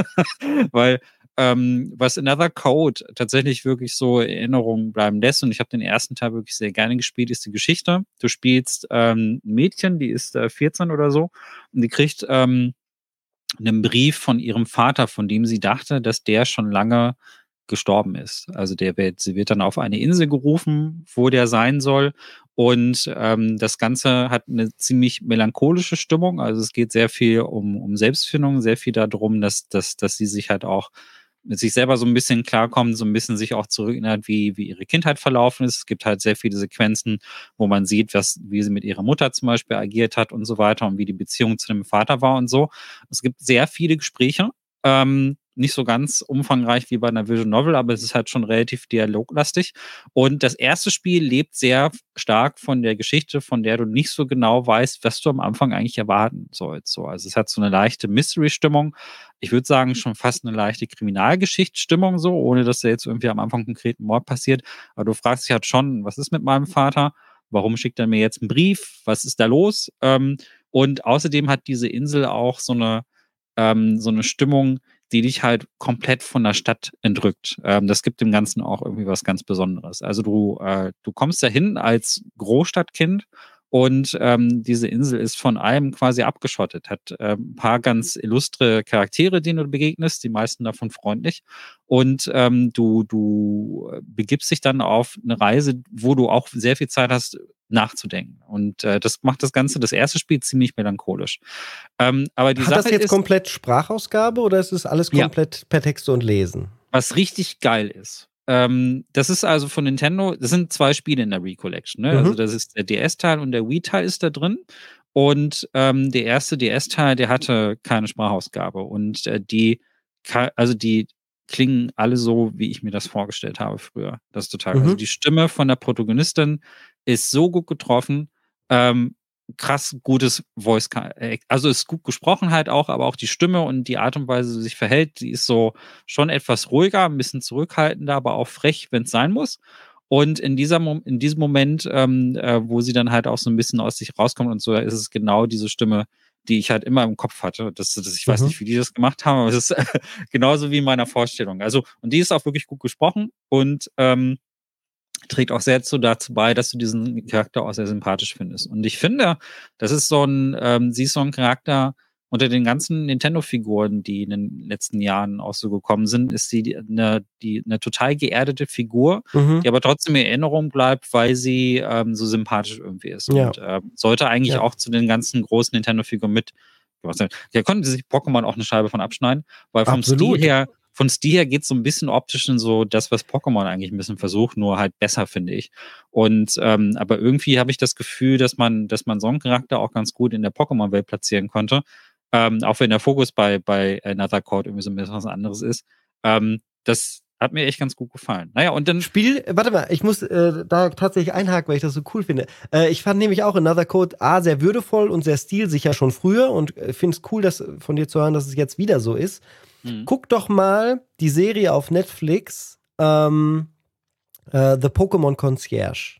Weil ähm, was Another Code tatsächlich wirklich so in Erinnerung bleiben lässt, und ich habe den ersten Teil wirklich sehr gerne gespielt, ist die Geschichte. Du spielst ähm, ein Mädchen, die ist äh, vierzehn oder so, und die kriegt ähm, einen Brief von ihrem Vater, von dem sie dachte, dass der schon lange gestorben ist. Also der wird, sie wird dann auf eine Insel gerufen, wo der sein soll. Und ähm, das Ganze hat eine ziemlich melancholische Stimmung. Also es geht sehr viel um, um Selbstfindung, sehr viel darum, dass, dass, dass sie sich halt auch mit sich selber so ein bisschen klarkommt, so ein bisschen sich auch zurückerinnert, wie, wie ihre Kindheit verlaufen ist. Es gibt halt sehr viele Sequenzen, wo man sieht, was, wie sie mit ihrer Mutter zum Beispiel agiert hat und so weiter und wie die Beziehung zu dem Vater war und so. Es gibt sehr viele Gespräche, ähm, nicht so ganz umfangreich wie bei einer Visual Novel, aber es ist halt schon relativ dialoglastig. Und das erste Spiel lebt sehr stark von der Geschichte, von der du nicht so genau weißt, was du am Anfang eigentlich erwarten sollst. So, also es hat so eine leichte Mystery-Stimmung. Ich würde sagen, schon fast eine leichte Kriminalgeschichtsstimmung, so, ohne dass da jetzt irgendwie am Anfang konkret ein Mord passiert. Aber du fragst dich halt schon, was ist mit meinem Vater? Warum schickt er mir jetzt einen Brief? Was ist da los? Ähm, und außerdem hat diese Insel auch so eine, ähm, so eine Stimmung, die dich halt komplett von der Stadt entrückt. Ähm, das gibt dem Ganzen auch irgendwie was ganz Besonderes. Also du, äh, du kommst dahin als Großstadtkind Und ähm, diese Insel ist von allem quasi abgeschottet, hat äh, ein paar ganz illustre Charaktere, denen du begegnest, die meisten davon freundlich. Und ähm, du, du begibst dich dann auf eine Reise, wo du auch sehr viel Zeit hast, nachzudenken. Und äh, das macht das Ganze, das erste Spiel, ziemlich melancholisch. Ähm, aber die Hat Sache das jetzt ist, komplett Sprachausgabe oder ist es alles Ja. komplett per Texte und Lesen? was richtig geil ist. Ähm, das ist also von Nintendo, das sind zwei Spiele in der Recollection. Ne? Mhm. Also das ist der D S-Teil und der Wii-Teil ist da drin. Und ähm, der erste D S-Teil, der hatte keine Sprachausgabe. Und äh, die, ka- also die klingen alle so, wie ich mir das vorgestellt habe früher. Das ist total. Mhm. Also die Stimme von der Protagonistin ist so gut getroffen. Ähm, krass gutes Voice, also ist gut gesprochen halt auch, aber auch die Stimme und die Art und Weise, wie sie sich verhält, die ist so schon etwas ruhiger, ein bisschen zurückhaltender, aber auch frech, wenn es sein muss. Und in, dieser Mom in diesem Moment, ähm, äh, wo sie dann halt auch so ein bisschen aus sich rauskommt und so, ist es genau diese Stimme, die ich halt immer im Kopf hatte. Das, das, ich weiß Mhm. nicht, wie die das gemacht haben, aber es ist genauso wie in meiner Vorstellung. Also, und die ist auch wirklich gut gesprochen und ähm, trägt auch sehr zu dazu bei, dass du diesen Charakter auch sehr sympathisch findest. Und ich finde, das ist so ein, ähm, sie ist so ein Charakter unter den ganzen Nintendo-Figuren, die in den letzten Jahren auch so gekommen sind, ist sie die- eine, die, eine total geerdete Figur, Mhm. die aber trotzdem in Erinnerung bleibt, weil sie ähm, so sympathisch irgendwie ist. Ja. Und ähm, sollte eigentlich Ja. auch zu den ganzen großen Nintendo-Figuren mit. Da konnten sie sich Pokémon auch eine Scheibe von abschneiden, weil vom Absolut. Stil her von Stil her geht es so ein bisschen optisch in so das, was Pokémon eigentlich ein bisschen versucht, nur halt besser, finde ich. Und ähm, aber irgendwie habe ich das Gefühl, dass man, dass man so einen Charakter auch ganz gut in der Pokémon-Welt platzieren konnte. Ähm, auch wenn der Fokus bei, bei Another Code irgendwie so ein bisschen was anderes ist. Ähm, das hat mir echt ganz gut gefallen. Naja, und dann. Spiel, warte mal, ich muss äh, da tatsächlich einhaken, weil ich das so cool finde. Äh, ich fand nämlich auch Another Code A sehr würdevoll und sehr stilsicher schon früher und äh, finde es cool, dass von dir zu hören, dass es jetzt wieder so ist. Mhm. Guck doch mal die Serie auf Netflix, ähm, äh, The Pokémon Concierge.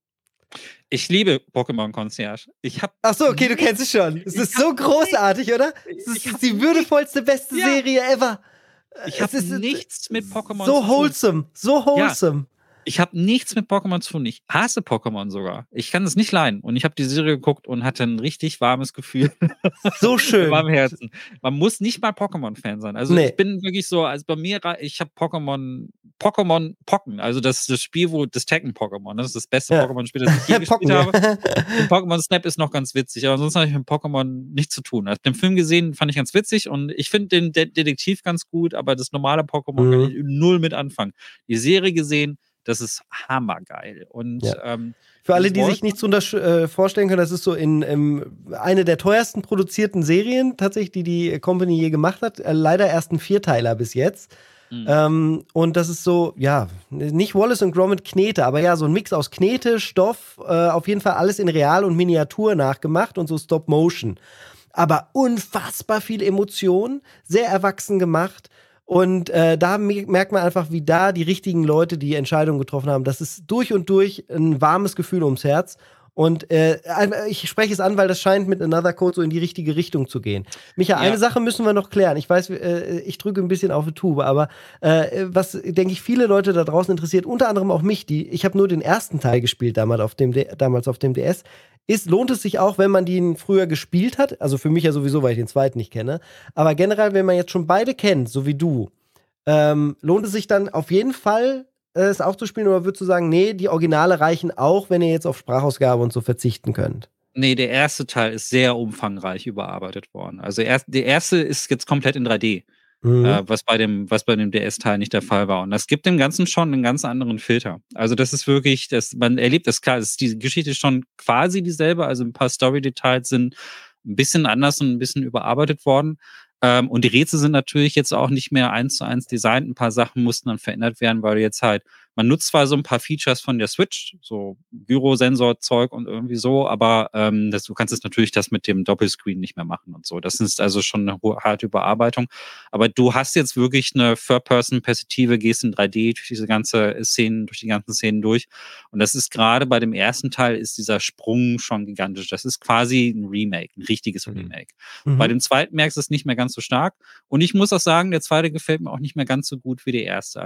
Ich liebe Pokémon Concierge. Ich habe Ach so, okay, du kennst es schon. Es Ich ist hab so großartig, oder? Es Ich ist hab die würdevollste, beste Ja. Serie ever. Ich Es habe ist, äh, nichts mit Pokémon zu So tun. wholesome, so wholesome. Ich habe nichts mit Pokémon zu tun. Ich hasse Pokémon sogar. Ich kann es nicht leiden. Und ich habe die Serie geguckt und hatte ein richtig warmes Gefühl So in schön. meinem Herzen. Man muss nicht mal Pokémon-Fan sein. Also Nee. ich bin wirklich so, also bei mir, ra- ich habe Pokémon, Pokémon Pocken. Also das ist das Spiel, wo das Tekken-Pokémon, das ist das beste Ja. Pokémon-Spiel, das ich je gespielt Pocken, ja. habe. Und Pokémon Snap ist noch ganz witzig, aber ansonsten habe ich mit Pokémon nichts zu tun. Also den Film gesehen, fand ich ganz witzig und ich finde den De Detektiv ganz gut, aber das normale Pokémon Mhm. kann ich null mit anfangen. Die Serie gesehen, das ist hammergeil. Und Ja. ähm, Für alle, dieses die sich Voice- nichts untersch- äh, vorstellen können, das ist so in ähm, eine der teuersten produzierten Serien, tatsächlich, die die Company je gemacht hat. Äh, leider erst ein Vierteiler bis jetzt. Mhm. Ähm, und das ist so, ja, nicht Wallace und Gromit Knete, aber ja, so ein Mix aus Knete, Stoff, äh, auf jeden Fall alles in Real und Miniatur nachgemacht und so Stop Motion. Aber unfassbar viel Emotion, sehr erwachsen gemacht. Und äh, da me- merkt man einfach, wie da die richtigen Leute die Entscheidung getroffen haben. Das ist durch und durch ein warmes Gefühl ums Herz. Und äh, ich spreche es an, weil das scheint mit Another Code so in die richtige Richtung zu gehen. Micha, Ja. eine Sache müssen wir noch klären. Ich weiß, äh, ich drücke ein bisschen auf die Tube, aber äh, was, denke ich, viele Leute da draußen interessiert, unter anderem auch mich, die, ich habe nur den ersten Teil gespielt damals auf dem, D- damals auf dem D S, ist, lohnt es sich auch, wenn man den früher gespielt hat, also für mich ja sowieso, weil ich den zweiten nicht kenne, aber generell, wenn man jetzt schon beide kennt, so wie du, ähm, lohnt es sich dann auf jeden Fall, äh, es auch zu spielen, oder würdest du sagen, nee, die Originale reichen auch, wenn ihr jetzt auf Sprachausgabe und so verzichten könnt? Nee, der erste Teil ist sehr umfangreich überarbeitet worden. Also erst, der erste ist jetzt komplett in drei D, Mhm. äh, was bei dem, was bei dem D S-Teil nicht der Fall war. Und das gibt dem Ganzen schon einen ganz anderen Filter. Also das ist wirklich, das, man erlebt das klar, das ist, die Geschichte ist schon quasi dieselbe, also ein paar Story-Details sind ein bisschen anders und ein bisschen überarbeitet worden. Ähm, und die Rätsel sind natürlich jetzt auch nicht mehr eins zu eins designt. Ein paar Sachen mussten dann verändert werden, weil jetzt halt, man nutzt zwar so ein paar Features von der Switch, so Gyrosensor-Zeug und irgendwie so, aber ähm, das, du kannst es natürlich das mit dem Doppelscreen nicht mehr machen und so. Das ist also schon eine hohe- harte Überarbeitung. Aber du hast jetzt wirklich eine Third-Person-Perspektive, gehst in drei D durch diese ganze Szenen, durch die ganzen Szenen durch. Und das ist gerade bei dem ersten Teil ist dieser Sprung schon gigantisch. Das ist quasi ein Remake, ein richtiges Mhm. Remake. Mhm. Bei dem zweiten merkst du es nicht mehr ganz so stark. Und ich muss auch sagen, der zweite gefällt mir auch nicht mehr ganz so gut wie der erste. Also ich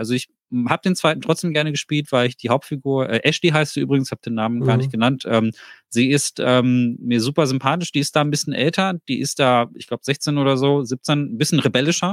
habe den zweiten trotzdem gerne gespielt, weil ich die Hauptfigur, äh, Ashley heißt sie übrigens, habe den Namen mhm. gar nicht genannt, ähm, sie ist ähm, mir super sympathisch, die ist da ein bisschen älter, die ist da, ich glaube sechzehn oder so, siebzehn, ein bisschen rebellischer,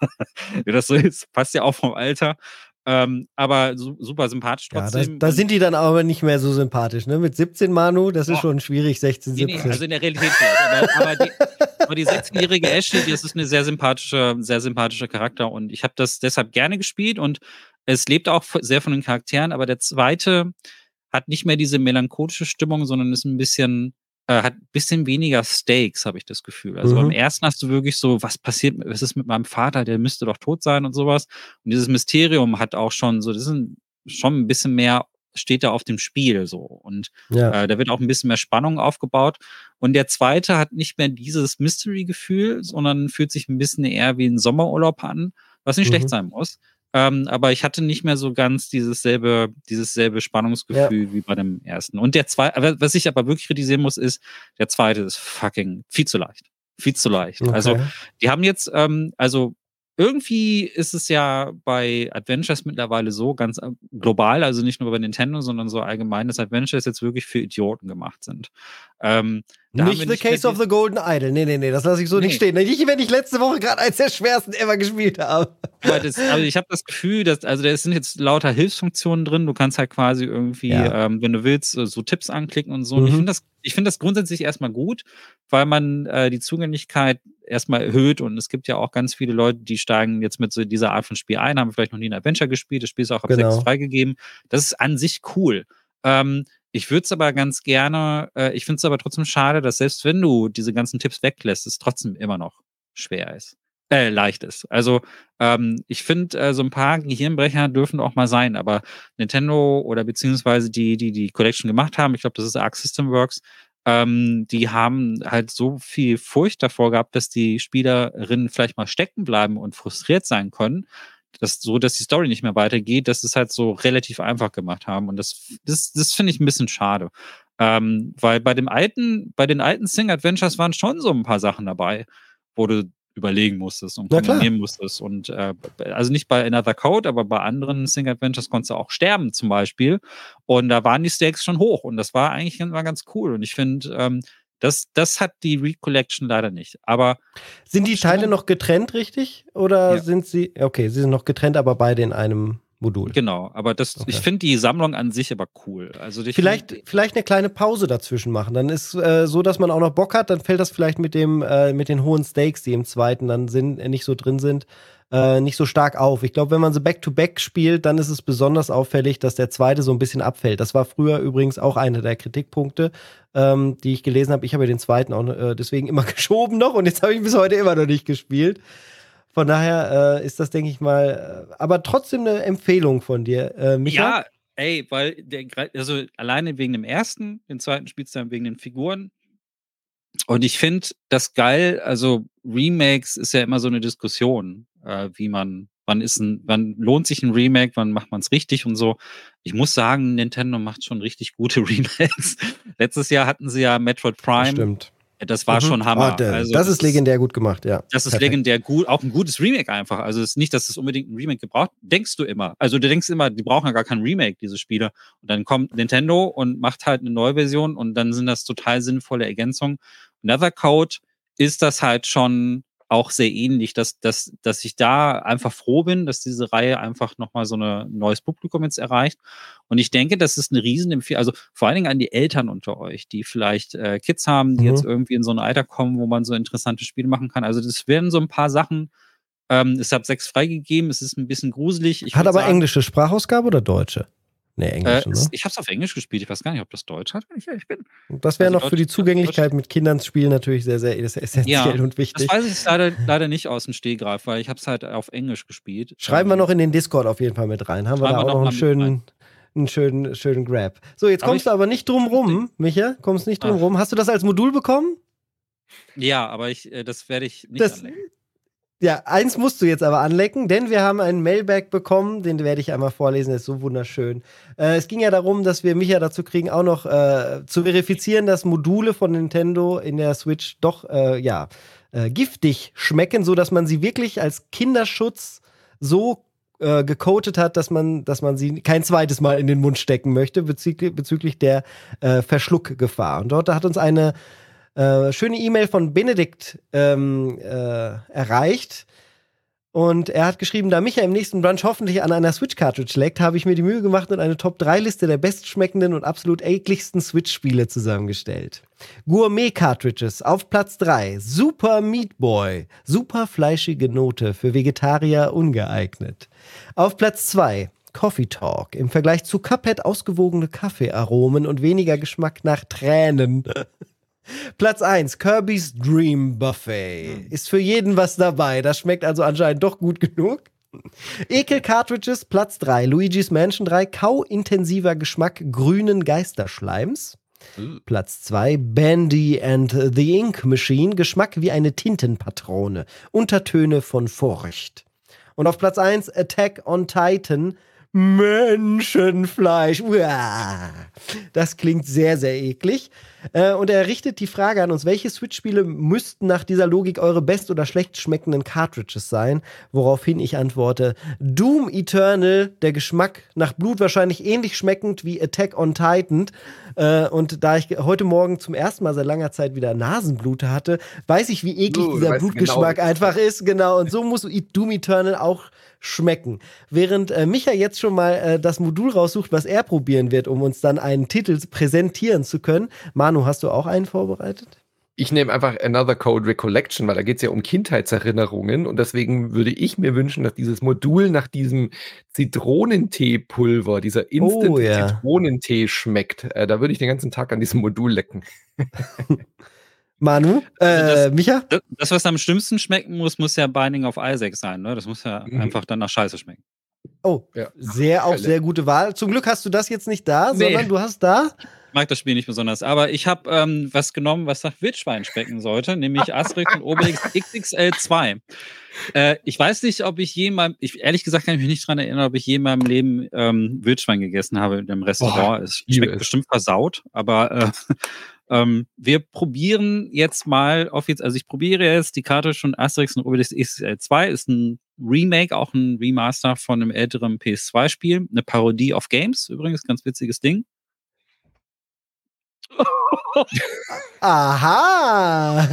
wie das so ist, passt ja auch vom Alter. Ähm, aber su- super sympathisch trotzdem. Ja, da sind die dann aber nicht mehr so sympathisch, ne? Mit siebzehn, Manu, das ist oh. schon schwierig, sechzehn, siebzehn. Nee, nee, also in der Realität vielleicht. Aber, aber, die, aber die sechzehnjährige Ashley, das ist eine sehr sympathische, sehr sympathischer Charakter und ich habe das deshalb gerne gespielt und es lebt auch sehr von den Charakteren, aber der zweite hat nicht mehr diese melancholische Stimmung, sondern ist ein bisschen Äh, hat ein bisschen weniger Stakes, habe ich das Gefühl. Also mhm. beim ersten hast du wirklich so, was passiert, was ist mit meinem Vater, der müsste doch tot sein und sowas. Und dieses Mysterium hat auch schon so, das ist ein, schon ein bisschen mehr, steht da auf dem Spiel so. Und ja. äh, da wird auch ein bisschen mehr Spannung aufgebaut. Und der zweite hat nicht mehr dieses Mystery-Gefühl, sondern fühlt sich ein bisschen eher wie ein Sommerurlaub an, was nicht mhm. schlecht sein muss. Ähm, aber ich hatte nicht mehr so ganz dieses selbe, dieses selbe Spannungsgefühl ja. wie bei dem ersten. Und der zweite, was ich aber wirklich kritisieren muss, ist, der zweite ist fucking viel zu leicht. Viel zu leicht. Okay. Also, die haben jetzt, ähm, also irgendwie ist es ja bei Adventures mittlerweile so ganz global, also nicht nur bei Nintendo, sondern so allgemein, dass Adventures jetzt wirklich für Idioten gemacht sind. Ähm, nicht The nicht Case of the Golden Idol. Nee, nee, nee, das lasse ich so nee. nicht stehen. Nicht, wenn ich letzte Woche gerade eins der schwersten ever gespielt habe. Aber, das, aber ich habe das Gefühl, dass, also da sind jetzt lauter Hilfsfunktionen drin. Du kannst halt quasi irgendwie, ja. ähm, wenn du willst, so Tipps anklicken und so. Mhm. Und ich finde das, ich finde das grundsätzlich erstmal gut, weil man äh, die Zugänglichkeit erstmal erhöht und es gibt ja auch ganz viele Leute, die steigen jetzt mit so dieser Art von Spiel ein, haben vielleicht noch nie ein Adventure gespielt, das Spiel ist auch ab genau. sechs freigegeben. Das ist an sich cool. Ähm, ich würde es aber ganz gerne, äh, ich finde es aber trotzdem schade, dass selbst wenn du diese ganzen Tipps weglässt, es trotzdem immer noch schwer ist. Äh, leicht ist. Also ähm, ich finde, äh, so ein paar Gehirnbrecher dürfen auch mal sein, aber Nintendo oder beziehungsweise die, die die Collection gemacht haben, ich glaube, das ist Arc System Works, ähm, die haben halt so viel Furcht davor gehabt, dass die Spielerinnen vielleicht mal stecken bleiben und frustriert sein können, dass so, dass die Story nicht mehr weitergeht, dass es halt so relativ einfach gemacht haben und das, das, das finde ich ein bisschen schade. Ähm, weil bei dem alten, bei den alten Sing Adventures waren schon so ein paar Sachen dabei, wo du überlegen musstest und kombinieren musstest. Und äh, also nicht bei Another Code, aber bei anderen Sing Adventures konntest du auch sterben zum Beispiel. Und da waren die Stakes schon hoch und das war eigentlich immer ganz cool. Und ich finde, ähm, das, das hat die Recollection leider nicht. Aber sind die Teile noch getrennt, richtig? Oder ja. sind sie, okay, sie sind noch getrennt, aber beide in einem Modul. Genau, aber das, okay. ich finde die Sammlung an sich aber cool. Also vielleicht, find, vielleicht eine kleine Pause dazwischen machen. Dann ist äh, so, dass man auch noch Bock hat, dann fällt das vielleicht mit dem äh, mit den hohen Stakes, die im zweiten dann sind, äh, nicht so drin sind, äh, nicht so stark auf. Ich glaube, wenn man so Back-to-Back spielt, dann ist es besonders auffällig, dass der zweite so ein bisschen abfällt. Das war früher übrigens auch einer der Kritikpunkte, ähm, die ich gelesen habe. Ich habe ja den zweiten auch äh, deswegen immer geschoben noch und jetzt habe ich bis heute immer noch nicht gespielt. Von daher äh, ist das, denke ich mal, äh, aber trotzdem eine Empfehlung von dir, äh, Micha. Ja, ey, weil der, also alleine wegen dem ersten, den zweiten spielst du dann wegen den Figuren. Und ich finde das geil, also Remakes ist ja immer so eine Diskussion, äh, wie man, wann ist ein, wann lohnt sich ein Remake, wann macht man es richtig und so. Ich muss sagen, Nintendo macht schon richtig gute Remakes. Letztes Jahr hatten sie ja Metroid Prime. Stimmt. Das war mhm. schon Hammer. Oh, der, also, das, das ist legendär gut gemacht, ja. Das ist Perfekt. legendär gut, auch ein gutes Remake einfach. Also es ist nicht, dass es unbedingt ein Remake gebraucht, denkst du immer. Also du denkst immer, die brauchen ja gar kein Remake, diese Spiele. Und dann kommt Nintendo und macht halt eine neue Version und dann sind das total sinnvolle Ergänzungen. Another Code ist das halt schon auch sehr ähnlich, dass, dass, dass ich da einfach froh bin, dass diese Reihe einfach nochmal so ein neues Publikum jetzt erreicht. Und ich denke, das ist eine Riesenempfehlung, also vor allen Dingen an die Eltern unter euch, die vielleicht äh, Kids haben, die mhm. jetzt irgendwie in so ein Alter kommen, wo man so interessante Spiele machen kann. Also das werden so ein paar Sachen, ähm, es hat sechs freigegeben, es ist ein bisschen gruselig. Ich hat aber sagen, englische Sprachausgabe oder deutsche? Nee, Englisch, äh, ne? Ich hab's auf Englisch gespielt, ich weiß gar nicht, ob das Deutsch hat, wenn ich ehrlich bin. Das wäre also noch Deutsch, für die Zugänglichkeit Deutsch. Mit Kindern zu spielen natürlich sehr, sehr essentiell ja, und wichtig. Das weiß ich leider, leider nicht aus dem Stehgreif, weil ich hab's halt auf Englisch gespielt. Schreiben wir noch in den Discord auf jeden Fall mit rein. Haben wir da auch noch, noch einen schönen, einen schönen, schönen Grab. So, jetzt aber kommst ich, du aber nicht drum rum, Micha, kommst nicht drum Ach. rum. Hast du das als Modul bekommen? Ja, aber ich, das werde ich nicht das, anlegen. Ja, eins musst du jetzt aber anlecken, denn wir haben einen Mailback bekommen, den werde ich einmal vorlesen, der ist so wunderschön. Äh, es ging ja darum, dass wir Micha dazu kriegen, auch noch äh, zu verifizieren, dass Module von Nintendo in der Switch doch, äh, ja, äh, giftig schmecken, sodass man sie wirklich als Kinderschutz so äh, gecoatet hat, dass man, dass man sie kein zweites Mal in den Mund stecken möchte bezüglich, bezüglich der äh, Verschluckgefahr. Und dort hat uns eine äh, schöne E-Mail von Benedikt ähm, äh, erreicht. Und er hat geschrieben, da Micha im nächsten Brunch hoffentlich an einer Switch-Cartridge leckt, habe ich mir die Mühe gemacht und eine Top drei Liste der bestschmeckenden und absolut ekligsten Switch-Spiele zusammengestellt. Gourmet-Cartridges auf Platz drei. Super Meat Boy. Super fleischige Note, für Vegetarier ungeeignet. Auf Platz zwei. Coffee Talk. Im Vergleich zu Cuphead ausgewogene Kaffeearomen und weniger Geschmack nach Tränen. Platz eins, Kirby's Dream Buffet. Ist für jeden was dabei. Das schmeckt also anscheinend doch gut genug. Ekel-Cartridges, Platz drei, Luigi's Mansion drei, kauintensiver Geschmack grünen Geisterschleims. Mhm. Platz zwei, Bandy and the Ink Machine, Geschmack wie eine Tintenpatrone. Untertöne von Furcht. Und auf Platz eins, Attack on Titan, Menschenfleisch. Uah. Das klingt sehr, sehr eklig. Äh, und er richtet die Frage an uns, welche Switch-Spiele müssten nach dieser Logik eure best- oder schlecht schmeckenden Cartridges sein? Woraufhin ich antworte, Doom Eternal, der Geschmack nach Blut wahrscheinlich ähnlich schmeckend wie Attack on Titan. Äh, und da ich heute Morgen zum ersten Mal seit langer Zeit wieder Nasenblute hatte, weiß ich, wie eklig oh, dieser Blutgeschmack genau einfach ist. Genau, und so muss Doom Eternal auch schmecken. Während äh, Micha jetzt schon mal äh, das Modul raussucht, was er probieren wird, um uns dann einen Titel präsentieren zu können. Manu, hast du auch einen vorbereitet? Ich nehme einfach Another Code Recollection, weil da geht es ja um Kindheitserinnerungen und deswegen würde ich mir wünschen, dass dieses Modul nach diesem Zitronenteepulver, dieser Instant Oh, ja. Zitronentee schmeckt. Äh, da würde ich den ganzen Tag an diesem Modul lecken. Manu, äh, Also das, Micha? Das, was am schlimmsten schmecken muss, muss ja Binding of Isaac sein, ne? Das muss ja Mhm. einfach dann nach Scheiße schmecken. Oh, Ja. sehr, auch sehr gute Wahl. Zum Glück hast du das jetzt nicht da, Nee. sondern du hast da. Ich mag das Spiel nicht besonders, aber ich habe ähm, was genommen, was nach Wildschwein schmecken sollte, nämlich Asterix und Obelix X X L zwei. Äh, ich weiß nicht, ob ich je mal, ich, ehrlich gesagt kann ich mich nicht daran erinnern, ob ich je in meinem Leben ähm, Wildschwein gegessen habe in einem Restaurant. Boah, es ich liebe schmeckt es. bestimmt versaut, aber äh, ähm, wir probieren jetzt mal auf jetzt, also ich probiere jetzt die Karte schon Asterix und Obelix X X L zwei, ist ein Remake, auch ein Remaster von einem älteren P S zwei Spiel, eine Parodie auf Games, übrigens, ganz witziges Ding. Aha!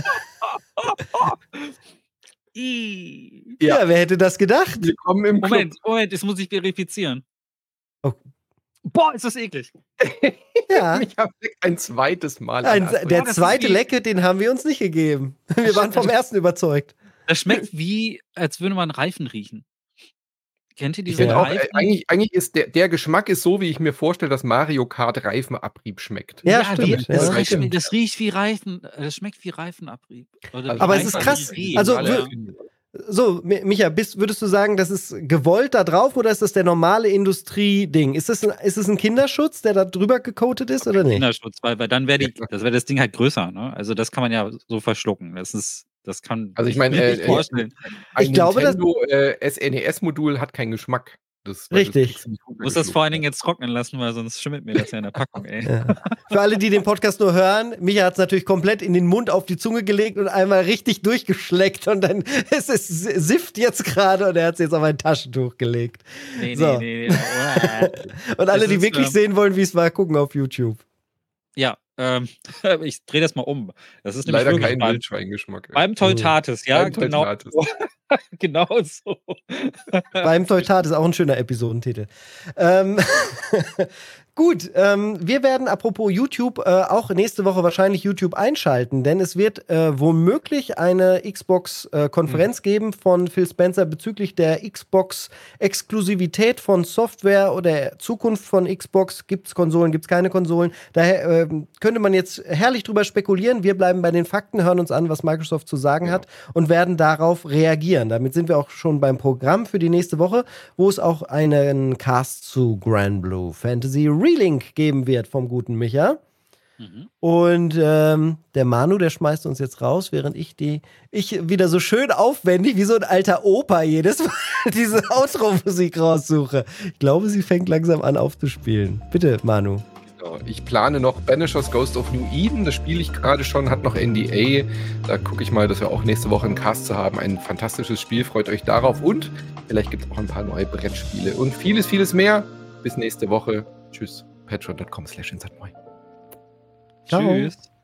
I. Ja, wer hätte das gedacht? Willkommen im Club. Moment, Moment, jetzt muss ich verifizieren. Oh. Boah, ist das eklig. Ja. Ich habe ein zweites Mal. Ein, an Asterix. der das ist zweite wie- Lecke, den haben wir uns nicht gegeben. Wir waren vom ersten überzeugt. Das schmeckt wie, als würde man Reifen riechen. Kennt ihr Ich diese finde auch, äh, Reifen? eigentlich, eigentlich ist der, der Geschmack ist so, wie ich mir vorstelle, dass Mario Kart Reifenabrieb schmeckt. Ja, wie, stimmt. das, Ja, riecht, stimmt. das riecht wie Reifen, das schmeckt wie Reifenabrieb. Oder wie Aber es ist krass, Reifenpüree. also Alle- wir- So, Mi- Micha, bist, würdest du sagen, das ist gewollt da drauf oder ist das der normale Industrieding? Ist das ein, ist es ein Kinderschutz, der da drüber gecoatet ist oder nicht? Kinderschutz, weil, weil dann wäre das, wär das Ding halt größer. Ne? Also das kann man ja so verschlucken. Das ist, das kann Also ich meine, mir äh, nicht äh, vorstellen. Ein Ich glaube, das- Nintendo äh, S N E S-Modul hat keinen Geschmack. Das, weil Richtig. Das kriegst du nicht Ich muss das vor allen Dingen jetzt trocknen lassen, weil sonst schimmelt mir das ja in der Packung, ey. Ja. Für alle, die den Podcast nur hören, Micha hat es natürlich komplett in den Mund auf die Zunge gelegt und einmal richtig durchgeschleckt und dann ist es Sift jetzt gerade und er hat es jetzt auf ein Taschentuch gelegt. Nee, So. nee, nee. nee. Und alle, Es die ist, wirklich ähm, sehen wollen, wie es war, gucken auf YouTube. Ja, ähm, ich drehe das mal um. Das ist nämlich Leider wirklich kein beim, Wildschweingeschmack. ey. beim Teutates, ja, Beim genau, Teutates. genau so. Beim Teutat ist auch ein schöner Episodentitel. Ähm, gut, ähm, wir werden apropos YouTube äh, auch nächste Woche wahrscheinlich YouTube einschalten, denn es wird äh, womöglich eine Xbox-Konferenz Mhm. geben von Phil Spencer bezüglich der Xbox-Exklusivität von Software oder Zukunft von Xbox. Gibt es Konsolen, gibt es keine Konsolen? Daher ähm, könnte man jetzt herrlich drüber spekulieren. Wir bleiben bei den Fakten, hören uns an, was Microsoft zu sagen Genau. hat und werden darauf reagieren. Damit sind wir auch schon beim Programm für die nächste Woche, wo es auch einen Cast zu Granblue Fantasy Relink geben wird vom guten Micha. Mhm. Und ähm, der Manu, der schmeißt uns jetzt raus, während ich die, ich wieder so schön aufwendig, wie so ein alter Opa jedes Mal diese Outro-Musik raussuche. Ich glaube, sie fängt langsam an aufzuspielen. Bitte, Manu. Genau. ich plane noch Banishers Ghost of New Eden. Das spiele ich gerade schon, hat noch N D A. Da gucke ich mal, dass wir auch nächste Woche einen Cast zu haben. Ein fantastisches Spiel, freut euch darauf. Und vielleicht gibt es auch ein paar neue Brettspiele. Und vieles, vieles mehr. Bis nächste Woche. Tschüss. patreon punkt com slash insert moin. Ciao. Tschüss.